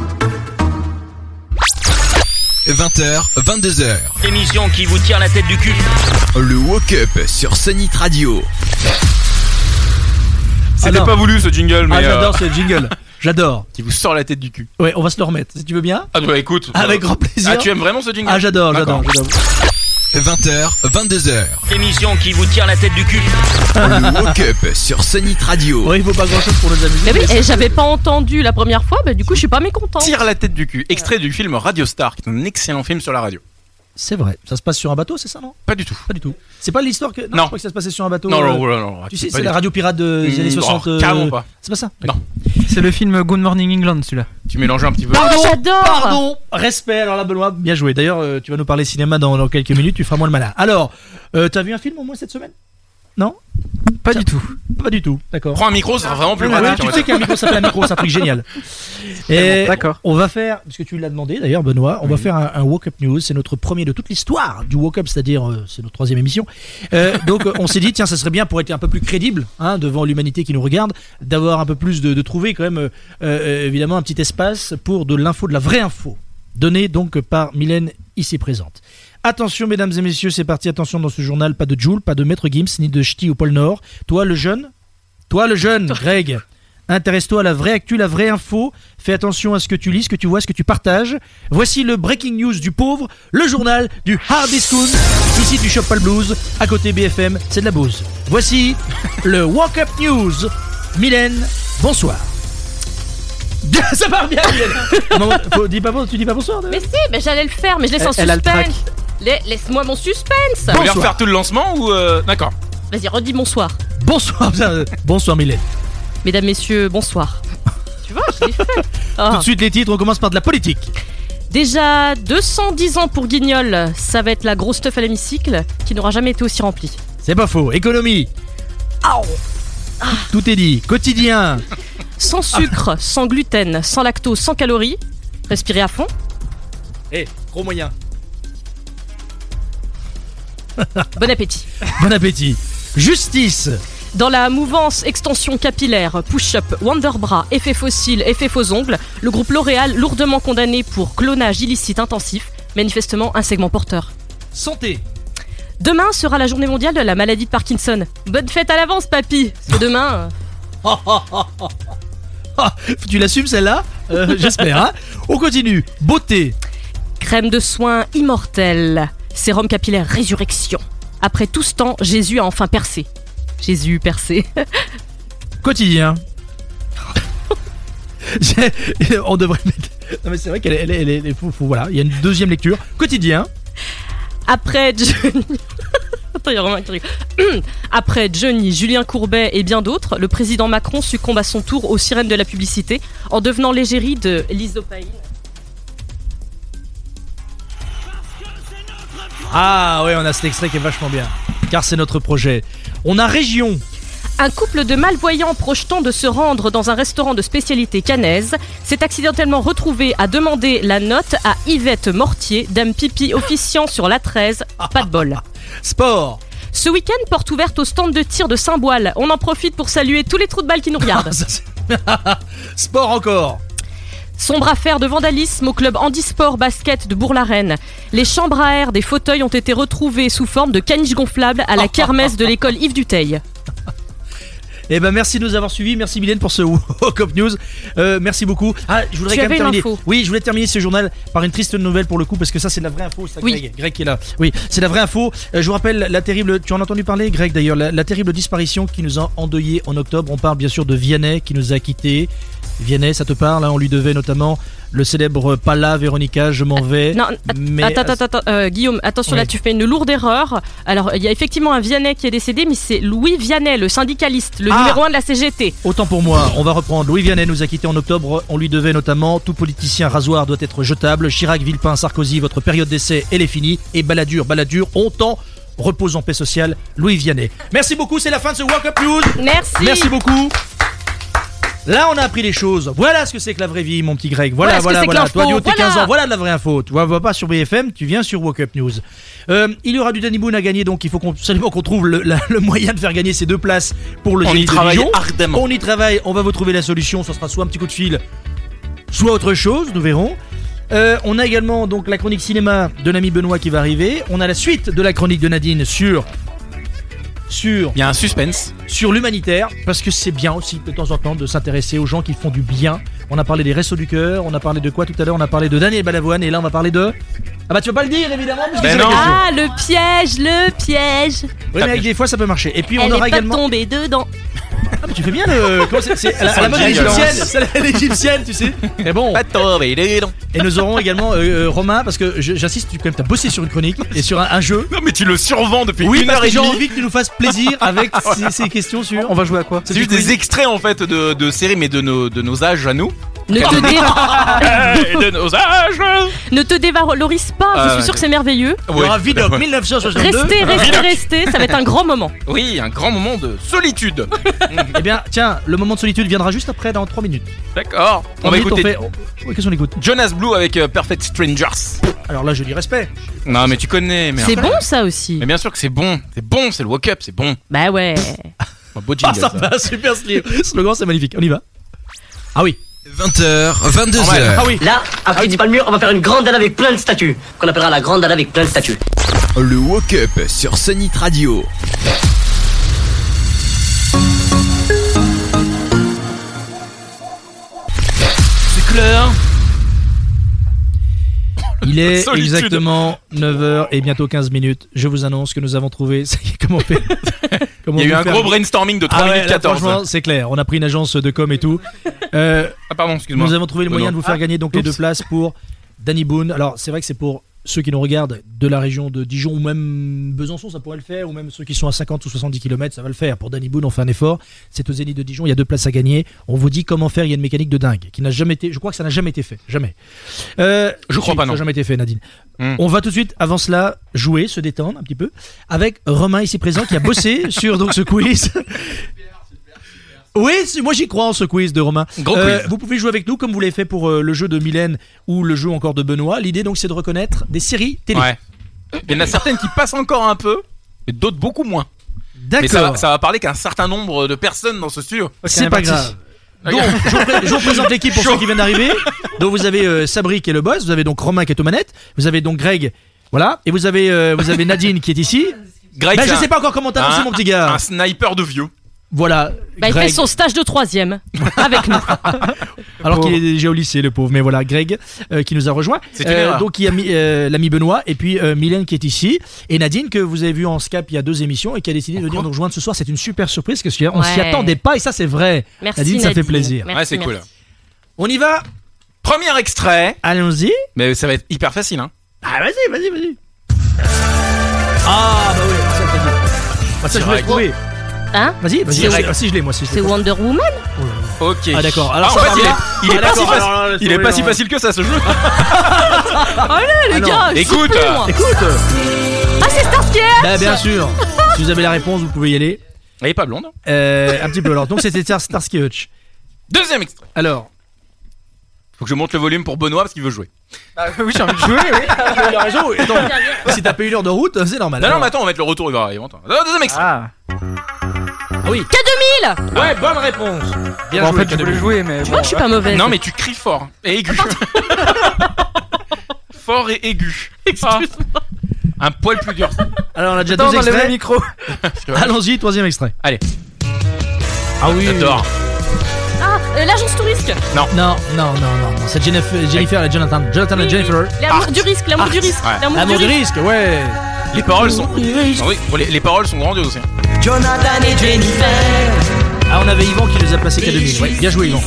S1: vingt heures, vingt-deux heures.
S2: L'émission qui vous tire la tête du cul.
S1: Le Woke Up sur Sunnit Radio.
S5: C'était
S3: non.
S5: pas voulu ce jingle, mais
S3: Ah, j'adore
S5: euh,
S3: ce jingle. J'adore.
S5: qui vous sort la tête du cul.
S3: Ouais, on va se le remettre si tu veux bien.
S5: Ah bah écoute.
S3: Avec
S5: euh,
S3: grand plaisir.
S5: Ah, tu aimes vraiment ce jingle?
S3: Ah, j'adore,
S5: D'accord.
S3: j'adore, j'adore.
S1: vingt heures, vingt-deux heures.
S2: L'émission qui vous tire la tête du cul.
S1: Le Woke Up sur Sunnit Radio.
S3: Ouais, il faut pas grand chose pour nos amis.
S4: Mais oui, et j'avais pas entendu la première fois, bah du coup je suis pas mécontent.
S5: Tire la tête du cul. Extrait du film Radio Star, qui est un excellent film sur la radio.
S3: C'est vrai, ça se passe sur un bateau, c'est ça non?
S5: Pas du tout.
S3: Pas du tout. C'est pas l'histoire que. Non,
S5: Non.
S3: je crois que ça se passait sur un bateau.
S5: Non,
S3: euh,
S5: non, non, non.
S3: Tu
S5: c'est
S3: sais,
S5: pas
S3: c'est
S5: du
S3: la
S5: tout.
S3: radio pirate de- des
S5: Mmh,
S3: années soixante.
S5: oh,
S3: euh,
S5: carrément pas.
S3: C'est pas ça?
S5: Non.
S9: C'est le film Good Morning England, celui-là.
S5: Tu mélanges un petit peu.
S3: Pardon,
S4: j'adore.
S3: pardon, respect. Alors là, Benoît, bien joué. D'ailleurs, euh, tu vas nous parler cinéma dans, dans quelques minutes. Tu feras moins le malin. Alors, euh, t'as vu un film au moins cette semaine? Non?
S9: Pas du tout.
S3: Pas du tout. D'accord.
S5: Prends un micro, ça sera vraiment plus
S3: Ouais, ouais,
S5: pratique.
S3: tu
S5: on va
S3: sais
S5: dire.
S3: qu'un micro s'appelle un micro, c'est un truc génial. Et
S9: D'accord.
S3: on va faire, parce que tu l'as demandé d'ailleurs, Benoît, on va faire un, un Woke Up News. C'est notre premier de toute l'histoire du Woke Up, c'est-à-dire euh, c'est notre troisième émission. Euh, donc euh, on s'est dit, tiens, ça serait bien pour être un peu plus crédible hein, devant l'humanité qui nous regarde, d'avoir un peu plus de, de trouver quand même, euh, euh, évidemment, un petit espace pour de l'info, de la vraie info, donnée donc par Mylène ici présente. Attention mesdames et messieurs, c'est parti, attention dans ce journal, pas de Joule, pas de Maître Gims, ni de Ch'ti au pôle Nord. Toi le jeune, toi le jeune, Greg, intéresse-toi à la vraie actu, la vraie info, fais attention à ce que tu lis, ce que tu vois, ce que tu partages. Voici le breaking news du pauvre, le journal du hard discount. Ici tu chopes pas le blues, à côté B F M, c'est de la bouse. Voici le Woke Up News. Mylène, bonsoir. Ça part bien Mylène. Non, faut- dis pas, bon- tu dis pas bonsoir de-
S4: Mais si, mais j'allais le faire, mais je laisse en
S9: Elle- elle a le trac.
S4: suspense. La- Laisse-moi mon suspense.
S5: Tu veux
S3: Bonsoir.
S5: refaire tout le lancement ou euh, d'accord.
S4: Vas-y, redis bonsoir.
S3: Bonsoir, euh, bonsoir Mylène.
S4: Mesdames, messieurs, bonsoir. Tu vois, je l'ai fait. Ah.
S3: Tout de suite les titres, on commence par de la politique.
S4: Déjà deux cent dix ans pour Guignol, ça va être la grosse teuf à l'hémicycle qui n'aura jamais été aussi remplie.
S3: C'est pas faux. Économie. Tout est dit. Quotidien.
S4: Sans sucre, sans gluten, sans lactose, sans calories. Respirez à fond.
S3: Eh, gros moyen.
S4: Bon appétit.
S3: Bon appétit. Justice.
S4: Dans la mouvance extension capillaire, push-up, Wonderbra, effet fossile, effet faux ongles, le groupe L'Oréal lourdement condamné pour clonage illicite intensif, manifestement un segment porteur.
S3: Santé.
S4: Demain sera la journée mondiale de la maladie de Parkinson. Bonne fête à l'avance, papy. Parce que demain... euh,
S3: Oh, oh, oh, oh, oh. Tu l'assumes celle-là Euh, J'espère. Hein. On continue. Beauté.
S4: Crème de soin immortelle. Sérum capillaire résurrection. Après tout ce temps, Jésus a enfin percé. Jésus percé.
S3: Quotidien. J'ai- On devrait mettre. Non mais c'est vrai qu'elle est, elle est, elle est- elle est- faut- faut- voilà. Il y a une deuxième lecture. Quotidien.
S4: Après Johnny... Attends, il y a Romain qui rigole. Après Johnny, Julien Courbet et bien d'autres, le président Macron succombe à son tour aux sirènes de la publicité en devenant l'égérie de l'isopaïne.
S3: Ah ouais, on a cet extrait qui est vachement bien. Car c'est notre projet. On a région.
S4: Un couple de malvoyants projetant de se rendre dans un restaurant de spécialité cannaise s'est accidentellement retrouvé à demander la note à Yvette Mortier, dame pipi officiant sur l'A treize. Pas de bol.
S3: Sport.
S4: Ce week-end, porte ouverte au stand de tir de Saint-Boile. On en profite pour saluer tous les trous de balles qui nous regardent.
S3: Ça, c'est- Sport encore.
S4: Sombre affaire de vandalisme au club handisport basket de Bourg-la-Reine. Les chambres à air des fauteuils ont été retrouvées sous forme de caniches gonflables à la kermesse de l'école Yves Duteil.
S3: Eh ben merci de nous avoir suivis, merci Mylène pour ce Woke Up News. Euh, merci beaucoup. Ah, je voudrais
S4: Tu
S3: quand même
S4: avais
S3: terminer.
S4: l'info.
S3: Oui, je voulais terminer ce journal par une triste nouvelle pour le coup parce que ça c'est de la vraie info. C'est ça,
S4: Oui.
S3: Greg, Greg qui est là. Oui, c'est la vraie info. Euh, je vous rappelle la terrible. Tu en as entendu parler, Greg d'ailleurs, la, la terrible disparition qui nous a endeuillés en octobre. On parle bien sûr de Vianney qui nous a quittés. Vianney, ça te parle hein, on lui devait notamment le célèbre Pala, Véronica, je m'en vais.
S4: Non, att-
S3: mais...
S4: attends, attends, attends, euh, Guillaume, attention
S3: Oui.
S4: là, tu fais une lourde erreur. Alors, il y a effectivement un Vianney qui est décédé, mais c'est Louis Vianney, le syndicaliste, le
S3: Ah.
S4: numéro un de la C G T.
S3: Autant pour moi, on va reprendre. Louis Vianney nous a quittés en octobre. On lui devait notamment tout politicien rasoir doit être jetable. Chirac, Villepin, Sarkozy, votre période d'essai, elle est finie. Et Balladur, Balladur, on t'en repose en paix sociale. Louis Vianney. Merci beaucoup, c'est la fin de ce Walk Up News.
S4: Merci.
S3: Merci beaucoup. Là, on a appris les choses. Voilà ce que c'est que la vraie vie, mon petit Greg. Voilà,
S4: Voilà ce que
S3: voilà,
S4: c'est que
S3: voilà. Toi, du
S4: l'info,
S3: haut de tes
S4: voilà.
S3: quinze ans, voilà de la vraie info. Tu vois, va pas sur B F M, tu viens sur Walk Up News. Euh, il y aura du Danny Boone à gagner, donc il faut qu'on, absolument qu'on trouve le, la- le moyen de faire gagner ces deux places pour le
S5: On y
S3: Zénith de
S5: travaille
S3: Dijon.
S5: ardemment.
S3: On y travaille, on va vous trouver la solution. Ce sera soit un petit coup de fil, soit autre chose, nous verrons. Euh, on a également donc la chronique cinéma de l'ami Benoît qui va arriver. On a la suite de la chronique de Nadine sur sur
S5: Il y a un suspense.
S3: sur l'humanitaire, parce que c'est bien aussi de temps en temps de s'intéresser aux gens qui font du bien. On a parlé des Restos du Cœur, on a parlé de quoi tout à l'heure? On a parlé de Daniel Balavoine, et là on va parler de... Ah bah tu vas pas le dire évidemment, parce que
S5: Ben
S3: c'est la
S5: non.
S3: question.
S4: Ah, le piège, le piège.
S3: Oui, mais avec des fois ça peut marcher. Et puis on
S4: Elle
S3: aura
S4: est pas
S3: également...
S4: tombée dedans.
S3: Ah mais tu fais bien le... Comment c'est, c'est à la, à la mode
S5: jingle.
S3: égyptienne, c'est à l'égyptienne tu sais. Mais bon.
S5: Pas tombé dedans.
S3: Et nous aurons également euh, euh, Romain, parce que je- j'insiste, tu quand même t'as bossé sur une chronique et sur un, un jeu.
S5: Non, mais tu le survends depuis
S3: Oui,
S5: une
S3: parce
S5: heure
S3: que
S5: et
S3: j'ai
S5: demie.
S3: envie que tu nous fasses plaisir avec ces, ces questions sur...
S9: On va jouer à quoi?
S5: C'est juste des extraits en fait de, de séries, mais de nos, de nos âges à nous.
S4: Ne te, dé-
S5: Et de nos âges.
S4: ne te dévalorise pas, je
S5: Ah,
S4: suis
S5: ouais.
S4: sûr que c'est merveilleux.
S3: Il y aura Vidoc mille neuf cent soixante-deux.
S4: Restez, restez, restez, ça va être un grand moment.
S5: Oui, un grand moment de solitude.
S3: Eh bien, tiens, le moment de solitude viendra juste après, dans trois minutes.
S5: D'accord. On va
S3: Minutes,
S5: écouter
S3: fait- oh, oui, qu'est-ce qu'on écoute?
S5: Jonas Blue avec euh, Perfect Strangers.
S3: Alors là, je dis respect.
S5: Non, mais tu connais. Mais
S4: C'est bon ça aussi.
S5: Mais bien sûr que c'est bon. C'est bon, c'est le walk-up, c'est bon.
S4: Bah ouais.
S5: Un beau
S3: Ah,
S5: jingle.
S3: ça
S5: ça.
S3: va, super slip. Slogan, c'est magnifique. On y va. Ah oui.
S1: vingt heures, vingt-deux
S5: Ouais.
S1: heures.
S3: Ah oui.
S16: Là, après du palmure, on va faire une grande dalle avec plein de statues. Qu'on appellera la grande dalle avec plein de statues.
S1: Le Walk Up sur Sonic Radio.
S5: C'est clair.
S3: Il est
S5: Solitude.
S3: exactement neuf heures et bientôt quinze minutes. Je vous annonce que nous avons trouvé. Ça y est, comment faire comment
S5: Il y a eu
S3: vous
S5: un
S3: faire-
S5: gros brainstorming de trois
S3: Ah ouais,
S5: minutes
S3: là,
S5: quatorze.
S3: franchement, c'est clair. On a pris une agence de com et tout. Euh,
S5: Ah, pardon, excuse-moi.
S3: Nous avons trouvé le
S5: Oh,
S3: moyen
S5: non.
S3: de vous faire gagner donc les deux places pour Danny Boone. Alors c'est vrai que c'est pour ceux qui nous regardent de la région de Dijon ou même Besançon, ça pourrait le faire, ou même ceux qui sont à cinquante ou soixante-dix kilomètres, ça va le faire. Pour Danny Boone, on fait un effort. C'est au Zénith de Dijon, il y a deux places à gagner. On vous dit comment faire, il y a une mécanique de dingue qui n'a jamais été, je crois que ça n'a jamais été fait, jamais. Euh,
S5: Je crois
S3: si,
S5: pas,
S3: ça
S5: non.
S3: n'a jamais été fait, Nadine.
S5: Hmm.
S3: On va tout de suite, avant cela, jouer, se détendre un petit peu avec Romain ici présent qui a bossé sur donc ce quiz. Oui, c'est- moi j'y crois en ce quiz de Romain.
S5: Gros
S3: Euh,
S5: quiz.
S3: vous pouvez jouer avec nous comme vous l'avez fait pour euh, le jeu de Mylène ou le jeu encore de Benoît. L'idée donc c'est de reconnaître des séries télé.
S5: Ouais. Il y en a certaines qui passent encore un peu, mais d'autres beaucoup moins. Mais ça va,
S3: D'accord,
S5: ça va parler qu'un certain nombre de personnes dans ce studio.
S3: c'est pas grave.
S5: Ok.
S3: Donc, je vous, pré- je vous présente l'équipe pour
S5: Chaud.
S3: ceux qui viennent d'arriver. Donc vous avez euh, Sabri qui est le boss, vous avez donc Romain qui est aux manettes, vous avez donc Greg, voilà, et vous avez euh, vous avez Nadine qui est ici.
S5: Greg,
S3: Bah,
S5: c'est
S3: je
S5: un-
S3: sais pas encore comment t'annoncer
S5: un-
S3: mon petit gars.
S5: Un sniper de vieux.
S3: Voilà.
S4: Bah, il
S3: Greg.
S4: fait son stage de troisième avec nous.
S3: Alors qu'il est déjà au lycée, le pauvre. Mais voilà, Greg euh, qui nous a rejoint.
S5: C'est une erreur.
S3: Donc il y a mi- euh, l'ami Benoît et puis euh, Mylène qui est ici. Et Nadine que vous avez vu en Skype il y a deux émissions et qui a décidé de venir nous rejoindre ce soir. C'est une super surprise parce qu'on s'y
S4: Ouais.
S3: attendait pas et ça c'est vrai.
S4: Merci,
S3: Nadine, ça fait
S4: Nadine.
S3: plaisir.
S4: Merci,
S5: Ouais, c'est cool.
S4: merci.
S3: On y va.
S5: Premier extrait.
S3: Allons-y.
S5: Mais ça va être hyper facile, hein.
S3: Ah vas-y, vas-y, vas-y. Ah bah oui, ça je t'ai dit. Bah, ça je voulais
S5: Direct.
S3: trouver.
S4: Hein
S3: Vas-y, vas-y.
S4: C'est-
S3: Ah, si je l'ai moi, si je
S4: C'est
S3: l'ai.
S4: Wonder Woman.
S5: Ok.
S3: Ah d'accord.
S5: Ah,
S3: Alors
S5: en
S3: ça
S5: fait,
S3: va
S5: il
S3: bien.
S5: est, il est
S3: Ah,
S5: pas si
S3: d'accord,
S5: facile.
S3: alors là, laisse
S5: Il est
S3: tomber,
S5: pas si
S3: hein.
S5: facile que ça ce jeu.
S4: Allez les
S3: Ah non.
S4: gars, je
S5: Écoute.
S4: suis plus, moi.
S3: Écoute.
S4: Ah c'est Starsky Hutch.
S3: Bah bien sûr. Si vous avez la réponse, vous pouvez y aller.
S5: Elle est pas blonde.
S3: Euh, un petit peu alors. Donc c'était Star- Starsky Hutch.
S5: Deuxième extrait.
S3: Alors.
S5: Faut que je monte le volume pour Benoît parce qu'il veut jouer.
S9: Oui, j'ai envie de jouer, oui.
S3: Il a raison. Attends, si t'as pas une heure de route, c'est normal.
S5: Non, non,
S3: Alors.
S5: mais attends, on va mettre le retour, il va arriver. Attends. Deuxième extrait.
S9: Ah.
S3: Ah oui.
S4: K deux mille.
S3: Ouais, bonne réponse. Bien
S9: Bon, en
S3: joué.
S9: fait, je voulais
S3: K deux mille.
S9: jouer, mais.
S4: Tu
S9: bon,
S4: vois que je suis pas mauvaise.
S5: Non, mais tu cries fort et aigu. Fort et aigu. Ah. Un poil plus dur.
S3: Alors on a déjà
S9: Attends,
S3: deux
S9: dans le
S3: extraits.
S9: même micro.
S3: Allons-y, troisième extrait.
S5: Allez.
S3: Ah oui.
S5: J'adore.
S4: Ah, euh, l'agence touriste.
S3: Non, non, non, non, non. C'est Jennifer, Jennifer et Jonathan. Jonathan et
S4: Oui,
S3: Jennifer.
S4: L'amour du risque, l'amour
S3: Art.
S4: du risque,
S5: Ouais.
S4: l'amour
S3: L'amour
S4: du
S3: du
S4: risque.
S3: risque, ouais.
S5: Les paroles sont. Ah oui, bon, les, les paroles sont grandioses aussi.
S16: Jonathan et Jennifer,
S3: Ah, on avait Yvan qui nous a placé qu'à deux mille. Ouais, bien joué, Yvan.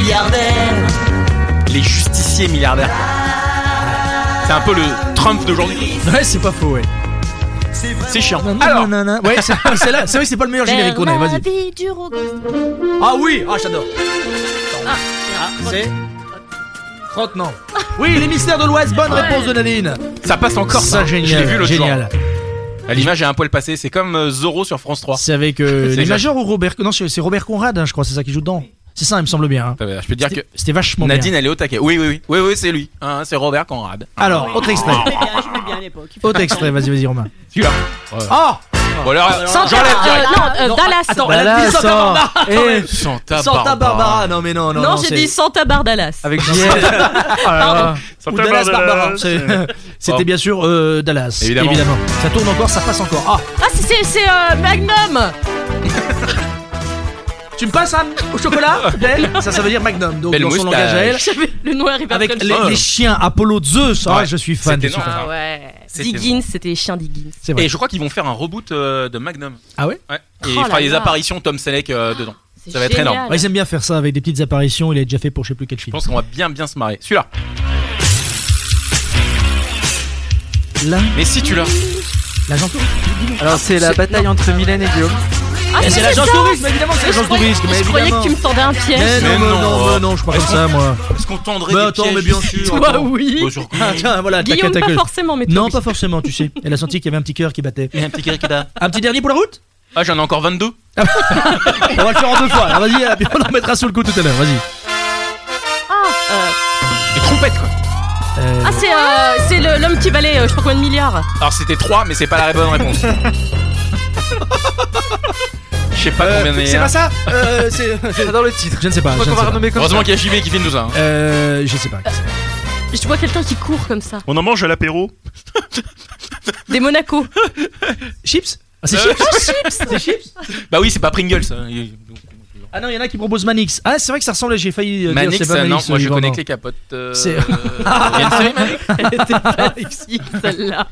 S5: Les justiciers milliardaires. C'est un peu le Trump d'aujourd'hui.
S3: Ouais, c'est pas faux, ouais.
S5: C'est chiant.
S3: Alors, ouais, c'est, c'est là. C'est vrai que c'est pas le meilleur générique qu'on ait. Vas-y.
S4: Vie du robot.
S3: Ah oui, ah j'adore.
S4: Ah,
S3: c'est trente non. Oui, les mystères de l'Ouest. Bonne
S4: Ouais.
S3: réponse de Nadine.
S5: Ça passe encore.
S3: Ça,
S5: Ça,
S3: génial.
S5: Je l'ai vu l'autre
S3: génial.
S5: jour. À l'image, j'ai un poil passé. C'est comme euh, Zorro sur France trois.
S3: C'est avec euh,
S5: C'est
S3: les
S5: exact.
S3: majors ou Robert. Non, c'est Robert Conrad, hein, je crois. C'est ça qui joue dedans. C'est ça, il me semble bien. Hein.
S5: Je peux te dire
S3: C'était-
S5: que
S3: C'était vachement
S5: Nadine,
S3: bien.
S5: elle est au taquet. Oui, oui, oui. Oui, oui, c'est lui. Hein, c'est Robert Conrad.
S3: Alors, autre extrait.
S6: J'aimais bien, j'aimais bien à l'époque.
S3: Autre extrait. Vas-y, vas-y, Romain.
S5: Celui-là.
S3: Ah.
S5: Bon, alors,
S4: Santa,
S5: j'enlève direct.
S4: euh, non, euh,
S3: Non,
S4: Dallas.
S3: Attends, elle a dit Santa Barbara.
S5: Eh, Santa,
S3: Santa Barbara. Non, mais non, non.
S4: Non,
S3: non,
S4: j'ai
S3: c'est-
S4: dit Santa Bar Dallas.
S9: Avec
S3: Non,
S9: J L.
S3: Pardon. Ou
S9: Santa
S3: Dallas
S9: Barbara.
S3: Barbara. C'est- C'était
S5: Oh.
S3: bien sûr euh, Dallas.
S5: Évidemment.
S3: Ça tourne encore, ça passe encore. Ah,
S4: Ah, c'est- c'est c'est, euh, Magnum.
S3: tu me passes un au chocolat d'elle. Ça, ça veut dire Magnum. Donc,
S5: Belle
S3: dans son
S5: moustache.
S3: langage à elle.
S4: J'avais le nom arrivé
S3: Avec
S4: après
S3: les,
S4: le
S3: les chiens Apollo Zeus. Ah,
S5: Ouais.
S3: je suis fan.
S5: C'était
S3: je suis
S5: énorme.
S3: fan.
S4: Ah ouais.
S5: C'était
S4: Diggins, c'était les chiens Diggins.
S3: C'est vrai.
S5: Et je crois qu'ils vont faire un reboot euh, de Magnum.
S3: Ah ouais.
S5: Ouais. Et
S4: Oh
S5: il fera
S4: là
S5: les
S4: là.
S5: apparitions Tom Selleck euh, dedans.
S4: C'est
S5: Ça va être
S4: génial.
S5: énorme.
S3: Ouais, ils aiment bien faire ça avec des petites apparitions. Il a déjà fait pour je sais plus quel
S5: Je
S3: film.
S5: pense qu'on va bien bien se marrer. Celui-là.
S3: Là,
S5: Mais si tu l'as.
S3: l'agent touriste.
S9: Alors c'est la bataille entre Mylène et Guillaume.
S4: Ah,
S3: Eh,
S4: si,
S3: c'est l'agent
S4: ça.
S3: tourisme, évidemment, c'est
S4: Mais je
S3: l'agent
S4: croyais-
S3: tourisme. Mais
S4: Je croyais que
S3: évidemment.
S4: tu me tendais un
S3: Mais
S4: piège.
S3: non,
S5: Mais
S3: mais non,
S5: non,
S3: mais non, je suis pas comme
S5: Est-ce
S3: ça, moi.
S5: Est-ce qu'on tendrait
S3: Mais
S5: des
S3: attends,
S5: pièges
S3: mais bien sûr.
S4: Toi,
S3: attends.
S4: oui.
S5: Bon, sur-
S3: Ah, tiens, voilà, t'as
S4: Guillaume,
S3: qu'à- t'as
S4: pas
S3: que-
S4: forcément, mais toi,
S3: Non,
S4: oui.
S3: pas forcément, tu sais. Elle a senti qu'il y avait un petit cœur qui battait.
S5: Il y a un petit cœur qui bat.
S3: Un petit dernier pour la route.
S5: Ah, j'en ai encore vingt-deux.
S3: On va le faire en deux fois. Alors, vas-y, puis on en mettra sous le coup tout à l'heure. Vas-y.
S4: Ah, euh,
S5: Des trompettes quoi.
S3: Euh,
S4: ah, c'est euh, c'est le- l'homme qui valait euh, je sais pas combien de milliards.
S5: Alors c'était trois, mais c'est pas la bonne réponse. Je sais pas combien
S3: euh,
S5: il y
S3: c'est
S5: a.
S3: pas ça. Euh, c'est
S9: C'est dans le titre.
S3: Je ne sais pas.
S9: Je crois
S3: je ne
S9: qu'on va
S3: sais pas.
S9: renommer comme
S5: Heureusement
S9: ça.
S5: qu'il y a J B qui filme tout ça. hein.
S3: Euh, je sais pas.
S4: Je vois quelqu'un qui court comme ça.
S8: On en mange à l'apéro.
S4: Des Monaco.
S3: Chips. Ah, c'est
S5: Euh,
S3: chips. C'est chips.
S5: Bah oui, c'est pas Pringles. ça. Il-
S3: Ah non, il y en a qui proposent Manix. Ah, c'est vrai que ça ressemble. J'ai failli euh,
S5: Manix,
S3: dire c'est pas
S5: euh, non,
S3: Manix.
S5: moi je
S3: Yvan,
S5: connais
S3: non.
S5: que les capotes. euh,
S3: C'est-
S5: euh, Il y a une série Manix.
S4: Elle était facile celle-là.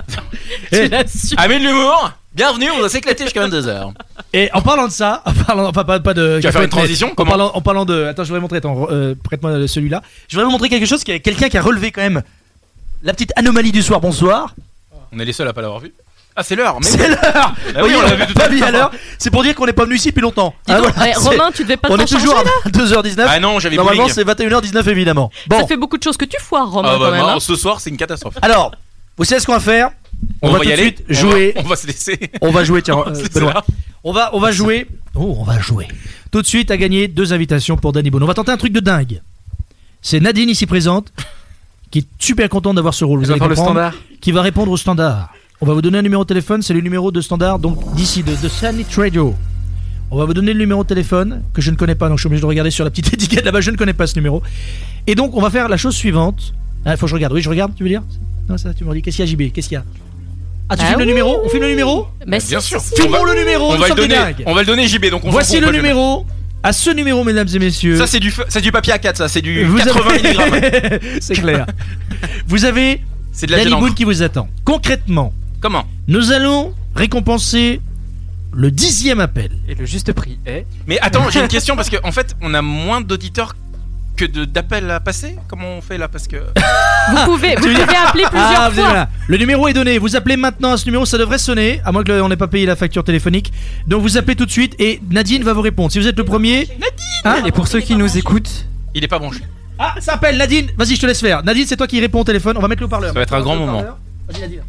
S3: Eh.
S4: Tu l'as su.
S5: Amis de l'humour, bienvenue, on va s'éclater jusqu'à vingt-deux heures.
S3: Et en parlant de ça, en parlant, enfin pas, pas de.
S5: Tu vas faire une transition,
S3: En
S5: comment
S3: parlant, en parlant de. Attends, je voudrais montrer. Attends, euh, prête-moi celui-là. Je voudrais vous montrer quelque chose. Qui est quelqu'un qui a relevé quand même la petite anomalie du soir. Bonsoir.
S5: On est les seuls à pas l'avoir vu. Ah, c'est l'heure, mais
S3: C'est l'heure.
S5: Ah oui, on l'a vu tout
S3: pas
S5: à
S3: mis à
S5: l'heure.
S3: l'heure. C'est pour dire qu'on n'est pas venu ici depuis longtemps.
S4: Dis
S3: Ah,
S4: donc,
S3: voilà,
S4: eh,
S3: c'est-
S4: Romain, tu devais pas
S3: On
S4: t'en
S3: est toujours
S4: charger,
S3: à deux heures dix-neuf.
S5: Ah non, j'avais
S3: Normalement,
S5: bowling.
S3: c'est vingt et une heures dix-neuf évidemment. Bon,
S4: Ça fait beaucoup de choses que tu foires, Romain,
S5: Ah bah
S4: quand même.
S5: non,
S4: hein.
S5: ce soir c'est une catastrophe.
S3: alors, vous savez ce qu'on va faire? On, va, tout
S5: y
S3: de
S5: aller.
S3: suite
S5: On va-
S3: jouer.
S5: On va se laisser.
S3: On va jouer, tiens,
S5: On va
S3: euh,
S5: se laisser
S3: Benoît.
S5: là.
S3: On va, on va jouer. Oh, on va jouer. Tout de suite à gagner deux invitations pour Danny Boone. On va tenter un truc de dingue. C'est Nadine ici présente qui est super contente d'avoir ce rôle. Vous
S9: Elle va
S3: allez
S9: faire le
S3: comprendre.
S9: standard.
S3: Qui va répondre au standard. On va vous donner un numéro de téléphone. C'est le numéro de standard donc d'ici de, de Sanit Radio. On va vous donner le numéro de téléphone que je ne connais pas, donc je suis obligé de regarder sur la petite étiquette là-bas. Je ne connais pas ce numéro. Et donc on va faire la chose suivante. Il faut que je regarde. Oui, je regarde. Tu veux dire? Non, ça. Tu me dis. Qu'est-ce qu'il y a, J B? Qu'est-ce qu'il y a? Ah, tu
S4: Ah
S3: filmes le
S4: oui.
S3: numéro? On filme le numéro?
S4: Mais
S5: Bien
S4: si,
S5: sûr.
S4: si, si.
S3: Filmons le numéro.
S5: On
S3: nous
S5: va le
S3: sommes des
S5: donner.
S3: dingues.
S5: On va le donner J B. Donc on
S3: Voici
S5: s'en fout,
S3: le
S5: on peut
S3: numéro. À ce numéro, mesdames et messieurs.
S5: Ça c'est du f- c'est du papier A quatre, ça c'est du
S3: vous
S5: quatre-vingts
S3: avez-
S5: milligrammes.
S3: C'est clair. Vous avez
S5: C'est de la
S3: Danny
S5: gênante.
S3: Boone qui vous attend. Concrètement,
S5: Comment?
S3: nous allons récompenser le dixième appel.
S9: Et le juste prix est.
S5: Mais attends, j'ai une question parce qu'en en fait on a moins d'auditeurs que de- d'appels à passer. Comment on fait là? Parce que
S4: Vous pouvez, vous pouvez appeler plusieurs
S3: Ah, vous
S4: fois.
S3: êtes là. Le numéro est donné. Vous appelez maintenant à ce numéro, ça devrait sonner, à moins que le- on n'ait pas payé la facture téléphonique. Donc vous appelez tout de suite et Nadine va vous répondre. Si vous êtes le premier. Nadine.
S9: Et pour ceux qui nous écoutent,
S5: il est pas branché.
S3: Ah, ça appelle Nadine. Vas-y, je te laisse faire. Nadine, c'est toi qui réponds au téléphone. On va mettre le haut-parleur.
S5: Ça va être un grand moment.
S3: Vas-y, Nadine.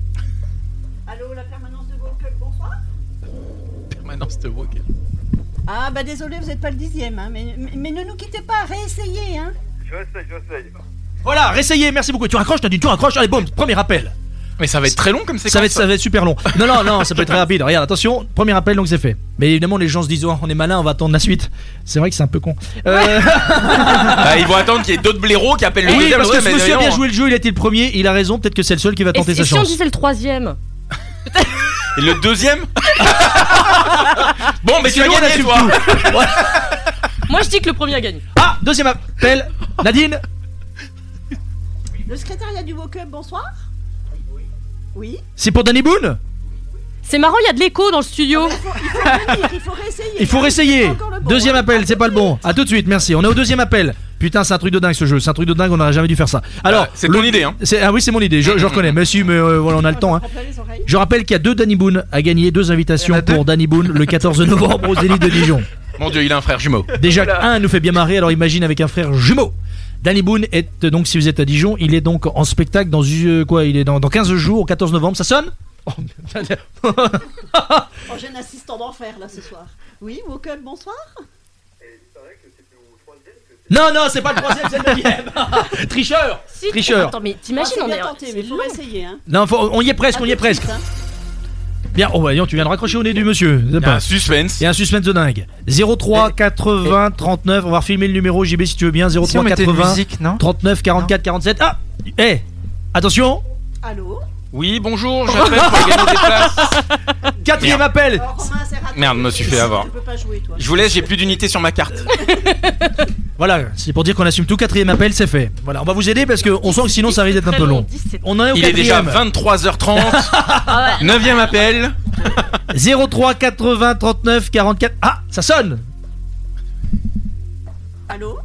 S6: Allô, la permanence de Walker, bonsoir.
S5: Permanence de Walker.
S6: Ah bah désolé, vous n'êtes pas le dixième, hein, mais, mais, mais ne nous quittez pas, réessayez. Hein.
S8: J'essaye, j'essaye.
S3: Voilà, réessayez. Merci beaucoup. Tu raccroches, Nadine. Tu raccroches. Allez, boum. Premier appel.
S5: Mais ça va être très long comme séquence.
S3: Ça va, être, ça va être super long. Non, non, non, ça peut être très rapide. Regarde, attention, premier appel, donc c'est fait. Mais évidemment, les gens se disent, oh, on est malin, on va attendre la suite. C'est vrai que c'est un peu con. Euh...
S5: Bah, ils vont attendre qu'il y ait d'autres blaireaux qui appellent le
S3: oui,
S5: deuxième.
S3: parce que
S5: Ouais,
S3: ce
S5: mais
S3: monsieur a bien
S5: non.
S3: joué le jeu, il a été le premier, il a raison, peut-être que c'est le seul qui va
S4: Et,
S3: tenter
S4: et
S3: sa
S4: si on
S3: chance.
S4: disait le troisième?
S5: Et le deuxième Bon, mais tu vas
S3: Sinon, on
S5: gagner
S3: assume
S5: toi.
S3: tout. Ouais.
S4: Moi je dis que le premier a gagné.
S3: Ah, deuxième appel, Nadine.
S6: Le secrétariat du Walker, bonsoir. Oui.
S3: C'est pour Danny Boone.
S4: C'est marrant, il y a de l'écho dans le studio.
S6: Il faut réessayer.
S3: Il faut réessayer. Deuxième appel, c'est pas le bon. À tout de suite, merci. On est au deuxième appel. Putain, c'est un truc de dingue ce jeu. C'est un truc de dingue, on n'aurait jamais dû faire ça. Alors,
S5: Ah, c'est ton idée, hein.
S3: c'est- Ah oui, c'est mon idée. Je, je reconnais. Mais si, mais euh, voilà, on a le temps. Hein. Je rappelle qu'il y a deux Danny Boone à gagner, deux invitations pour Danny Boone le quatorze novembre au Zénith de Dijon.
S5: Mon Dieu, il a un frère jumeau.
S3: Déjà, un nous fait bien marrer, alors imagine avec un frère jumeau. Danny Boone est euh, donc, si vous êtes à Dijon, il est donc en spectacle dans euh, quoi Il est dans, dans quinze jours, au quatorze novembre. Ça sonne? Oh,
S6: Oh, j'ai un assistant d'enfer là ce soir. Oui, Woken, bonsoir.
S3: Non, non, c'est pas le troisième, c'est le neuvième. Tricheur.
S4: Si,
S3: Tricheur.
S4: Attends, mais t'imagines,
S6: Ah,
S4: on
S6: c'est
S4: est.
S6: bien tenté, mais
S4: c'est
S6: faut
S4: long.
S6: essayer. Hein.
S3: Non, faut- on y est presque, on y est presque. Bien, oh, bah, dis donc, tu viens de raccrocher au nez du monsieur. C'est
S5: Il y a
S3: pas-
S5: un suspense.
S3: Il y a un suspense de dingue. zéro trois quatre-vingts trente-neuf, on va refilmer le numéro J B si tu veux bien. zéro
S9: Si on
S3: trois
S9: mettait une
S3: quatre-vingts
S9: musique, non
S3: trente-neuf quarante-quatre quarante-sept. Ah, eh, attention.
S6: Allô.
S5: Oui, bonjour, j'appelle pour gagner des places.
S3: Quatrième
S5: Merde.
S3: appel.
S6: Oh, Romain, c'est raté.
S5: Merde, je me suis fait avoir.
S6: Tu peux pas jouer, toi.
S5: Je vous laisse, j'ai plus d'unités sur ma carte.
S3: Voilà, c'est pour dire qu'on assume tout. Quatrième appel, c'est fait. Voilà, on va vous aider parce qu'on sent que sinon ça risque d'être un peu long. On en est au
S5: Il est déjà
S3: quatrième.
S5: vingt-trois heures trente.
S4: Ah ouais.
S5: Neuvième appel.
S3: zéro trois quatre-vingts trente-neuf quarante-quatre. Ah, ça sonne.
S6: Allô.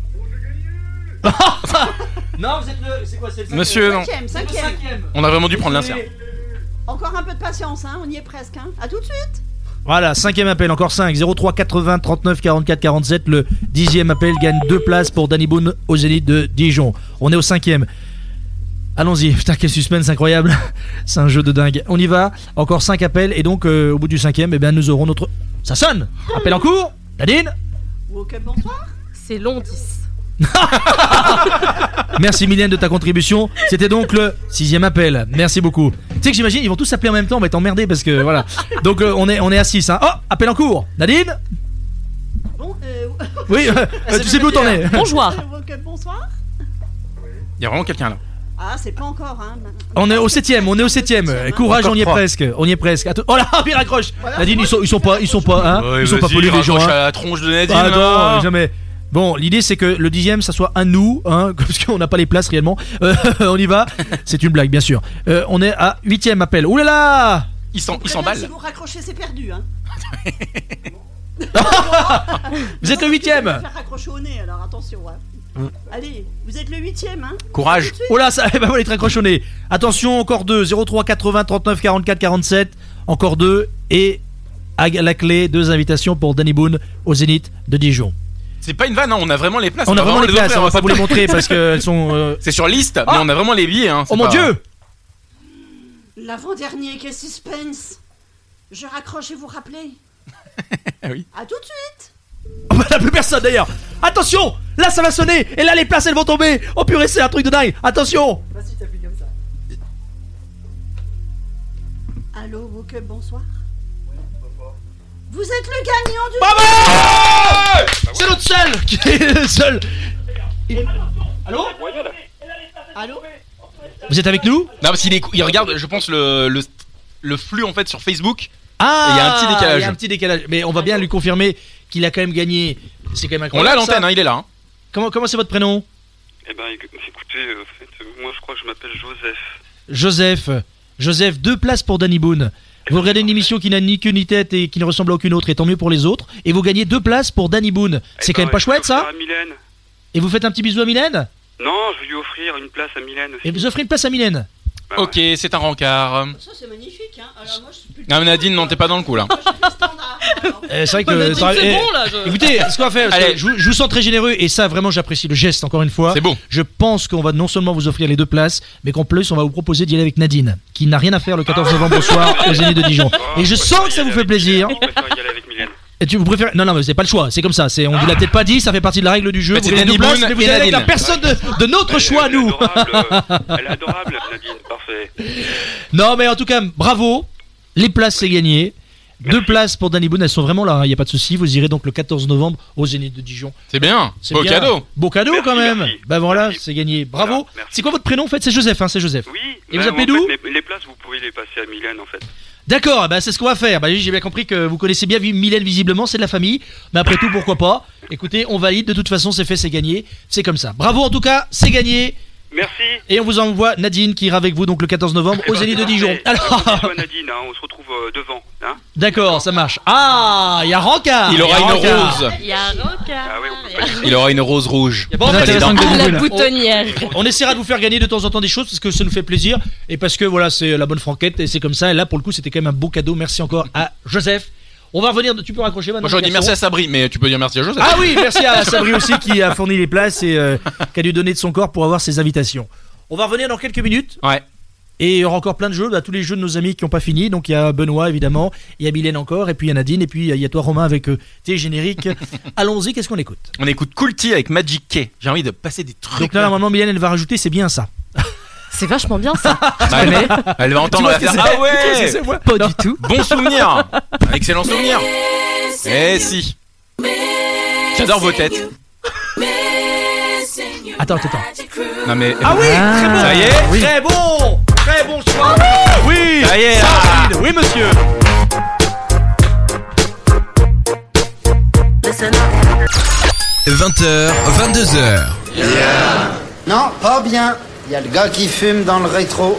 S3: Non, vous êtes le. C'est quoi, c'est le
S5: Monsieur, non.
S6: Cinquième, cinquième.
S5: On a vraiment dû prendre l'insert.
S6: Encore un peu de patience, hein. On y est presque. Hein. À tout de suite.
S3: Voilà, cinquième appel, encore cinq. zéro trois quatre-vingts trente-neuf quarante-quatre quarante-sept. Le dixième appel gagne deux places pour Danny Boone au Zénith de Dijon. On est au cinquième. Allons-y, putain, quel suspense incroyable. C'est un jeu de dingue. On y va, encore cinq appels. Et donc, euh, au bout du cinquième, eh bien, nous aurons notre. Ça sonne. Appel en cours. Nadine.
S6: Woken, bonsoir.
S4: C'est long, dix.
S3: Merci Mylène de ta contribution. C'était donc le sixième appel. Merci beaucoup. Tu sais que j'imagine ils vont tous s'appeler en même temps, on va être emmerdés parce que voilà. Donc euh, on est on est à six. Hein. Oh, appel en cours. Nadine.
S6: Bon, euh...
S3: Oui, euh, euh, tu sais plus où t'en es.
S4: Bonjour.
S6: Woken, bonsoir.
S5: Il y a vraiment quelqu'un là.
S6: Ah, c'est pas encore, hein.
S3: On est au septième, on est au septième. Euh, Courage, on y est presque. On y est presque. Attends- Oh là, il raccroche. Nadine, ils sont ils sont pas ils sont pas hein.
S5: Ouais,
S3: Ils sont pas
S5: vas-y,
S3: polis les gens.
S5: raccroche
S3: Hein.
S5: à la tronche de Nadine.
S3: Ah
S5: là.
S3: non, jamais. Bon, l'idée c'est que le dixième ça soit à nous, hein, parce qu'on n'a pas les places réellement. Euh, on y va. C'est une blague, bien sûr. Euh, on est à huitième appel. Ouh là là.
S5: Il s'en- il
S6: Préviens,
S5: s'emballe.
S6: Si vous raccrochez, c'est perdu, hein.
S3: Vous êtes le huitième.
S6: Je vais faire raccrocher au nez, alors attention, hein. Allez, vous êtes le huitième, hein.
S5: Courage.
S3: Oh là, ça, eh ben, voilà, il est raccrochonné. Attention, encore deux. zéro trois quatre-vingts trente-neuf quarante-quatre quarante-sept. Encore deux. Et à la clé, deux invitations pour Danny Boone au Zénith de Dijon.
S5: C'est pas une vanne, hein, on a vraiment les places.
S3: On a
S5: va
S3: vraiment les places,
S5: offrir,
S3: on va
S5: hein,
S3: pas
S5: c'est
S3: vous les montrer parce qu'elles sont. euh,
S5: C'est sur liste,
S3: Ah.
S5: mais on a vraiment les billets. Hein, c'est
S3: Oh mon
S5: pas-
S3: dieu.
S6: L'avant-dernier, quel suspense. Je raccroche et vous rappelez.
S5: Ah oui.
S6: À tout de suite.
S3: Oh bah, là, plus personne d'ailleurs. Attention, là ça va sonner. Et là les places elles vont tomber. Oh purée, c'est un truc de dingue. Attention.
S6: Vas-y, t'appuies comme ça. Allô, Woken, bonsoir. Vous êtes le gagnant du.
S3: Bravo. C'est notre seul qui est le seul. Allô.
S6: Allô.
S3: Vous êtes avec nous?
S5: Non, parce qu'il est- il regarde, je pense, le, le, le flux en fait sur Facebook.
S3: Ah,
S5: Et il y a un petit décalage.
S3: Il y a un petit décalage. Mais on va bien lui confirmer qu'il a quand même gagné. C'est quand même
S5: On
S3: incroyable.
S5: l'a à l'antenne,
S3: ça.
S5: hein, il est là. Hein.
S3: Comment comment c'est votre prénom?
S17: Eh ben, éc- écoutez, euh, en fait, euh, moi je crois que je m'appelle Joseph.
S3: Joseph. Joseph, deux places pour Danny Boone. Vous regardez une émission qui n'a ni queue ni tête et qui ne ressemble à aucune autre, et tant mieux pour les autres. Et vous gagnez deux places pour Danny Boone. C'est
S17: Eh
S3: quand
S17: ben,
S3: même pas
S17: je vais
S3: chouette ça?
S17: offrir à Mylène.
S3: Et vous faites un petit bisou à Mylène?
S17: Non, je vais lui offrir une place à Mylène aussi.
S3: Et vous offrez une place à Mylène?
S5: Ok, c'est un rencard.
S6: Ça, c'est magnifique, hein. Alors, moi, je suis plus.
S5: Non, mais Nadine, non, t'es pas dans le coup là.
S3: Euh, c'est vrai que.
S4: Nadine,
S3: t'aurais-
S4: c'est
S3: eh,
S4: bon, là, je-
S3: Écoutez, ce qu'on va faire, parce que
S5: Allez.
S3: je, vous- je vous sens très généreux et ça vraiment j'apprécie le geste encore une fois.
S5: C'est beau.
S3: Je pense qu'on va non seulement vous offrir les deux places, mais qu'en plus on va vous proposer d'y aller avec Nadine, qui n'a rien à faire le quatorze novembre au soir au Zénith de Dijon. Et je sens que ça vous fait plaisir.
S17: Je préfère y aller avec Mylène.
S3: Et tu vous préfères Non non mais c'est pas le choix, c'est comme ça. C'est on vous l'a peut-être pas dit, ça fait partie de la règle du jeu.
S5: Mais
S3: Vous
S5: c'est
S3: gagnez deux
S5: Danny
S3: places,
S5: Boone
S3: mais vous
S5: et
S3: allez avec la
S5: Nadine.
S3: personne de, de notre choix
S17: Elle est
S3: nous.
S17: adorable, euh, elle est adorable, Nadine, parfait.
S3: Non mais en tout cas bravo, les places c'est gagné. Deux places pour Danny Boone, elles sont vraiment là, il n'y a pas de souci. Vous irez donc le quatorze novembre au Zénith de Dijon.
S5: C'est bien.
S3: C'est
S5: Beau
S3: bien.
S5: cadeau.
S3: Beau cadeau
S17: Merci,
S3: quand même.
S17: merci.
S3: Bah voilà,
S17: Merci.
S3: c'est gagné. Bravo.
S17: Voilà, merci.
S3: C'est quoi votre prénom en fait? C'est Joseph, hein, c'est Joseph.
S17: Oui,
S3: Et vous
S17: mais
S3: appelez
S17: en
S3: d'où?
S17: fait, les, les places, vous pouvez les passer à Mylène en fait.
S3: D'accord, bah c'est ce qu'on va faire. Bah oui, j'ai bien compris que vous connaissez bien Mylène visiblement, c'est de la famille. Mais après tout, pourquoi pas? Écoutez, on valide. De toute façon, c'est fait, c'est gagné. C'est comme ça. Bravo en tout cas, c'est gagné.
S17: Merci.
S3: Et on vous envoie Nadine qui ira avec vous donc le quatorze novembre aux Zénith de Dijon. Alors,
S17: Toi, Nadine, hein, on se retrouve euh, devant. Hein.
S3: d'accord, ça marche. Ah, il y a Rancard.
S5: Il aura
S3: y a
S5: une
S3: Rancard.
S5: rose.
S4: Il y a un rencard.
S17: Ah oui, on peut pas dire.
S5: Il aura une rose rouge.
S3: Bon,
S5: Pas les
S9: intéressant
S5: dents.
S9: que de
S4: Ah, la
S9: Google.
S4: boutonnière.
S3: On essaiera de vous faire gagner de temps en temps des choses parce que ça nous fait plaisir et parce que voilà, c'est la bonne franquette et c'est comme ça. Et là, pour le coup, c'était quand même un beau cadeau. Merci encore à Joseph. On va revenir. Tu peux raccrocher maintenant.
S5: Moi j'aurais dit merci à Sabri, mais tu peux dire merci à Joseph.
S3: Ah oui, merci à Sabri aussi qui a fourni les places et euh, qui a dû donner de son corps pour avoir ses invitations. On va revenir dans quelques minutes.
S5: Ouais.
S3: Et il y aura encore plein de jeux, bah, tous les jeux de nos amis qui n'ont pas fini. Donc il y a Benoît évidemment, il y a Mylène encore, et puis il y a Nadine, et puis il y a toi Romain avec euh, tes génériques. Allons-y, qu'est-ce qu'on écoute?
S5: On écoute Cool Tea avec Magic Key. J'ai envie de passer des trucs.
S3: Donc là, normalement, Mylène, elle va rajouter, c'est bien ça.
S4: C'est vachement bien ça.
S5: Bah, elle, elle va entendre
S3: Tu
S5: la
S3: vois ce
S5: faire.
S3: que
S5: Ah
S3: c'est Tu vois ce que
S5: ouais.
S3: c'est, moi
S4: Pas du tout.
S5: Bon souvenir. Un excellent souvenir. Eh si. J'adore vos têtes.
S3: Attends, attends, attends.
S5: Non mais.
S3: Ah oui, très bon.
S5: Ça y est.
S3: Oui. Très bon, très bon choix. Oui,
S5: Ça y est là.
S3: oui, monsieur.
S1: vingt heures, vingt-deux heures.
S18: Non, pas bien. Il y a le gars qui fume dans le rétro.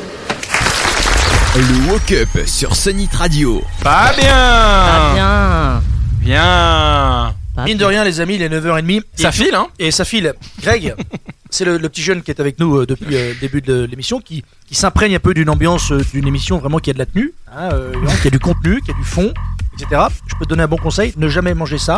S1: Le Woke Up sur Zénith Radio.
S5: Pas bien.
S4: Pas bien.
S5: Bien.
S4: Pas
S3: Mine de rien, les amis, il est neuf heures trente.
S5: Ça
S3: Et-
S5: file hein.
S3: Et ça file. Greg, c'est le, le petit jeune qui est avec nous euh, depuis euh, le début de l'émission, qui, qui s'imprègne un peu d'une ambiance euh, d'une émission vraiment qui a de la tenue, hein, euh, qui a du contenu, qui a du fond, et cetera. Je peux te donner un bon conseil, ne jamais manger ça.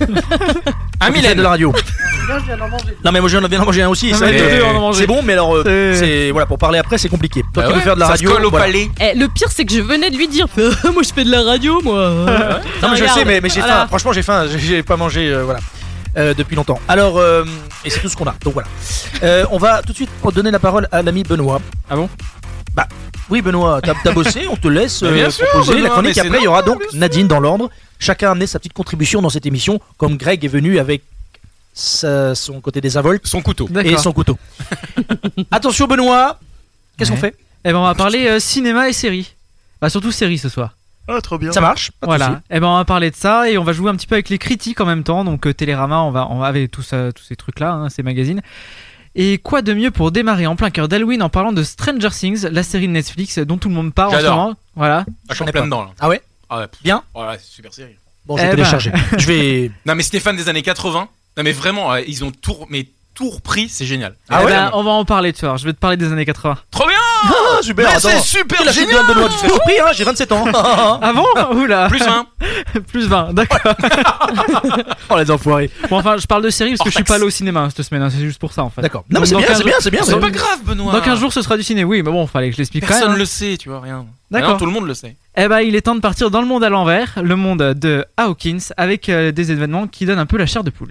S5: Ah
S3: Quand tu fais
S5: Mylène.
S3: de la radio.
S6: Là, je viens d'en manger.
S3: Non mais moi je viens d'en manger un aussi.
S9: Non,
S3: ça,
S9: mais
S3: euh,
S9: les deux, on en mange.
S3: c'est bon, mais alors euh,
S9: C'est-
S3: c'est voilà pour parler après c'est compliqué. Toi
S5: Bah
S3: qui veux
S5: ouais,
S3: faire de la
S5: ça
S3: radio,
S5: se colle au
S3: voilà.
S5: palais.
S4: Eh, le pire, c'est que je venais de lui dire moi, je fais de la radio, moi.
S3: Non mais je
S4: Regarde.
S3: sais, mais, mais j'ai
S4: Voilà.
S3: faim. Franchement j'ai faim. J'ai- J'ai pas mangé euh, voilà euh, depuis longtemps. Alors euh, et c'est tout ce qu'on a. Donc voilà. Euh, on va tout de suite donner la parole à l'ami Benoît.
S5: Ah bon?
S3: Bah oui Benoît, t'as t'as bossé, on te laisse
S5: Bah, bien
S3: euh,
S5: sûr,
S3: proposer
S5: Benoît,
S3: la chronique.
S5: mais c'est
S3: Après il y aura
S5: normal,
S3: donc Nadine dans l'ordre. Chacun a amené sa petite contribution dans cette émission, comme Greg est venu avec sa- son côté désinvolte
S5: Son couteau.
S3: et
S9: D'accord.
S3: son couteau. Attention Benoît, qu'est-ce
S9: Ouais.
S3: qu'on fait?
S9: Eh ben on va parler euh, cinéma et séries. Bah surtout séries ce soir.
S8: Ah, trop bien.
S3: Ça marche, pas de souci.
S9: Voilà. Eh ben on va parler de ça et on va jouer un petit peu avec les critiques en même temps. Donc euh, Télérama, on va on va avec tout ça, tous ces trucs là, ces magazines. Et quoi de mieux pour démarrer en plein cœur d'Halloween en parlant de Stranger Things, la série de Netflix dont tout le monde parle en ce
S5: J'adore.
S9: moment. Voilà.
S5: Ah, je suis en
S3: connais
S5: plein
S3: pas.
S5: dedans là.
S3: Ah ouais?
S5: Ah ouais.
S3: Bien.
S5: Oh là, c'est super série.
S3: Bon, j'ai
S9: Eh
S3: téléchargé. Je vais.
S5: Non mais Stéphane des années quatre-vingts. Non mais vraiment, euh, ils ont tout, mais tout repris, c'est génial.
S3: Ah
S9: Eh
S3: ouais?
S9: ben, on va en parler ce soir. Je vais te parler des années quatre-vingts.
S5: Trop bien.
S3: Ah, super,
S5: Mais
S3: attends.
S5: c'est super
S3: La suite
S5: génial.
S3: de Benoît, tu te fais surpris, hein, j'ai vingt-sept ans.
S9: Ah bon? Oula.
S5: Plus vingt.
S9: Plus vingt, d'accord.
S3: Oh les enfoirés.
S9: Bon enfin, je parle de séries parce que
S5: Hors
S9: je suis
S5: taxe.
S9: pas allé au cinéma hein, cette semaine, hein, c'est juste pour ça en fait.
S3: D'accord. Non, mais
S9: Donc,
S3: c'est
S9: dans
S3: bien,
S9: quinze
S3: c'est bien, c'est bien.
S5: C'est
S3: c'est
S5: pas
S3: bien.
S5: grave Benoît.
S9: Dans quinze jours ce sera du ciné, oui, mais bon, fallait que je l'explique quand
S5: Personne
S9: même.
S5: le sait, tu vois, rien.
S9: D'accord.
S5: Maintenant, tout le monde le sait.
S9: Eh ben, il est temps de partir dans le monde à l'envers, le monde de Hawkins, avec euh, des événements qui donnent un peu la chair de poule.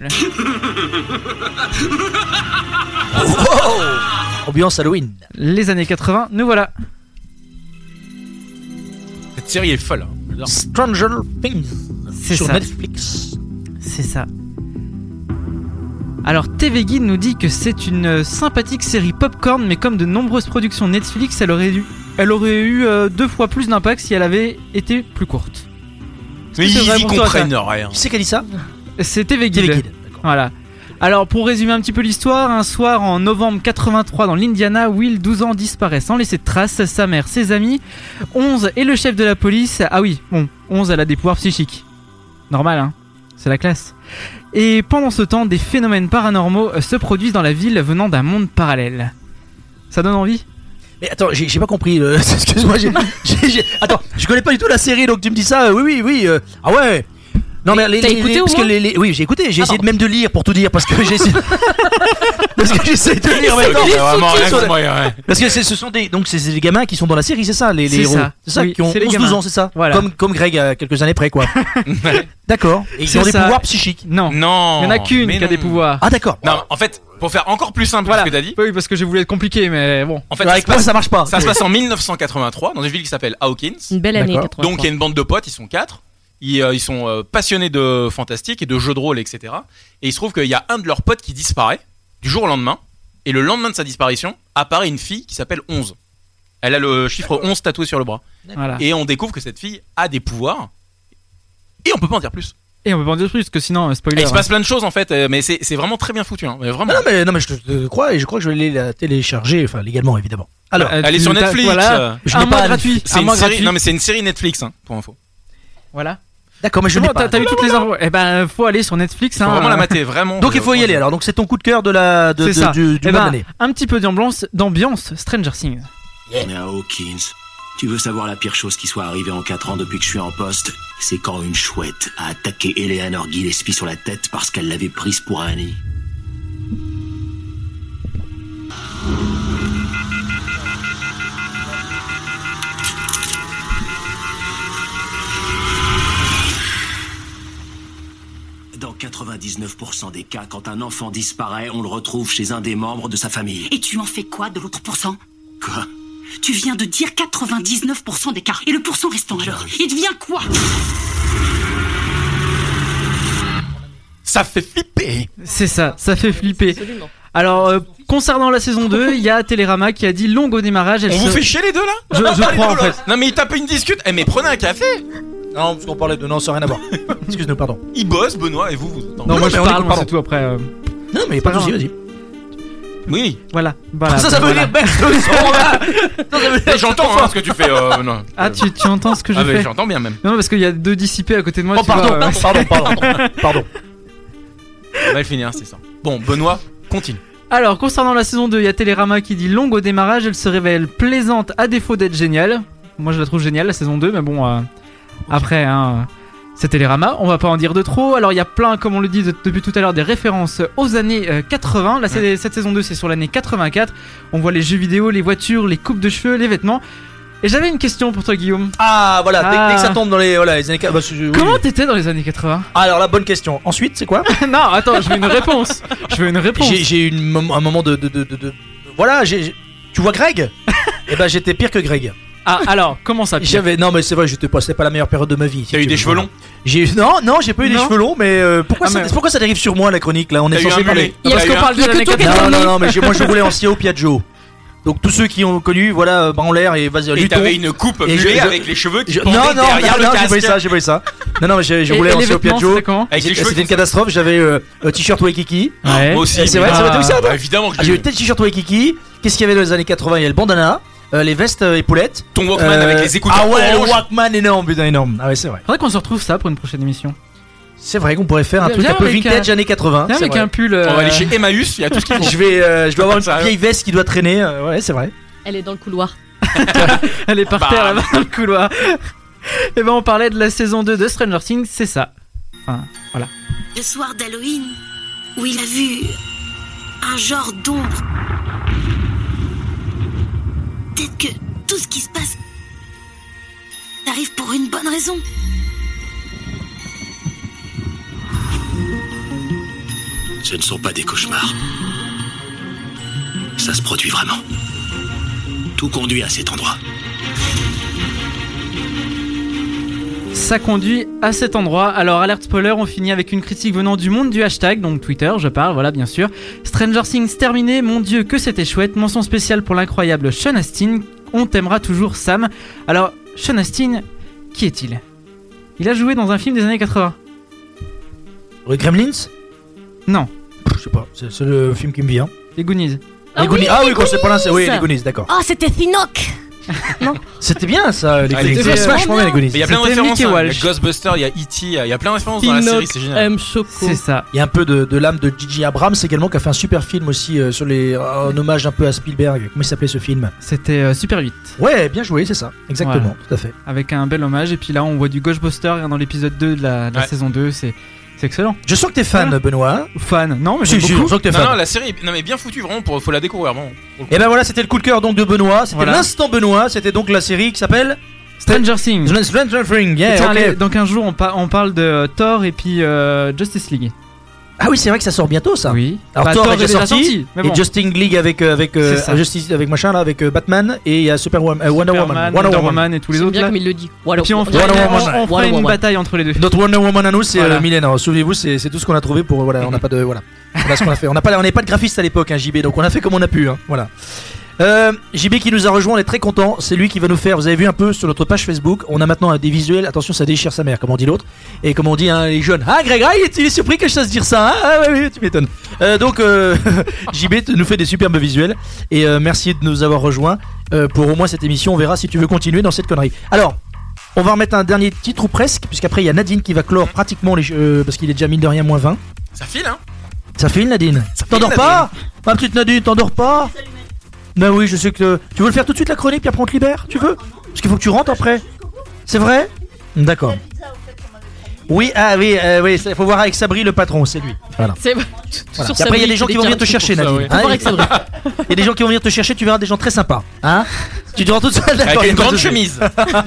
S3: Wow. Ambiance Halloween.
S9: Les années quatre-vingts, nous voilà.
S5: Cette série est folle. hein. J'adore.
S3: Stranger Things
S9: C'est
S3: sur
S9: ça.
S3: Netflix.
S9: C'est ça. Alors, T V Guide nous dit que c'est une euh, sympathique série popcorn, mais comme de nombreuses productions Netflix, elle aurait, dû, elle aurait eu euh, deux fois plus d'impact si elle avait été plus courte. Est-ce
S5: Mais
S9: que c'est vrai
S5: ils y
S9: pour toi,
S5: comprennent
S9: ça
S5: rien.
S3: Qui c'est qui a dit ça?
S9: C'est T V Guide.
S3: T V Guide. D'accord.
S9: Voilà. Alors, pour résumer un petit peu l'histoire, un soir en novembre quatre-vingt-trois dans l'Indiana, Will, douze ans, disparaît sans laisser de traces. Sa mère, ses amis, onze et le chef de la police. Ah oui, bon, onze, elle a des pouvoirs psychiques. Normal, hein. C'est la classe. Et pendant ce temps, des phénomènes paranormaux euh, se produisent dans la ville venant d'un monde parallèle. Ça donne envie?
S3: Mais attends, j'ai j'ai pas compris. euh, Excuse-moi, j'ai, j'ai- j'ai- attends, je connais pas du tout la série, donc tu me dis ça. euh, oui, oui, oui. euh, ah ouais. Non mais les,
S4: T'as
S3: les-
S4: écouté
S3: les-
S4: au
S3: parce que
S4: moins
S3: les, les- oui j'ai écouté, j'ai
S4: Ah
S3: essayé
S4: bon.
S3: de même de lire pour tout dire parce que j'ai essayé parce que j'essaie de lire en même temps.
S5: Il y a vraiment rien
S3: Sur
S5: que
S3: la-
S5: moi, ouais.
S3: Parce que c'est- ce sont des donc c'est c'est des gamins qui sont dans la série, c'est ça, les, les
S9: C'est
S3: héros.
S9: ça.
S3: C'est ça,
S9: Oui,
S3: qui ont
S9: c'est les
S3: onze douze
S9: gamins.
S3: ans, c'est ça.
S9: Voilà.
S3: Comme comme Greg à quelques années près quoi. D'accord. Et ils
S9: C'est
S3: ont des
S9: ça.
S3: pouvoirs psychiques.
S9: Non.
S5: Non.
S9: Il y en a qu'une
S5: mais
S9: qui a des
S5: non.
S9: pouvoirs.
S3: Ah d'accord.
S5: Non, en fait, pour faire encore plus simple
S9: Voilà.
S5: que ce que t'as dit,
S9: Oui, parce que j'ai voulu être compliqué, mais bon.
S5: en fait,
S3: Avec
S5: ça, se
S3: moi
S5: passe,
S3: ça marche pas.
S5: ça se passe en mille neuf cent quatre-vingt-trois dans une ville qui s'appelle Hawkins.
S4: Une belle année,
S3: D'accord.
S4: quatre-vingt-trois.
S5: Donc il y a une bande de potes, ils sont quatre. Ils, euh, ils sont euh, passionnés de fantastique et de jeux de rôle, et cetera. Et il se trouve qu'il y a un de leurs potes qui disparaît du jour au lendemain. Et le lendemain de sa disparition, apparaît une fille qui s'appelle onze. Elle a le chiffre onze tatoué sur le bras.
S9: Voilà.
S5: Et on découvre que cette fille a des pouvoirs. Et on peut pas en dire plus.
S9: Et on peut pas en dire plus, parce que sinon, euh, spoiler.
S5: Et il se
S9: hein.
S5: passe plein de choses en fait, euh, mais c'est c'est vraiment très bien foutu. Hein. Mais vraiment.
S3: Non mais, non mais je te, te crois et je crois que je vais aller la télécharger, enfin légalement évidemment. Alors,
S9: Euh,
S5: Elle est
S9: tu-
S5: sur
S9: t'as-
S5: Netflix.
S9: Voilà,
S5: euh,
S3: je
S9: un
S3: n'ai
S9: mois
S3: pas-
S9: gratuit.
S5: C'est
S9: un
S5: une
S9: mois
S5: série.
S9: gratuit.
S5: Non mais c'est une série Netflix hein, pour info.
S9: Voilà.
S3: d'accord, mais je
S9: C'est
S3: n'ai
S9: bon,
S3: pas.
S9: t'as t'as eu toutes les infos. Eh ben, faut aller sur Netflix.
S5: Faut
S9: hein.
S5: vraiment la mater, vraiment.
S3: Donc il faut y aller. Alors donc c'est ton coup de cœur de la de,
S9: C'est
S3: de-
S9: ça.
S3: du, du
S9: Eh
S3: mois
S9: ben,
S3: de l'année.
S9: un petit peu d'ambiance, d'ambiance Stranger Things.
S19: Mais à Hawkins, tu veux savoir la pire chose qui soit arrivée en quatre ans depuis que je suis en poste? C'est quand une chouette a attaqué Eleanor Gillespie sur la tête parce qu'elle l'avait prise pour un nid. Dans quatre-vingt-dix-neuf pour cent des cas, quand un enfant disparaît, on le retrouve chez un des membres de sa famille.
S11: Et tu en fais quoi de l'autre pourcent?
S19: Quoi?
S11: Tu viens de dire quatre-vingt-dix-neuf pour cent des cas. Et le pourcent restant alors, il devient quoi?
S5: Ça fait flipper.
S9: C'est ça, ça fait flipper.
S4: Absolument.
S9: Alors, euh, concernant la saison deux, il y a Télérama qui a dit longue au démarrage. Elle
S5: On vous
S9: se-
S5: fait chier les deux là?
S9: Je, je crois en fait.
S5: Non mais il tape une discute. Eh mais prenez un café.
S3: Non parce qu'on parlait de non, ça n'a rien à voir. Excuse-nous, pardon.
S5: Il bosse Benoît et vous vous.
S9: Non, moi
S3: mais
S9: je
S3: on
S9: parle,
S3: écoute,
S9: moi
S3: pardon.
S9: c'est tout après. euh,
S3: Non mais pas de souci, vas-y.
S5: Oui.
S9: Voilà, voilà.
S3: Ça ça veut
S9: voilà.
S3: dire baisse le son. là. Ça, ça veut dire-
S5: Eh, J'entends hein, ce que tu fais. Euh, non.
S9: Ah, tu, tu entends ce que je
S5: Ah, mais
S9: fais?
S5: j'entends bien même.
S9: Non, parce qu'il y a deux dissipés à côté de moi.
S3: Oh
S9: tu
S3: pardon,
S9: vois, euh,
S3: pardon, pardon, pardon, pardon.
S5: On va le finir, c'est ça. Bon, Benoît, continue.
S9: Alors, concernant la saison deux, il y a Télérama qui dit longue au démarrage. Elle se révèle plaisante à défaut d'être géniale. Moi je la trouve géniale la saison deux, mais bon, euh, après, hein, c'est Télérama. On va pas en dire de trop. Alors, il y a plein, comme on le dit de- depuis tout à l'heure, des références aux années euh, quatre-vingts. Là, c'est- cette saison deux, c'est sur l'année quatre-vingt-quatre. On voit les jeux vidéo, les voitures, les coupes de cheveux, les vêtements. Et j'avais une question pour toi, Guillaume.
S3: Ah voilà, dès,
S9: Ah.
S3: dès que ça tombe dans les, voilà, les années quatre- bah, je- oui.
S9: Comment t'étais dans les années quatre-vingts?
S3: Alors la bonne question. Ensuite, c'est quoi?
S9: Non, attends, je veux une réponse. Je veux une réponse.
S3: J'ai j'ai eu une mom- un moment de, de, de, de- de- voilà, j'ai j'ai- tu vois Greg? Eh ben j'étais pire que Greg.
S9: Ah, alors, comment ça? Pierre
S3: J'avais non mais c'est vrai, j'étais pas, c'était pas la meilleure période de ma vie. si
S5: T'as eu
S3: tu
S5: des
S3: veux.
S5: cheveux longs?
S3: J'ai eu- non non, j'ai pas eu des
S9: Non.
S3: cheveux longs, mais euh, pourquoi
S9: Ah,
S3: ça,
S9: mais-
S3: pourquoi ça dérive sur moi la chronique là? On est
S5: T'as eu
S3: censé
S5: un
S3: parler.
S5: mulet?
S9: Il y a parce
S5: T'as eu
S9: qu'on
S5: un-
S9: parle de l'année
S3: Non
S9: quatre-vingt.
S3: non non, mais j'ai- moi je roulais en C I O Piaggio. Donc tous ceux qui ont connu, voilà, bras en l'air et vas-y,
S5: Et
S3: luttons.
S5: t'avais une coupe
S3: Et
S5: mulet
S3: je-
S5: avec les cheveux qui
S3: Je-
S5: pendaient
S3: non non
S5: derrière
S3: non,
S5: le
S3: non, j'ai pas eu
S5: casque.
S3: ça, j'ai pas eu ça. Non non, mais j'ai j'ai
S9: Et-
S3: roulé
S9: et
S3: en
S9: les
S3: C I O
S9: vêtements,
S3: Piaggio.
S9: c'était comment?
S5: Avec les cheveux
S3: C'était une
S5: qui-
S3: catastrophe, j'avais euh, un t-shirt Waikiki.
S9: Ouais.
S5: Moi aussi.
S3: Et c'est
S5: mais-
S3: vrai, c'est vrai, t'as vu ça,
S5: Ah,
S3: toi?
S5: bah, évidemment que
S3: Ah,
S5: j'ai
S3: j'ai eu
S5: eu.
S3: tel t-shirt Waikiki. Qu'est-ce qu'il y avait dans les années quatre-vingts? Il y a le bandana, euh, les vestes euh, épaulettes.
S5: Ton Walkman
S3: Euh,
S5: avec les écouteurs.
S3: Ah ouais, le
S5: orange.
S3: Walkman énorme, putain énorme. Ah ouais, c'est vrai.
S9: Faudrait qu'on se retrouve ça pour une prochaine émission.
S3: C'est vrai qu'on pourrait faire un
S9: Viens
S3: truc un peu
S9: avec
S3: vintage
S9: un-
S3: années quatre-vingts.
S9: Viens
S3: c'est
S9: avec
S3: vrai.
S9: un pull. euh,
S5: On va aller chez Emmaüs, il y a tout ce qu'il faut.
S3: Je vais, euh, je dois avoir une
S5: Sérieux
S3: vieille veste qui doit traîner. euh, ouais, c'est vrai.
S4: Elle est dans le couloir.
S9: Elle est par
S5: Bam.
S9: terre là-bas dans le couloir. Et ben on parlait de la saison deux de Stranger Things, c'est ça. Enfin, voilà.
S11: Le soir d'Halloween, où il a vu un genre d'ombre. Peut-être que tout ce qui se passe arrive pour une bonne raison.
S19: Ce ne sont pas des cauchemars. Ça se produit vraiment. Tout conduit à cet endroit.
S9: Ça conduit à cet endroit. Alors, alerte spoiler, on finit avec une critique venant du monde du hashtag, donc Twitter, je parle, voilà, bien sûr. Stranger Things terminé, mon dieu, que c'était chouette. Mention spéciale pour l'incroyable Sean Astin. On t'aimera toujours, Sam. Alors, Sean Astin, qui est-il? Il a joué dans un film des années quatre-vingts.
S3: Les Gremlins?
S9: Non,
S3: Je sais pas, c'est c'est le film qui me vient.
S9: les Goonies.
S4: Ah
S3: Les Goonies.
S4: oui,
S3: Ah
S4: les
S3: oui, quand c'est pas là, c'est oui,
S4: Goonies.
S3: les Goonies, d'accord.
S4: Oh, c'était Thinok.
S3: C'était bien ça, les
S5: Ah,
S3: Goonies.
S5: c'était
S3: C'est vachement bien les Goonies.
S5: Mais il y a plein de
S9: C'était
S5: références.
S9: Mickey
S5: hein. Il y
S9: Walsh.
S5: a Ghostbusters, il y a E T, il y a plein de références dans la série, c'est génial.
S4: M. Choco.
S9: C'est ça.
S3: Il y a un peu de, de l'âme de J J Abrams également qui a fait un super film aussi euh, sur les en hommage un peu à Spielberg. Comment il s'appelait ce film?
S9: C'était euh, Super huit.
S3: Ouais, bien joué, c'est ça. Exactement,
S9: Voilà.
S3: tout à fait.
S9: Avec un bel hommage. Et puis là, on voit du Ghostbuster dans l'épisode deux de la, de la
S5: Ouais.
S9: saison deux. C'est c'est excellent.
S3: Je sens que t'es fan,
S9: Voilà.
S3: Benoît.
S9: Fan. Non, mais
S3: Si,
S9: j'aime
S3: si,
S9: beaucoup.
S3: je sens que t'es
S5: Non,
S3: fan.
S5: non, la série, non mais bien foutue vraiment, pour, faut la découvrir vraiment.
S3: Et ben voilà, c'était le coup de cœur donc de Benoît. C'était
S9: Voilà.
S3: l'instant Benoît. C'était donc la série qui s'appelle
S9: Stranger Things.
S3: Stranger Things. Yeah,
S9: Tiens,
S3: ok.
S9: allez, donc un jour on, pa- on parle de euh, Thor et puis euh, Justice League.
S3: Ah oui, c'est vrai que ça sort bientôt ça.
S9: Oui.
S3: Alors
S9: Bah,
S3: Thor,
S9: Thor
S3: est déjà sorti,
S9: mais
S3: et
S9: bon.
S3: Justice League avec euh, avec euh,
S9: C'est ça.
S3: Justice avec machin là avec euh, Batman et il y a Superwoman, euh, Wonder Woman,
S9: Superman,
S3: Wonder
S9: Wonder
S3: Woman.
S9: Woman et tous les
S4: J'aime
S9: autres
S4: bien
S9: là.
S4: comme il le dit.
S9: Et
S4: Voilà.
S9: puis on
S3: Wonder
S9: fera,
S3: Woman.
S9: on- on fera
S4: Wonder
S9: une
S4: Woman.
S9: bataille entre les deux.
S3: Notre Wonder Woman à nous, c'est
S9: Voilà.
S3: euh, Mylène. Alors, souvenez-vous, c'est c'est tout ce qu'on a trouvé pour voilà, on n'a pas de voilà. Voilà ce qu'on a fait. On n'a pas on n'est pas de graphiste à l'époque, hein, J B, donc on a fait comme on a pu, hein. Voilà. Euh, J B qui nous a rejoint, on est très content. C'est lui qui va nous faire. Vous avez vu un peu sur notre page Facebook, on a maintenant des visuels. Attention, ça déchire sa mère, comme on dit l'autre. Et comme on dit, hein, les jeunes. Ah, Greg, ah, il, est, il est surpris que je sache dire ça. Hein ah, ouais, ouais, tu m'étonnes. Euh, donc, euh, J B nous fait des superbes visuels. Et euh, merci de nous avoir rejoints euh, pour au moins cette émission. On verra si tu veux continuer dans cette connerie. Alors, on va remettre un dernier titre ou presque, puisqu'après il y a Nadine qui va clore pratiquement les. Euh, parce qu'il est déjà mine de rien moins vingt.
S5: Ça file, hein.
S3: Ça file, Nadine. T'endors pas, ma petite Nadine, t'endors pas. Ben oui, je sais que... Tu veux le faire tout de suite la chronique puis après on te libère? Tu veux? Parce qu'il faut que tu rentres après. C'est vrai? D'accord. Oui, ah oui, euh, oui, il faut voir avec Sabri le patron, c'est lui. Voilà.
S4: C'est
S3: Voilà. Et après il y a des gens qui vont venir te chercher,
S5: ça,
S3: Nadine.
S5: ouais.
S3: Hein,
S4: Faut voir avec Sabri.
S3: il y a des gens qui vont venir te chercher, tu verras des gens très sympas. Hein? Tu te rends toute seule, d'accord?
S5: Avec une
S3: pas de
S5: grande
S3: souci.
S5: chemise.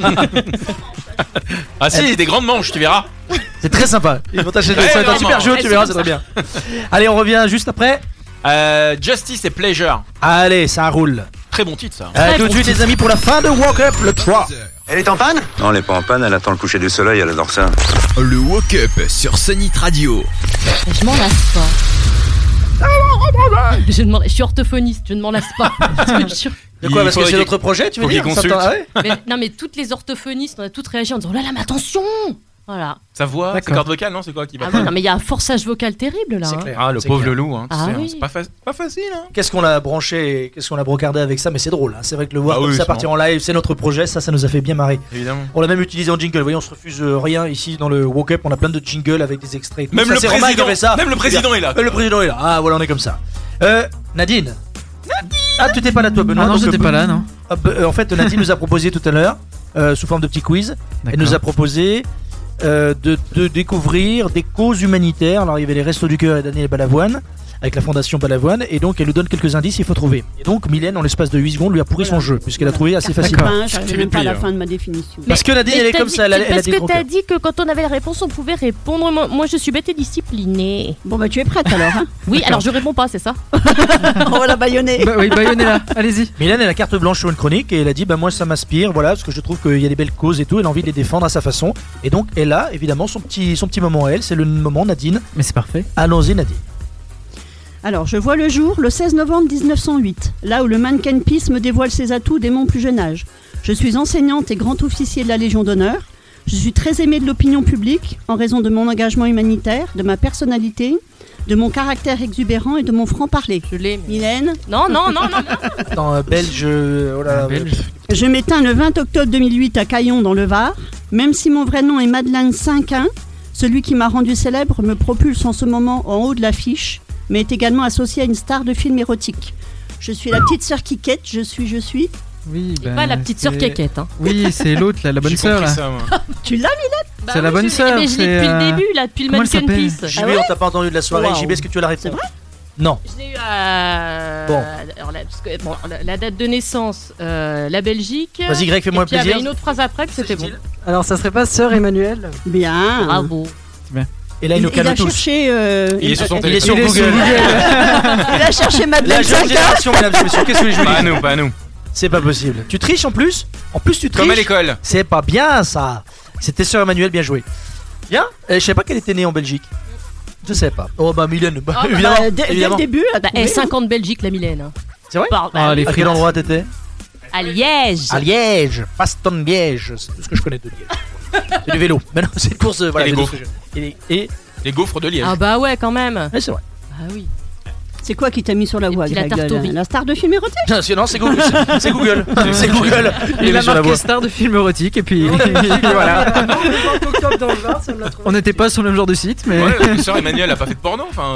S5: Ah si, des grandes manches, tu verras.
S3: C'est très sympa. Ils vont t'acheter
S5: Ouais,
S3: ça va être un
S5: vraiment.
S3: super jeu,
S4: Ouais,
S3: tu
S4: c'est
S3: verras,
S4: comme
S3: c'est très bien. Allez, on revient juste après.
S5: Euh, Justice et Pleasure.
S3: Allez, ça roule.
S5: Très bon titre, ça.
S3: Euh, tout de suite, les amis, pour la fin de Walk Up, le trois.
S18: Elle est en panne?
S19: Non, elle est pas en panne, elle attend le coucher du soleil, elle adore ça.
S1: Le Walk Up sur Sonic Radio.
S4: Je m'en lasse pas. Je, demande, je suis orthophoniste, je ne m'en lasse pas. Je te jure.
S3: De quoi?
S5: Il
S3: Parce que
S5: faudrait
S3: c'est
S5: qu'il-
S3: notre projet, tu veux
S5: faut
S3: dire?
S5: qu'il
S3: Ça
S5: consulte.
S3: t'en- ah ouais
S4: Mais, non mais toutes les orthophonistes, on a toutes réagi en disant oh là là, mais attention. Voilà.
S5: Sa voix, sa
S9: D'accord.
S5: corde vocale, non? C'est quoi qui va
S4: Ah oui, non mais il y a un forçage vocal terrible là.
S3: C'est
S4: hein.
S3: clair.
S5: Ah, le
S3: C'est
S5: pauvre
S3: clair.
S5: Loulou, hein, tu
S4: Ah
S5: sais, hein,
S4: oui.
S5: c'est pas, fa- pas facile, hein.
S3: Qu'est-ce qu'on a branché, et qu'est-ce qu'on a brocardé avec ça, mais c'est drôle, hein. C'est vrai que le voir
S5: Ah
S3: comme
S5: oui,
S3: ça
S5: c'est
S3: partir en live, c'est notre projet, ça, ça nous a fait bien marrer.
S5: Évidemment.
S3: On l'a même utilisé en jingle, vous voyez, on se refuse euh, rien ici dans le Walk Up, on a plein de jingles avec des extraits. et tout.
S5: Même
S3: Ça,
S5: le
S3: c'est Romain qui
S5: président-
S3: a fait ça.
S5: même le président est là.
S3: Euh, le président est là, ah voilà, on est comme ça. Euh, Nadine. Ah, tu étais pas là toi, Benoît?
S9: Ah non,
S3: donc,
S9: j'étais
S3: euh,
S9: pas là, non.
S3: ah, bah, euh, en fait, Nadine nous a proposé tout à l'heure, euh, sous forme de petit quiz, elle nous a proposé euh, de, de découvrir des causes humanitaires. Alors il y avait les Restos du Cœur et Daniel Balavoine avec la fondation Balavoine, et donc elle nous donne quelques indices, il faut trouver. Et donc Mylène, en l'espace de huit secondes, lui a pourri son jeu puisqu'elle a trouvé assez facilement.
S6: Enfin, j'arrive même pas à la fin de ma définition.
S3: Parce que Nadine, elle est
S4: t'as
S3: comme
S4: dit-
S3: ça, elle a- elle a
S4: Parce
S3: des
S4: que
S3: gros
S4: t'as
S3: cœurs.
S4: dit que quand on avait la réponse, on pouvait répondre. Moi, moi, je suis bête et disciplinée.
S6: Bon bah tu es prête alors, hein?
S4: Oui, alors je réponds pas, c'est ça?
S6: On va la baïonner.
S9: Bah oui, baïonnez-la, allez-y.
S3: Mylène, elle a carte blanche sur une chronique et elle a dit bah moi ça m'inspire, voilà, parce que je trouve qu'il y a des belles causes et tout, elle a envie de les défendre à sa façon. Et donc elle a évidemment son petit, son petit moment à elle, c'est le moment Nadine.
S9: Mais c'est parfait.
S3: Allons-y Nadine.
S6: Alors, je vois le jour le seize novembre mille neuf cent huit, là où le mannequin Peace me dévoile ses atouts dès mon plus jeune âge. Je suis enseignante et grand officier de la Légion d'honneur. Je suis très aimée de l'opinion publique en raison de mon engagement humanitaire, de ma personnalité, de mon caractère exubérant et de mon franc-parler.
S4: Je l'ai.
S6: Mylène?
S4: Non, non, non, non. non.
S3: Dans euh, Belge, euh, oh là là,
S9: Belge.
S6: Je m'éteins le vingt octobre deux mille huit à Caillon dans le Var. Même si mon vrai nom est Madeleine Cinquin, celui qui m'a rendu célèbre me propulse en ce moment en haut de l'affiche, mais est également associé à une star de film érotique. Je suis la petite sœur Kikette, je suis, je suis.
S9: Oui,
S4: Et pas la petite sœur Kékette. Hein.
S9: Oui, c'est l'autre, là, la bonne
S5: J'ai
S9: sœur.
S5: compris
S9: Là.
S5: ça, moi.
S6: Tu l'as, Mylène?
S4: Bah
S9: C'est la
S4: oui,
S9: bonne
S4: je-
S9: sœur,
S4: Mais je l'ai
S9: c'est,
S4: depuis
S9: euh,
S4: le début, là, depuis le
S9: comment elle
S4: Mannequin
S9: s'appelle
S4: Peace.
S3: J B, on t'a pas entendu de la soirée.
S6: Wow.
S3: J B, est-ce que tu as la réponse?
S6: C'est vrai?
S3: Non.
S4: Je l'ai eu à.
S3: Bon.
S4: Alors, la, parce que, bon, la, la date de naissance, euh, la Belgique.
S3: Vas-y, Greg, fais-moi
S4: Et puis,
S3: plaisir.
S4: Il y avait une autre phrase après que c'était bon.
S13: Alors, ça serait pas Sœur Emmanuel?
S6: Bien.
S4: Bravo.
S3: Et là, il
S6: Il,
S3: nous
S6: il a
S3: calme tous.
S6: cherché. euh,
S5: Il est sur son
S3: Il est
S5: téléphone.
S3: sur
S9: Il est
S3: Google.
S9: sur Google.
S6: il a cherché
S3: La
S6: Madeleine
S3: jeune
S6: Cinquin.
S3: génération, mesdames et messieurs, qu'est-ce que je vous
S5: Pas à
S3: dis?
S5: nous, pas à nous.
S3: C'est pas possible. Tu triches en plus? En plus, tu triches.
S5: Comme à l'école.
S3: C'est pas bien ça. C'était sœur Emmanuel, bien joué. Bien. Euh, je savais pas qu'elle était née en Belgique. Je savais pas. Oh bah Mylène, bah,
S4: Ah, bah,
S3: évidemment.
S6: Bah, dès, dès
S3: évidemment.
S6: le début, elle a
S4: Bah,
S6: trouvé,
S4: eh,
S6: hein.
S4: cinquante Belgique, la Mylène. hein.
S3: C'est vrai?
S4: Par- bah,
S9: Ah, les
S3: À quel endroit t'étais?
S4: à Liège.
S3: À Liège. Paston Liège. C'est tout ce que je connais de Liège. C'est du vélo. Mais non, c'est une course. euh, Voilà,
S5: Et les
S3: vélo,
S5: gaufres.
S3: ce que je- Et, et...
S5: Les gaufres de Liège.
S4: Ah bah ouais, quand même.
S3: Ouais, c'est vrai.
S4: Ah oui.
S6: C'est quoi qui t'a mis sur la voie,
S4: puis la
S6: Greg?
S4: tarte au riz.
S6: La star de film érotique?
S3: Non, c'est- non, c'est Google. C'est- C'est Google. C'est Google. Il
S9: Il
S3: est
S9: a
S3: sur la
S9: marqué
S3: voie.
S9: star de film érotique et puis, et puis voilà.
S13: Non, le vingt octobre dans le Var, ça me l'a trouvé.
S9: On n'était pas sur le même genre de site, mais.
S5: Ouais, la sœur Emmanuel a pas fait de porno, enfin.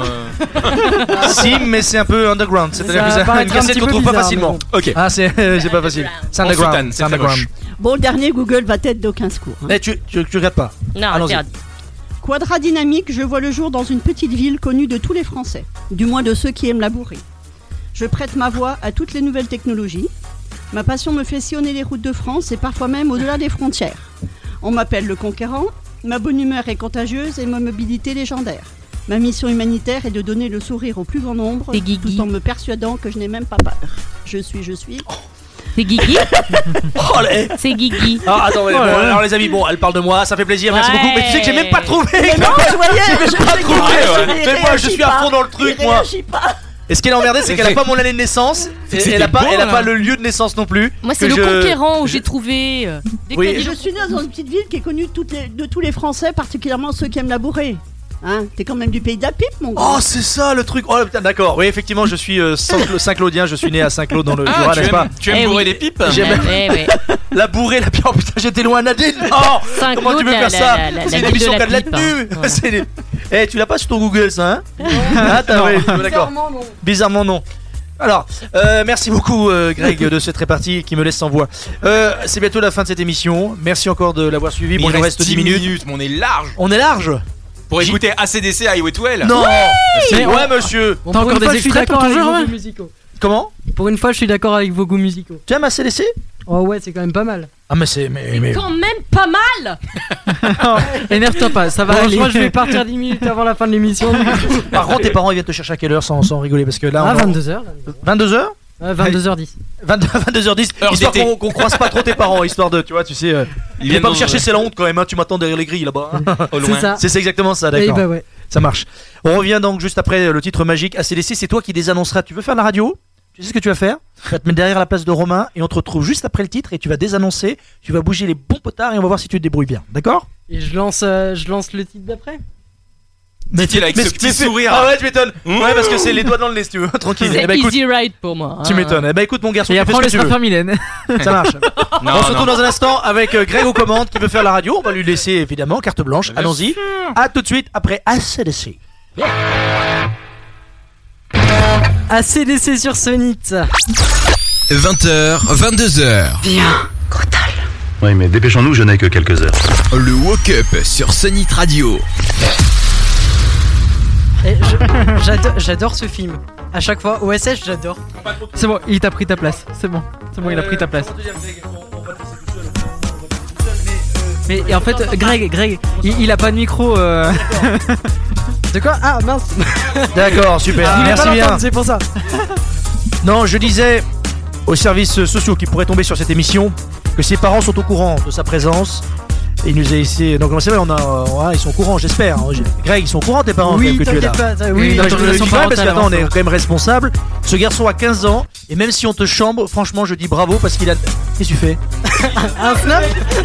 S5: euh,
S3: Si, mais c'est un peu underground. C'est-à-dire
S13: Ça
S3: que
S13: va
S3: c'est
S13: paraître
S3: une
S13: un
S3: cassette
S13: petit
S3: qu'on
S13: peu
S3: trouve pas
S13: bizarre,
S3: facilement.
S13: mais
S5: Ok.
S3: Ah, c'est c'est pas facile. C'est
S5: On
S3: underground.
S5: soutane,
S3: C'est
S5: c'est très
S3: underground.
S5: moche.
S6: Bon, le dernier, Google va être d'aucun secours. hein.
S3: Eh, tu, tu, tu regardes pas.
S4: Non,
S3: Allons-y.
S4: interdit.
S6: Quadra dynamique, je vois le jour dans une petite ville connue de tous les Français, du moins de ceux qui aiment labourer. Je prête ma voix à toutes les nouvelles technologies. Ma passion me fait sillonner les routes de France et parfois même au-delà des frontières. On m'appelle le conquérant, ma bonne humeur est contagieuse et ma mobilité légendaire. Ma mission humanitaire est de donner le sourire au plus grand nombre,
S4: C'est Guigui.
S6: tout en me persuadant que je n'ai même pas peur. Je suis, je suis.
S4: C'est Guigui.
S3: Oh, les...
S4: C'est Guigui.
S3: Ah, attends, ouais,
S9: Oh
S3: bon,
S9: là là.
S3: alors les amis, bon, elle parle de moi, ça fait plaisir, merci
S4: Ouais.
S3: beaucoup. Mais tu sais que j'ai même pas trouvé.
S6: Mais non, je voyais,
S3: J'ai même
S6: je
S3: pas
S6: voyais,
S3: trouvé.
S6: il
S3: Mais moi, je
S6: réagit
S3: suis à
S6: pas,
S3: fond dans le truc,
S6: il
S3: moi.
S6: réagit pas.
S3: Et ce qui est emmerdé, c'est qu'elle a pas mon année de naissance. Et
S5: C'était
S3: elle a pas,
S5: bon,
S3: elle a
S5: là.
S3: pas le lieu de naissance non plus.
S4: Moi, c'est
S3: que
S4: le
S3: je-
S4: conquérant où j'ai trouvé. euh, des
S3: Oui.
S4: cadeaux.
S6: Et je suis née dans une petite ville qui est connue de, toutes les- de tous les Français, particulièrement ceux qui aiment la bourrée. Hein, t'es quand même du pays de la pipe, mon gars.
S3: Oh, c'est ça le truc. Oh putain, d'accord. Oui, effectivement, je suis euh, Saint- Saint-Claudien. Je suis né à Saint-Claude dans le
S5: Ah,
S3: Jura,
S5: tu
S3: n'est-ce
S5: aimes,
S3: pas?
S5: tu aimes
S4: Eh
S5: bourrer
S4: oui.
S5: des pipes
S3: J'aime
S4: Ouais, ouais.
S3: la bourrée, la pierre. Oh putain, j'étais loin, Nadine. Oh,
S4: Saint-Claude,
S3: comment tu veux
S4: la-
S3: faire ça?
S4: la- la-
S3: C'est
S4: la
S3: une
S4: ville
S3: émission
S4: de
S3: qui a de la
S4: pipe, hein.
S3: tenue.
S4: Voilà.
S3: C'est des- Eh, tu l'as pas sur ton Google, ça, hein? Ah, t'as ouais, d'accord.
S6: Bizarrement, non.
S3: Bizarrement, non. Alors, euh, merci beaucoup euh, Greg de cette répartie qui me laisse sans voix. Euh, c'est bientôt la fin de cette émission. Merci encore de l'avoir suivi.
S5: Mais
S3: Bon,
S5: il
S3: il nous reste dix minutes.
S5: mais on est large
S3: On est large.
S5: pour écouter A C D C Highway douze.
S3: Non.
S9: Mais
S3: Ouais, monsieur.
S13: Bon,
S9: T'as
S13: pour
S9: encore
S13: une fois,
S9: des
S13: je suis
S9: extraits pour
S13: d'accord
S9: ton
S13: avec
S9: jeu,
S13: vos
S9: Romain
S13: goûts musicaux.
S3: Comment?
S13: Pour une fois, je suis d'accord avec vos goûts musicaux.
S3: Tu aimes A C D C?
S13: Oh ouais, c'est quand même pas mal.
S3: Ah, mais c'est. Mais, mais-
S4: Quand même pas mal.
S9: Énerve-toi pas, ça va
S13: Bon, je
S9: aller.
S13: crois que je vais partir dix minutes avant la fin de l'émission.
S3: Par contre, tes parents ils viennent te chercher à quelle heure sans, sans rigoler? Parce que là,
S13: Ah,
S3: on
S13: vingt-deux heures.
S3: vingt-deux heures
S13: vingt-deux heures dix.
S3: vingt-deux heures dix.
S5: Heure
S3: Histoire
S5: d'été.
S3: qu'on qu'on croise pas trop tes parents. Histoire de, tu vois, tu sais. Euh, ils viennent pas me chercher, c'est la honte quand même. Hein, tu m'attends derrière les grilles là-bas. hein.
S5: Au
S13: C'est
S5: loin.
S13: ça.
S3: C'est c'est exactement ça,
S13: Et
S3: d'accord.
S13: bah ouais.
S3: Ça marche. On revient donc juste après le titre magique A C D C. C'est toi qui désannonceras. Tu veux faire la radio? Tu sais ce que tu vas faire? Tu vas te mettre derrière la place de Romain et on te retrouve juste après le titre et tu vas désannoncer. Tu vas bouger les bons potards et on va voir si tu te débrouilles bien. D'accord?
S13: Et je lance, euh, je lance le titre d'après.
S3: Mais
S5: Dit-il avec ce petit sourire.
S3: Ah ouais, tu m'étonnes.
S5: Mmh.
S3: Ouais, parce que c'est les doigts dans le nez si tu veux. Tranquille.
S4: C'est
S3: Eh ben, écoute,
S4: easy ride pour moi.
S3: tu
S4: hein.
S3: m'étonnes. Eh ben écoute mon garçon,
S9: Et
S3: tu fais
S9: après,
S3: ce
S9: on
S3: que tu
S9: laissera
S3: veux.
S9: faire Mylène.
S3: Ça marche.
S5: Non,
S3: on se retrouve
S5: non.
S3: dans un instant avec euh, Greg aux commandes qui veut faire la radio. On va lui laisser évidemment carte blanche.
S5: Bien
S3: Allons-y.
S5: sûr.
S3: À tout de suite après A C D C.
S13: A C D C sur Sonit.
S1: vingt heures, vingt-deux heures.
S11: Viens, Crotal.
S10: Oui, mais dépêchons-nous, je n'ai que quelques heures.
S1: Le Woke Up sur Sonic Radio.
S13: Et je- j'adore, j'adore ce film. À chaque fois, O S S, j'adore.
S9: C'est bon, il t'a pris ta place. C'est bon, c'est bon, il a pris ta place. Mais et en fait, euh, Greg, Greg, il, il a pas de micro. Euh...
S13: De quoi? Ah mince.
S3: D'accord, super.
S13: Je voulais
S3: Merci
S13: pas
S3: bien.
S13: l'entendre, c'est pour ça.
S3: Non, je disais aux services sociaux qui pourraient tomber sur cette émission que ses parents sont au courant de sa présence. Et il nous a essayé. Donc, c'est vrai, on a, euh, ouais, ils sont au courant, j'espère. Greg, ils sont au courant tes parents
S13: Oui,
S3: que tu es là.
S13: t'inquiète pas. ça- Oui,
S3: Non,
S13: oui,
S3: je
S13: oui,
S3: le dis
S13: oui,
S3: quand même parce
S13: parentale
S3: qu'attends, on est
S13: avant
S3: quand même responsable. Ce garçon a quinze ans et même si on te chambre, franchement, je dis bravo parce qu'il a. Qu'est-ce que tu fais?
S13: Un snap.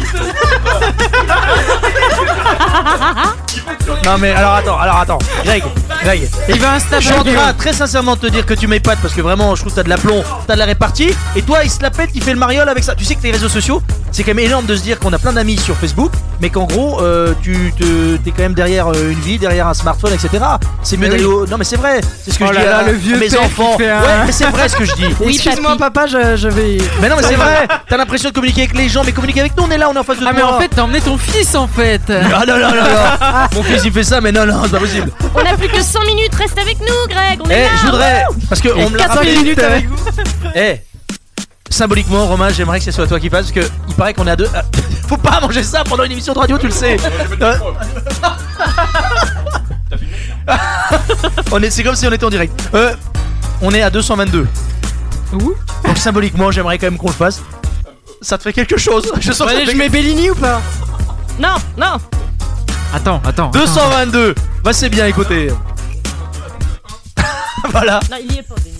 S3: Non mais alors attends, alors attends, Greg, Greg.
S9: Il veut un snap.
S3: Je suis en train très sincèrement de te dire que tu m'épates parce que vraiment je trouve que t'as de l'aplomb, t'as de la répartie et toi il se la pète, il fait le mariole avec ça. Tu sais que tes réseaux sociaux, c'est quand même énorme de se dire qu'on a plein d'amis sur Facebook, mais qu'en gros euh, tu te, t'es quand même derrière euh, une vie, derrière un smartphone, et cetera. C'est mieux
S13: Mais
S3: d'aller
S13: oui.
S3: au... Non mais c'est vrai, c'est ce que
S13: Oh
S3: je
S13: là
S3: dis
S13: là,
S3: à,
S13: le vieux
S3: à mes
S13: père qui
S3: enfants.
S13: fait un-
S3: Ouais, mais c'est vrai ce que je dis.
S4: Oui,
S13: Excuse-moi,
S4: papy.
S13: papa, je, je vais.
S3: Mais non mais c'est vrai, t'as l'impression de communiquer avec les gens, mais communiquer avec nous, on est là, on est en face de
S9: Ah,
S3: toi.
S9: mais en fait, t'as emmené ton fils en fait.
S3: Ah non non non non. Mon fils il fait ça, mais non non, c'est pas possible.
S4: On a plus que cent minutes, reste avec nous, Greg. On
S3: Eh,
S4: est là.
S3: je voudrais, parce que on me l'a
S13: quatre
S3: rappelé.
S13: minutes avec vous.
S3: Eh, symboliquement, Romain, j'aimerais que ce soit toi qui fasses, parce que il paraît qu'on est à deux. Ah, faut pas manger ça pendant une émission de radio, tu le sais. Euh, on est, c'est comme si on était en direct. Euh, on est à deux cent vingt-deux.
S13: Où?
S3: Donc symboliquement, j'aimerais quand même qu'on le fasse. Ça te fait quelque chose. Je sens que ça
S13: Allez,
S3: te
S13: je
S3: fait
S13: mets Bellini ou pas?
S4: Non, non.
S9: Attends, attends.
S3: deux cent vingt-deux. Bah c'est bien, écoutez. Voilà.
S4: Non, il y est pas. Denis.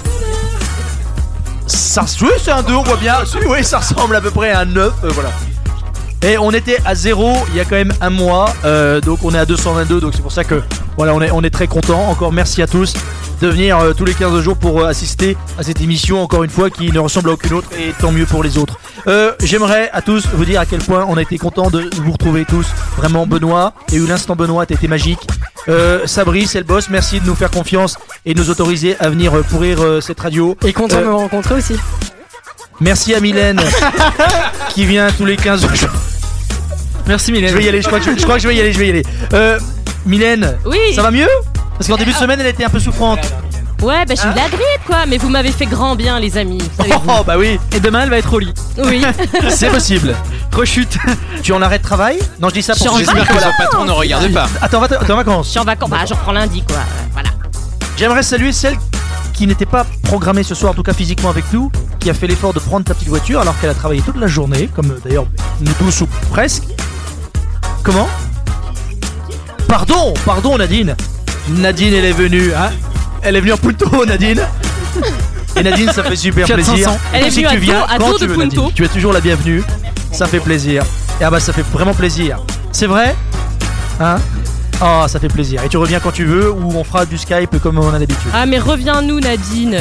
S3: Ça, oui, c'est un deux, on voit bien. Si, oui, ça ressemble à peu près à un neuf. euh, voilà. Et on était à zéro il y a quand même un mois. euh, donc on est à deux cent vingt-deux. Donc c'est pour ça que voilà, on est, on est très content. Encore merci à tous de venir euh, tous les quinze jours pour euh, assister à cette émission, encore une fois, qui ne ressemble à aucune autre. Et tant mieux pour les autres. Euh, J'aimerais à tous vous dire à quel point on a été content de vous retrouver tous. Vraiment, Benoît. Il y a eu l'instant Benoît, t'as été magique. Euh, Sabri, c'est le boss. Merci de nous faire confiance et de nous autoriser à venir euh, pourrir euh, cette radio.
S13: Et content de
S3: Euh,
S13: me rencontrer aussi.
S3: Merci à Mylène qui vient tous les quinze jours.
S9: Merci Mylène.
S3: Je vais y aller, je crois que je, je crois que je vais y aller, je vais y aller. Euh, Mylène,
S4: Oui.
S3: ça va mieux? Parce qu'en début de semaine, elle était un peu souffrante.
S4: Ouais, bah j'ai eu la grippe, quoi. Mais vous m'avez fait grand bien, les amis. savez-vous.
S3: Oh, bah oui,
S9: Et demain, elle va être au lit.
S4: Oui.
S3: c'est possible.
S9: Rechute.
S3: Tu en arrêt de travail? Non, je dis ça
S4: Je suis
S3: pour
S4: en
S5: J'espère que
S4: vacances.
S5: son patron ne regarde pas.
S3: Attends, va- t'es en
S4: Je
S3: vacances.
S4: suis en vacances. Bah, je reprends lundi, quoi. Euh, Voilà.
S3: J'aimerais saluer celle qui n'était pas programmée ce soir, en tout cas physiquement avec nous, qui a fait l'effort de prendre ta petite voiture alors qu'elle a travaillé toute la journée, comme euh, d'ailleurs nous tous ou presque. Comment? Pardon, pardon Nadine. Nadine, elle est venue, hein? Elle est venue en Punto, Nadine. Et Nadine, ça fait super
S9: Fiat
S3: plaisir.
S9: cinq cents.
S4: Elle est
S3: Tu sais
S4: venue
S3: que
S4: à
S3: tu viens
S4: dos- à
S3: quand
S4: dos
S3: tu
S4: de
S3: veux,
S4: Punto.
S3: Nadine. Tu es toujours la bienvenue. Ça fait plaisir. Et ah bah ça fait vraiment plaisir. C'est vrai? Hein? Oh, ça fait plaisir. Et tu reviens quand tu veux ou on fera du Skype comme on a d'habitude.
S4: Ah, mais reviens-nous, Nadine.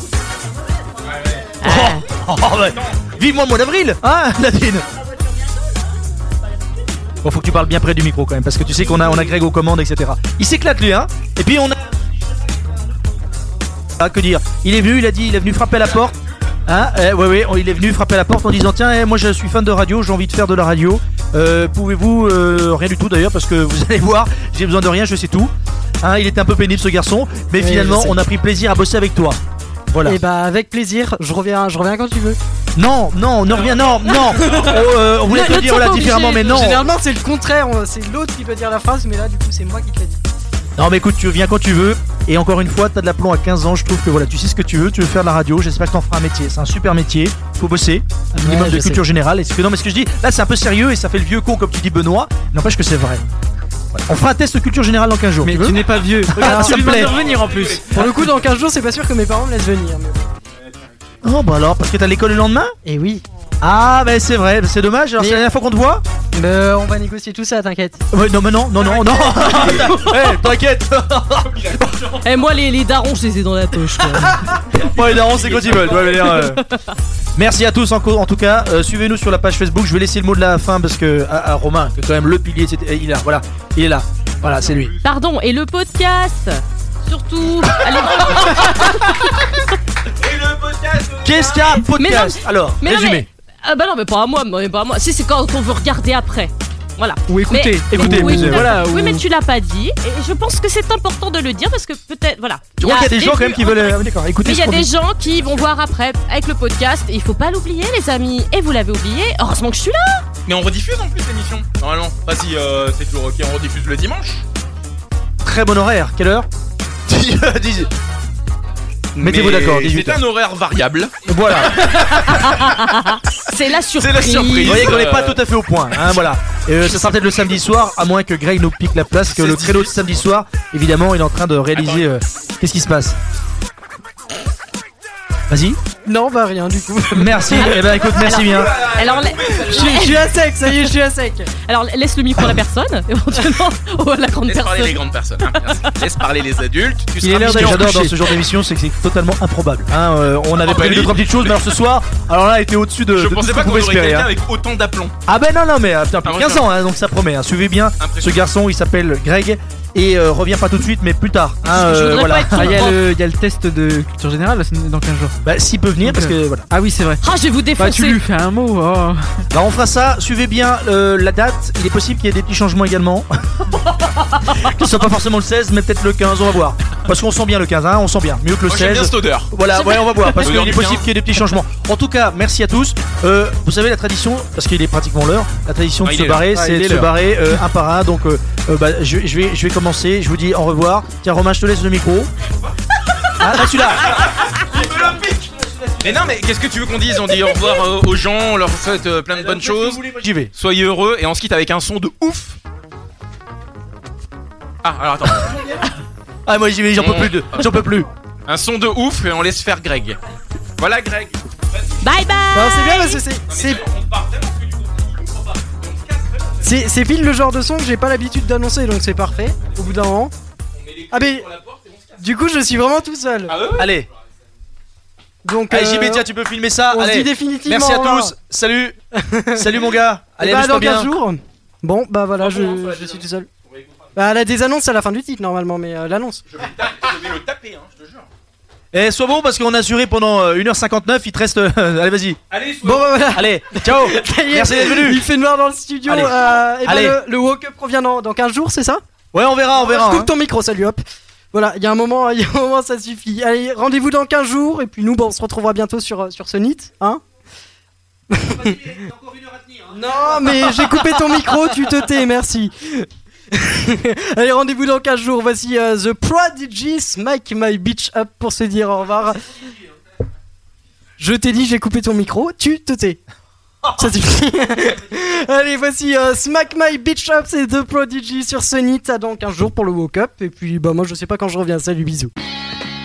S3: Oh, oh, ouais. Vive-moi le mois d'avril, hein, Nadine? Bon, faut que tu parles bien près du micro quand même, parce que tu sais qu'on a, on a Greg aux commandes, et cetera. Il s'éclate lui, hein. Et puis on a... Ah, que dire? Il est venu, il a dit, il est venu frapper à la porte. Hein, eh, ouais, ouais, il est venu frapper à la porte en disant tiens, eh, moi je suis fan de radio, j'ai envie de faire de la radio. Euh, pouvez-vous, euh, rien du tout d'ailleurs, parce que vous allez voir, j'ai besoin de rien, je sais tout. Hein, il était un peu pénible ce garçon, mais
S13: Oui,
S3: finalement
S13: je sais.
S3: on a pris plaisir à bosser avec toi. Voilà.
S13: Et bah avec plaisir, je reviens, je reviens quand tu veux.
S3: Non, non, ne reviens, non, non. Oh, euh, on voulait te le dire là différemment, mais non.
S13: Généralement c'est le contraire, on- c'est l'autre qui peut dire la phrase, mais là du coup c'est moi qui te l'ai dit.
S3: Non mais écoute, tu viens quand tu veux. Et encore une fois, t'as de l'aplomb à quinze ans. Je trouve que voilà, tu sais ce que tu veux, tu veux faire de la radio. J'espère que t'en feras un métier. C'est un super métier. Faut bosser. Un minimum
S13: Ouais,
S3: de
S13: je
S3: culture
S13: sais.
S3: générale. Est-ce que non, mais ce que je dis là, c'est un peu sérieux et ça fait le vieux con comme tu dis Benoît. N'empêche que c'est vrai. Voilà. On fera un test de culture générale dans quinze jours.
S9: Mais
S3: tu, veux
S9: tu n'es pas vieux.
S3: Regarde,
S9: Tu
S3: ça me
S9: viens
S3: plaît.
S9: de revenir en plus.
S13: Pour le coup dans quinze jours c'est pas sûr que mes parents me laissent venir. Mais...
S3: Oh bah alors, parce que t'as l'école le lendemain.
S13: Et oui.
S3: Ah bah c'est vrai, c'est dommage. Alors
S13: Mais-
S3: c'est la dernière fois qu'on te voit.
S13: Euh, on va négocier tout ça, t'inquiète.
S3: Ouais, non mais non, non, non, non. Eh, t'inquiète.
S4: Et moi, les, les darons, je les ai dans la poche. quoi.
S3: Ouais, les darons, c'est quand ils veulent. Ouais, mais, euh, Merci à tous en, co- en tout cas. Euh, Suivez-nous sur la page Facebook. Je vais laisser le mot de la fin parce que à, à Romain, qui est quand même le pilier, c'était- il est là. Voilà, il est là. Voilà, c'est lui.
S4: Pardon, et le podcast surtout. Allez,
S3: Qu'est-ce qu'il y a
S4: Mais non,
S3: podcast Alors,
S4: mais non,
S3: résumé.
S4: mais- Ah bah non, mais pas à moi, mais pas à moi. Si, c'est quand on veut regarder après. Voilà.
S9: Ou écouter.
S4: Mais-
S3: Écoutez,
S4: oui,
S3: vous-
S4: tout à
S3: voilà,
S4: fait.
S3: ou-
S4: Oui, mais tu l'as pas dit. Et je pense que c'est important de le dire parce que peut-être. Voilà.
S3: Tu crois qu'il y a des
S4: des
S3: gens quand même qui
S4: vues
S3: veulent.
S4: en
S3: euh, D'accord, écoutez
S4: Mais il y
S3: ce
S4: a
S3: qu'on
S4: des
S3: dit.
S4: gens qui vont voir après avec le podcast et il faut pas l'oublier, les amis. Et vous l'avez oublié. Heureusement que je suis là.
S5: Mais on rediffuse en plus l'émission, normalement. Pas si euh, c'est toujours ok, on rediffuse le dimanche.
S3: Très bon horaire. Quelle heure Dix- Mettez-vous
S5: Mais
S3: d'accord, dix-huit
S5: C'est
S3: heures.
S5: un horaire variable.
S3: Voilà.
S4: C'est la surprise.
S5: C'est la surprise.
S3: Vous voyez qu'on n'est pas
S5: Euh,
S3: tout à fait au point. Hein, voilà. Et, euh, ça sera peut-être le samedi soir, à moins que Greg nous pique la place, que
S5: C'est
S3: le créneau de samedi soir, évidemment, il est en train de réaliser. euh, Qu'est-ce qui se passe Vas-y.
S13: Non, bah rien du coup.
S3: Merci. Eh ben écoute, merci bien.
S4: Alors, la-
S13: Je suis- je suis à sec, ça y est, je suis à sec.
S4: alors laisse le micro à la personne, éventuellement, ou à la grande
S5: Laisse parler
S4: personne.
S5: les grandes personnes. Hein. Merci. Laisse parler les adultes. Tu
S3: Il est
S5: seras
S3: l'air
S5: mignon.
S3: d'ailleurs j'adore dans
S5: couché.
S3: ce genre d'émission, c'est que c'est totalement improbable. Hein, euh, on avait
S5: Ah bah
S3: prévu
S5: oui.
S3: deux trois petites choses, mais alors ce soir, alors là, était au-dessus de.
S5: Je
S3: de tout
S5: pensais
S3: ce
S5: pas qu'on
S3: pouvait
S5: aurait
S3: espérer,
S5: quelqu'un
S3: hein.
S5: avec autant d'aplomb.
S3: Ah ben non non mais euh, putain, plus de quinze
S5: Impressionnant.
S3: ans hein, donc ça promet. Hein. Suivez bien ce
S5: Impressionnant.
S3: garçon, il s'appelle Greg et euh, revient pas tout de suite mais plus tard. Hein,
S4: Je
S3: euh,
S4: voudrais
S3: voilà.
S4: pas être
S9: Ah, il y, a
S4: prof.
S9: le- il y a le test de culture générale là, c'est dans quinze jours.
S3: Bah s'il peut venir parce que voilà.
S9: Ah oui, c'est vrai.
S4: Ah, je vais vous
S9: Bah, tu
S4: défoncer.
S9: lui fais un mot. Oh.
S3: Bah on fera ça. Suivez bien euh, la date. Il est possible qu'il y ait des petits changements également. Que ce soit pas forcément le seize mais peut-être le quinze. On va voir. Parce qu'on sent bien le quinze. Hein, on sent bien mieux que le
S5: Moi j'aime bien
S3: seize.
S5: cette odeur.
S3: Voilà, ouais, on va voir parce qu'il
S5: L'odeur
S3: est
S5: du
S3: possible
S5: quinze.
S3: qu'il y ait des petits changements. En tout cas, merci à tous. Euh, vous savez la tradition, parce qu'il est pratiquement l'heure, la tradition
S5: Ah,
S3: de
S5: il
S3: se
S5: est
S3: barrer,
S5: l'heure. Ah,
S3: c'est
S5: il
S3: de
S5: est
S3: se
S5: l'heure.
S3: barrer euh, un par un. Donc, euh, euh, bah, je, je vais, je vais commencer. Je vous dis au revoir. Tiens, Romain, je te laisse le micro. Ah, là, celui-là.
S5: Mais non, mais qu'est-ce que tu veux qu'on dise? On dit au revoir euh, aux gens, on leur souhaite euh, plein de bonnes choses.
S3: J'y vais.
S5: Soyez heureux et on se quitte avec un son de ouf. Ah, alors attends.
S3: Ah, moi, j'y vais. J'en peux plus de. J'en peux plus.
S5: Un son de ouf et on laisse faire Greg. Voilà, Greg.
S4: Bye bye.
S13: Non, c'est bien parce que c'est. c'est- C'est c'est pile le genre de son que j'ai pas l'habitude d'annoncer, donc c'est parfait. Au bout d'un moment. Ah mais du coup je suis vraiment tout seul.
S3: Allez.
S13: Donc
S3: Allez,
S13: euh,
S3: J B, tiens, tu peux filmer ça.
S13: on se
S3: Allez.
S13: dit définitivement
S3: Merci à
S13: au revoir.
S3: tous. Salut. Salut, mon gars.
S13: Et
S3: Allez,
S13: bah,
S3: amuse-toi
S13: dans quinze
S3: bien.
S13: jours. Bon bah voilà, je, je suis tout seul. Bah elle a des annonces à la fin du titre normalement, mais euh, l'annonce.
S5: Je vais le taper, hein, je te jure.
S3: Eh, sois bon parce qu'on a assuré pendant euh, une heure cinquante-neuf. Il te reste. euh, allez, vas-y.
S5: Allez,
S13: Bon bah voilà.
S3: Allez, ciao.
S13: Ça y est,
S3: Merci d'être venu.
S13: Il fait noir dans le studio.
S3: Allez.
S13: Euh, et bah,
S3: Allez.
S13: le, le walk up revient dans, dans quinze jours, c'est ça?
S3: Ouais, on verra, on verra.
S13: Je coupe
S3: hein.
S13: ton micro, salut hop. Voilà, il y a un moment, il y a un moment, ça suffit. Allez, rendez-vous dans quinze jours, et puis nous, bon, on se retrouvera bientôt sur, euh, sur ce Nit, hein. Non, mais j'ai coupé ton micro, tu te tais, merci. Allez, rendez-vous dans quinze jours. Voici euh, The Prodigy, Smack My Bitch Up pour se dire au revoir. Je t'ai dit, j'ai coupé ton micro, tu te tais. Ça suffit. Allez, voici euh, Smack My Bitch Up, c'est The Prodigy sur ce Nit. À dans quinze jours pour le Woke Up. Et puis, bah, moi, je sais pas quand je reviens. Salut, bisous.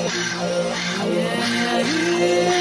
S11: Yeah.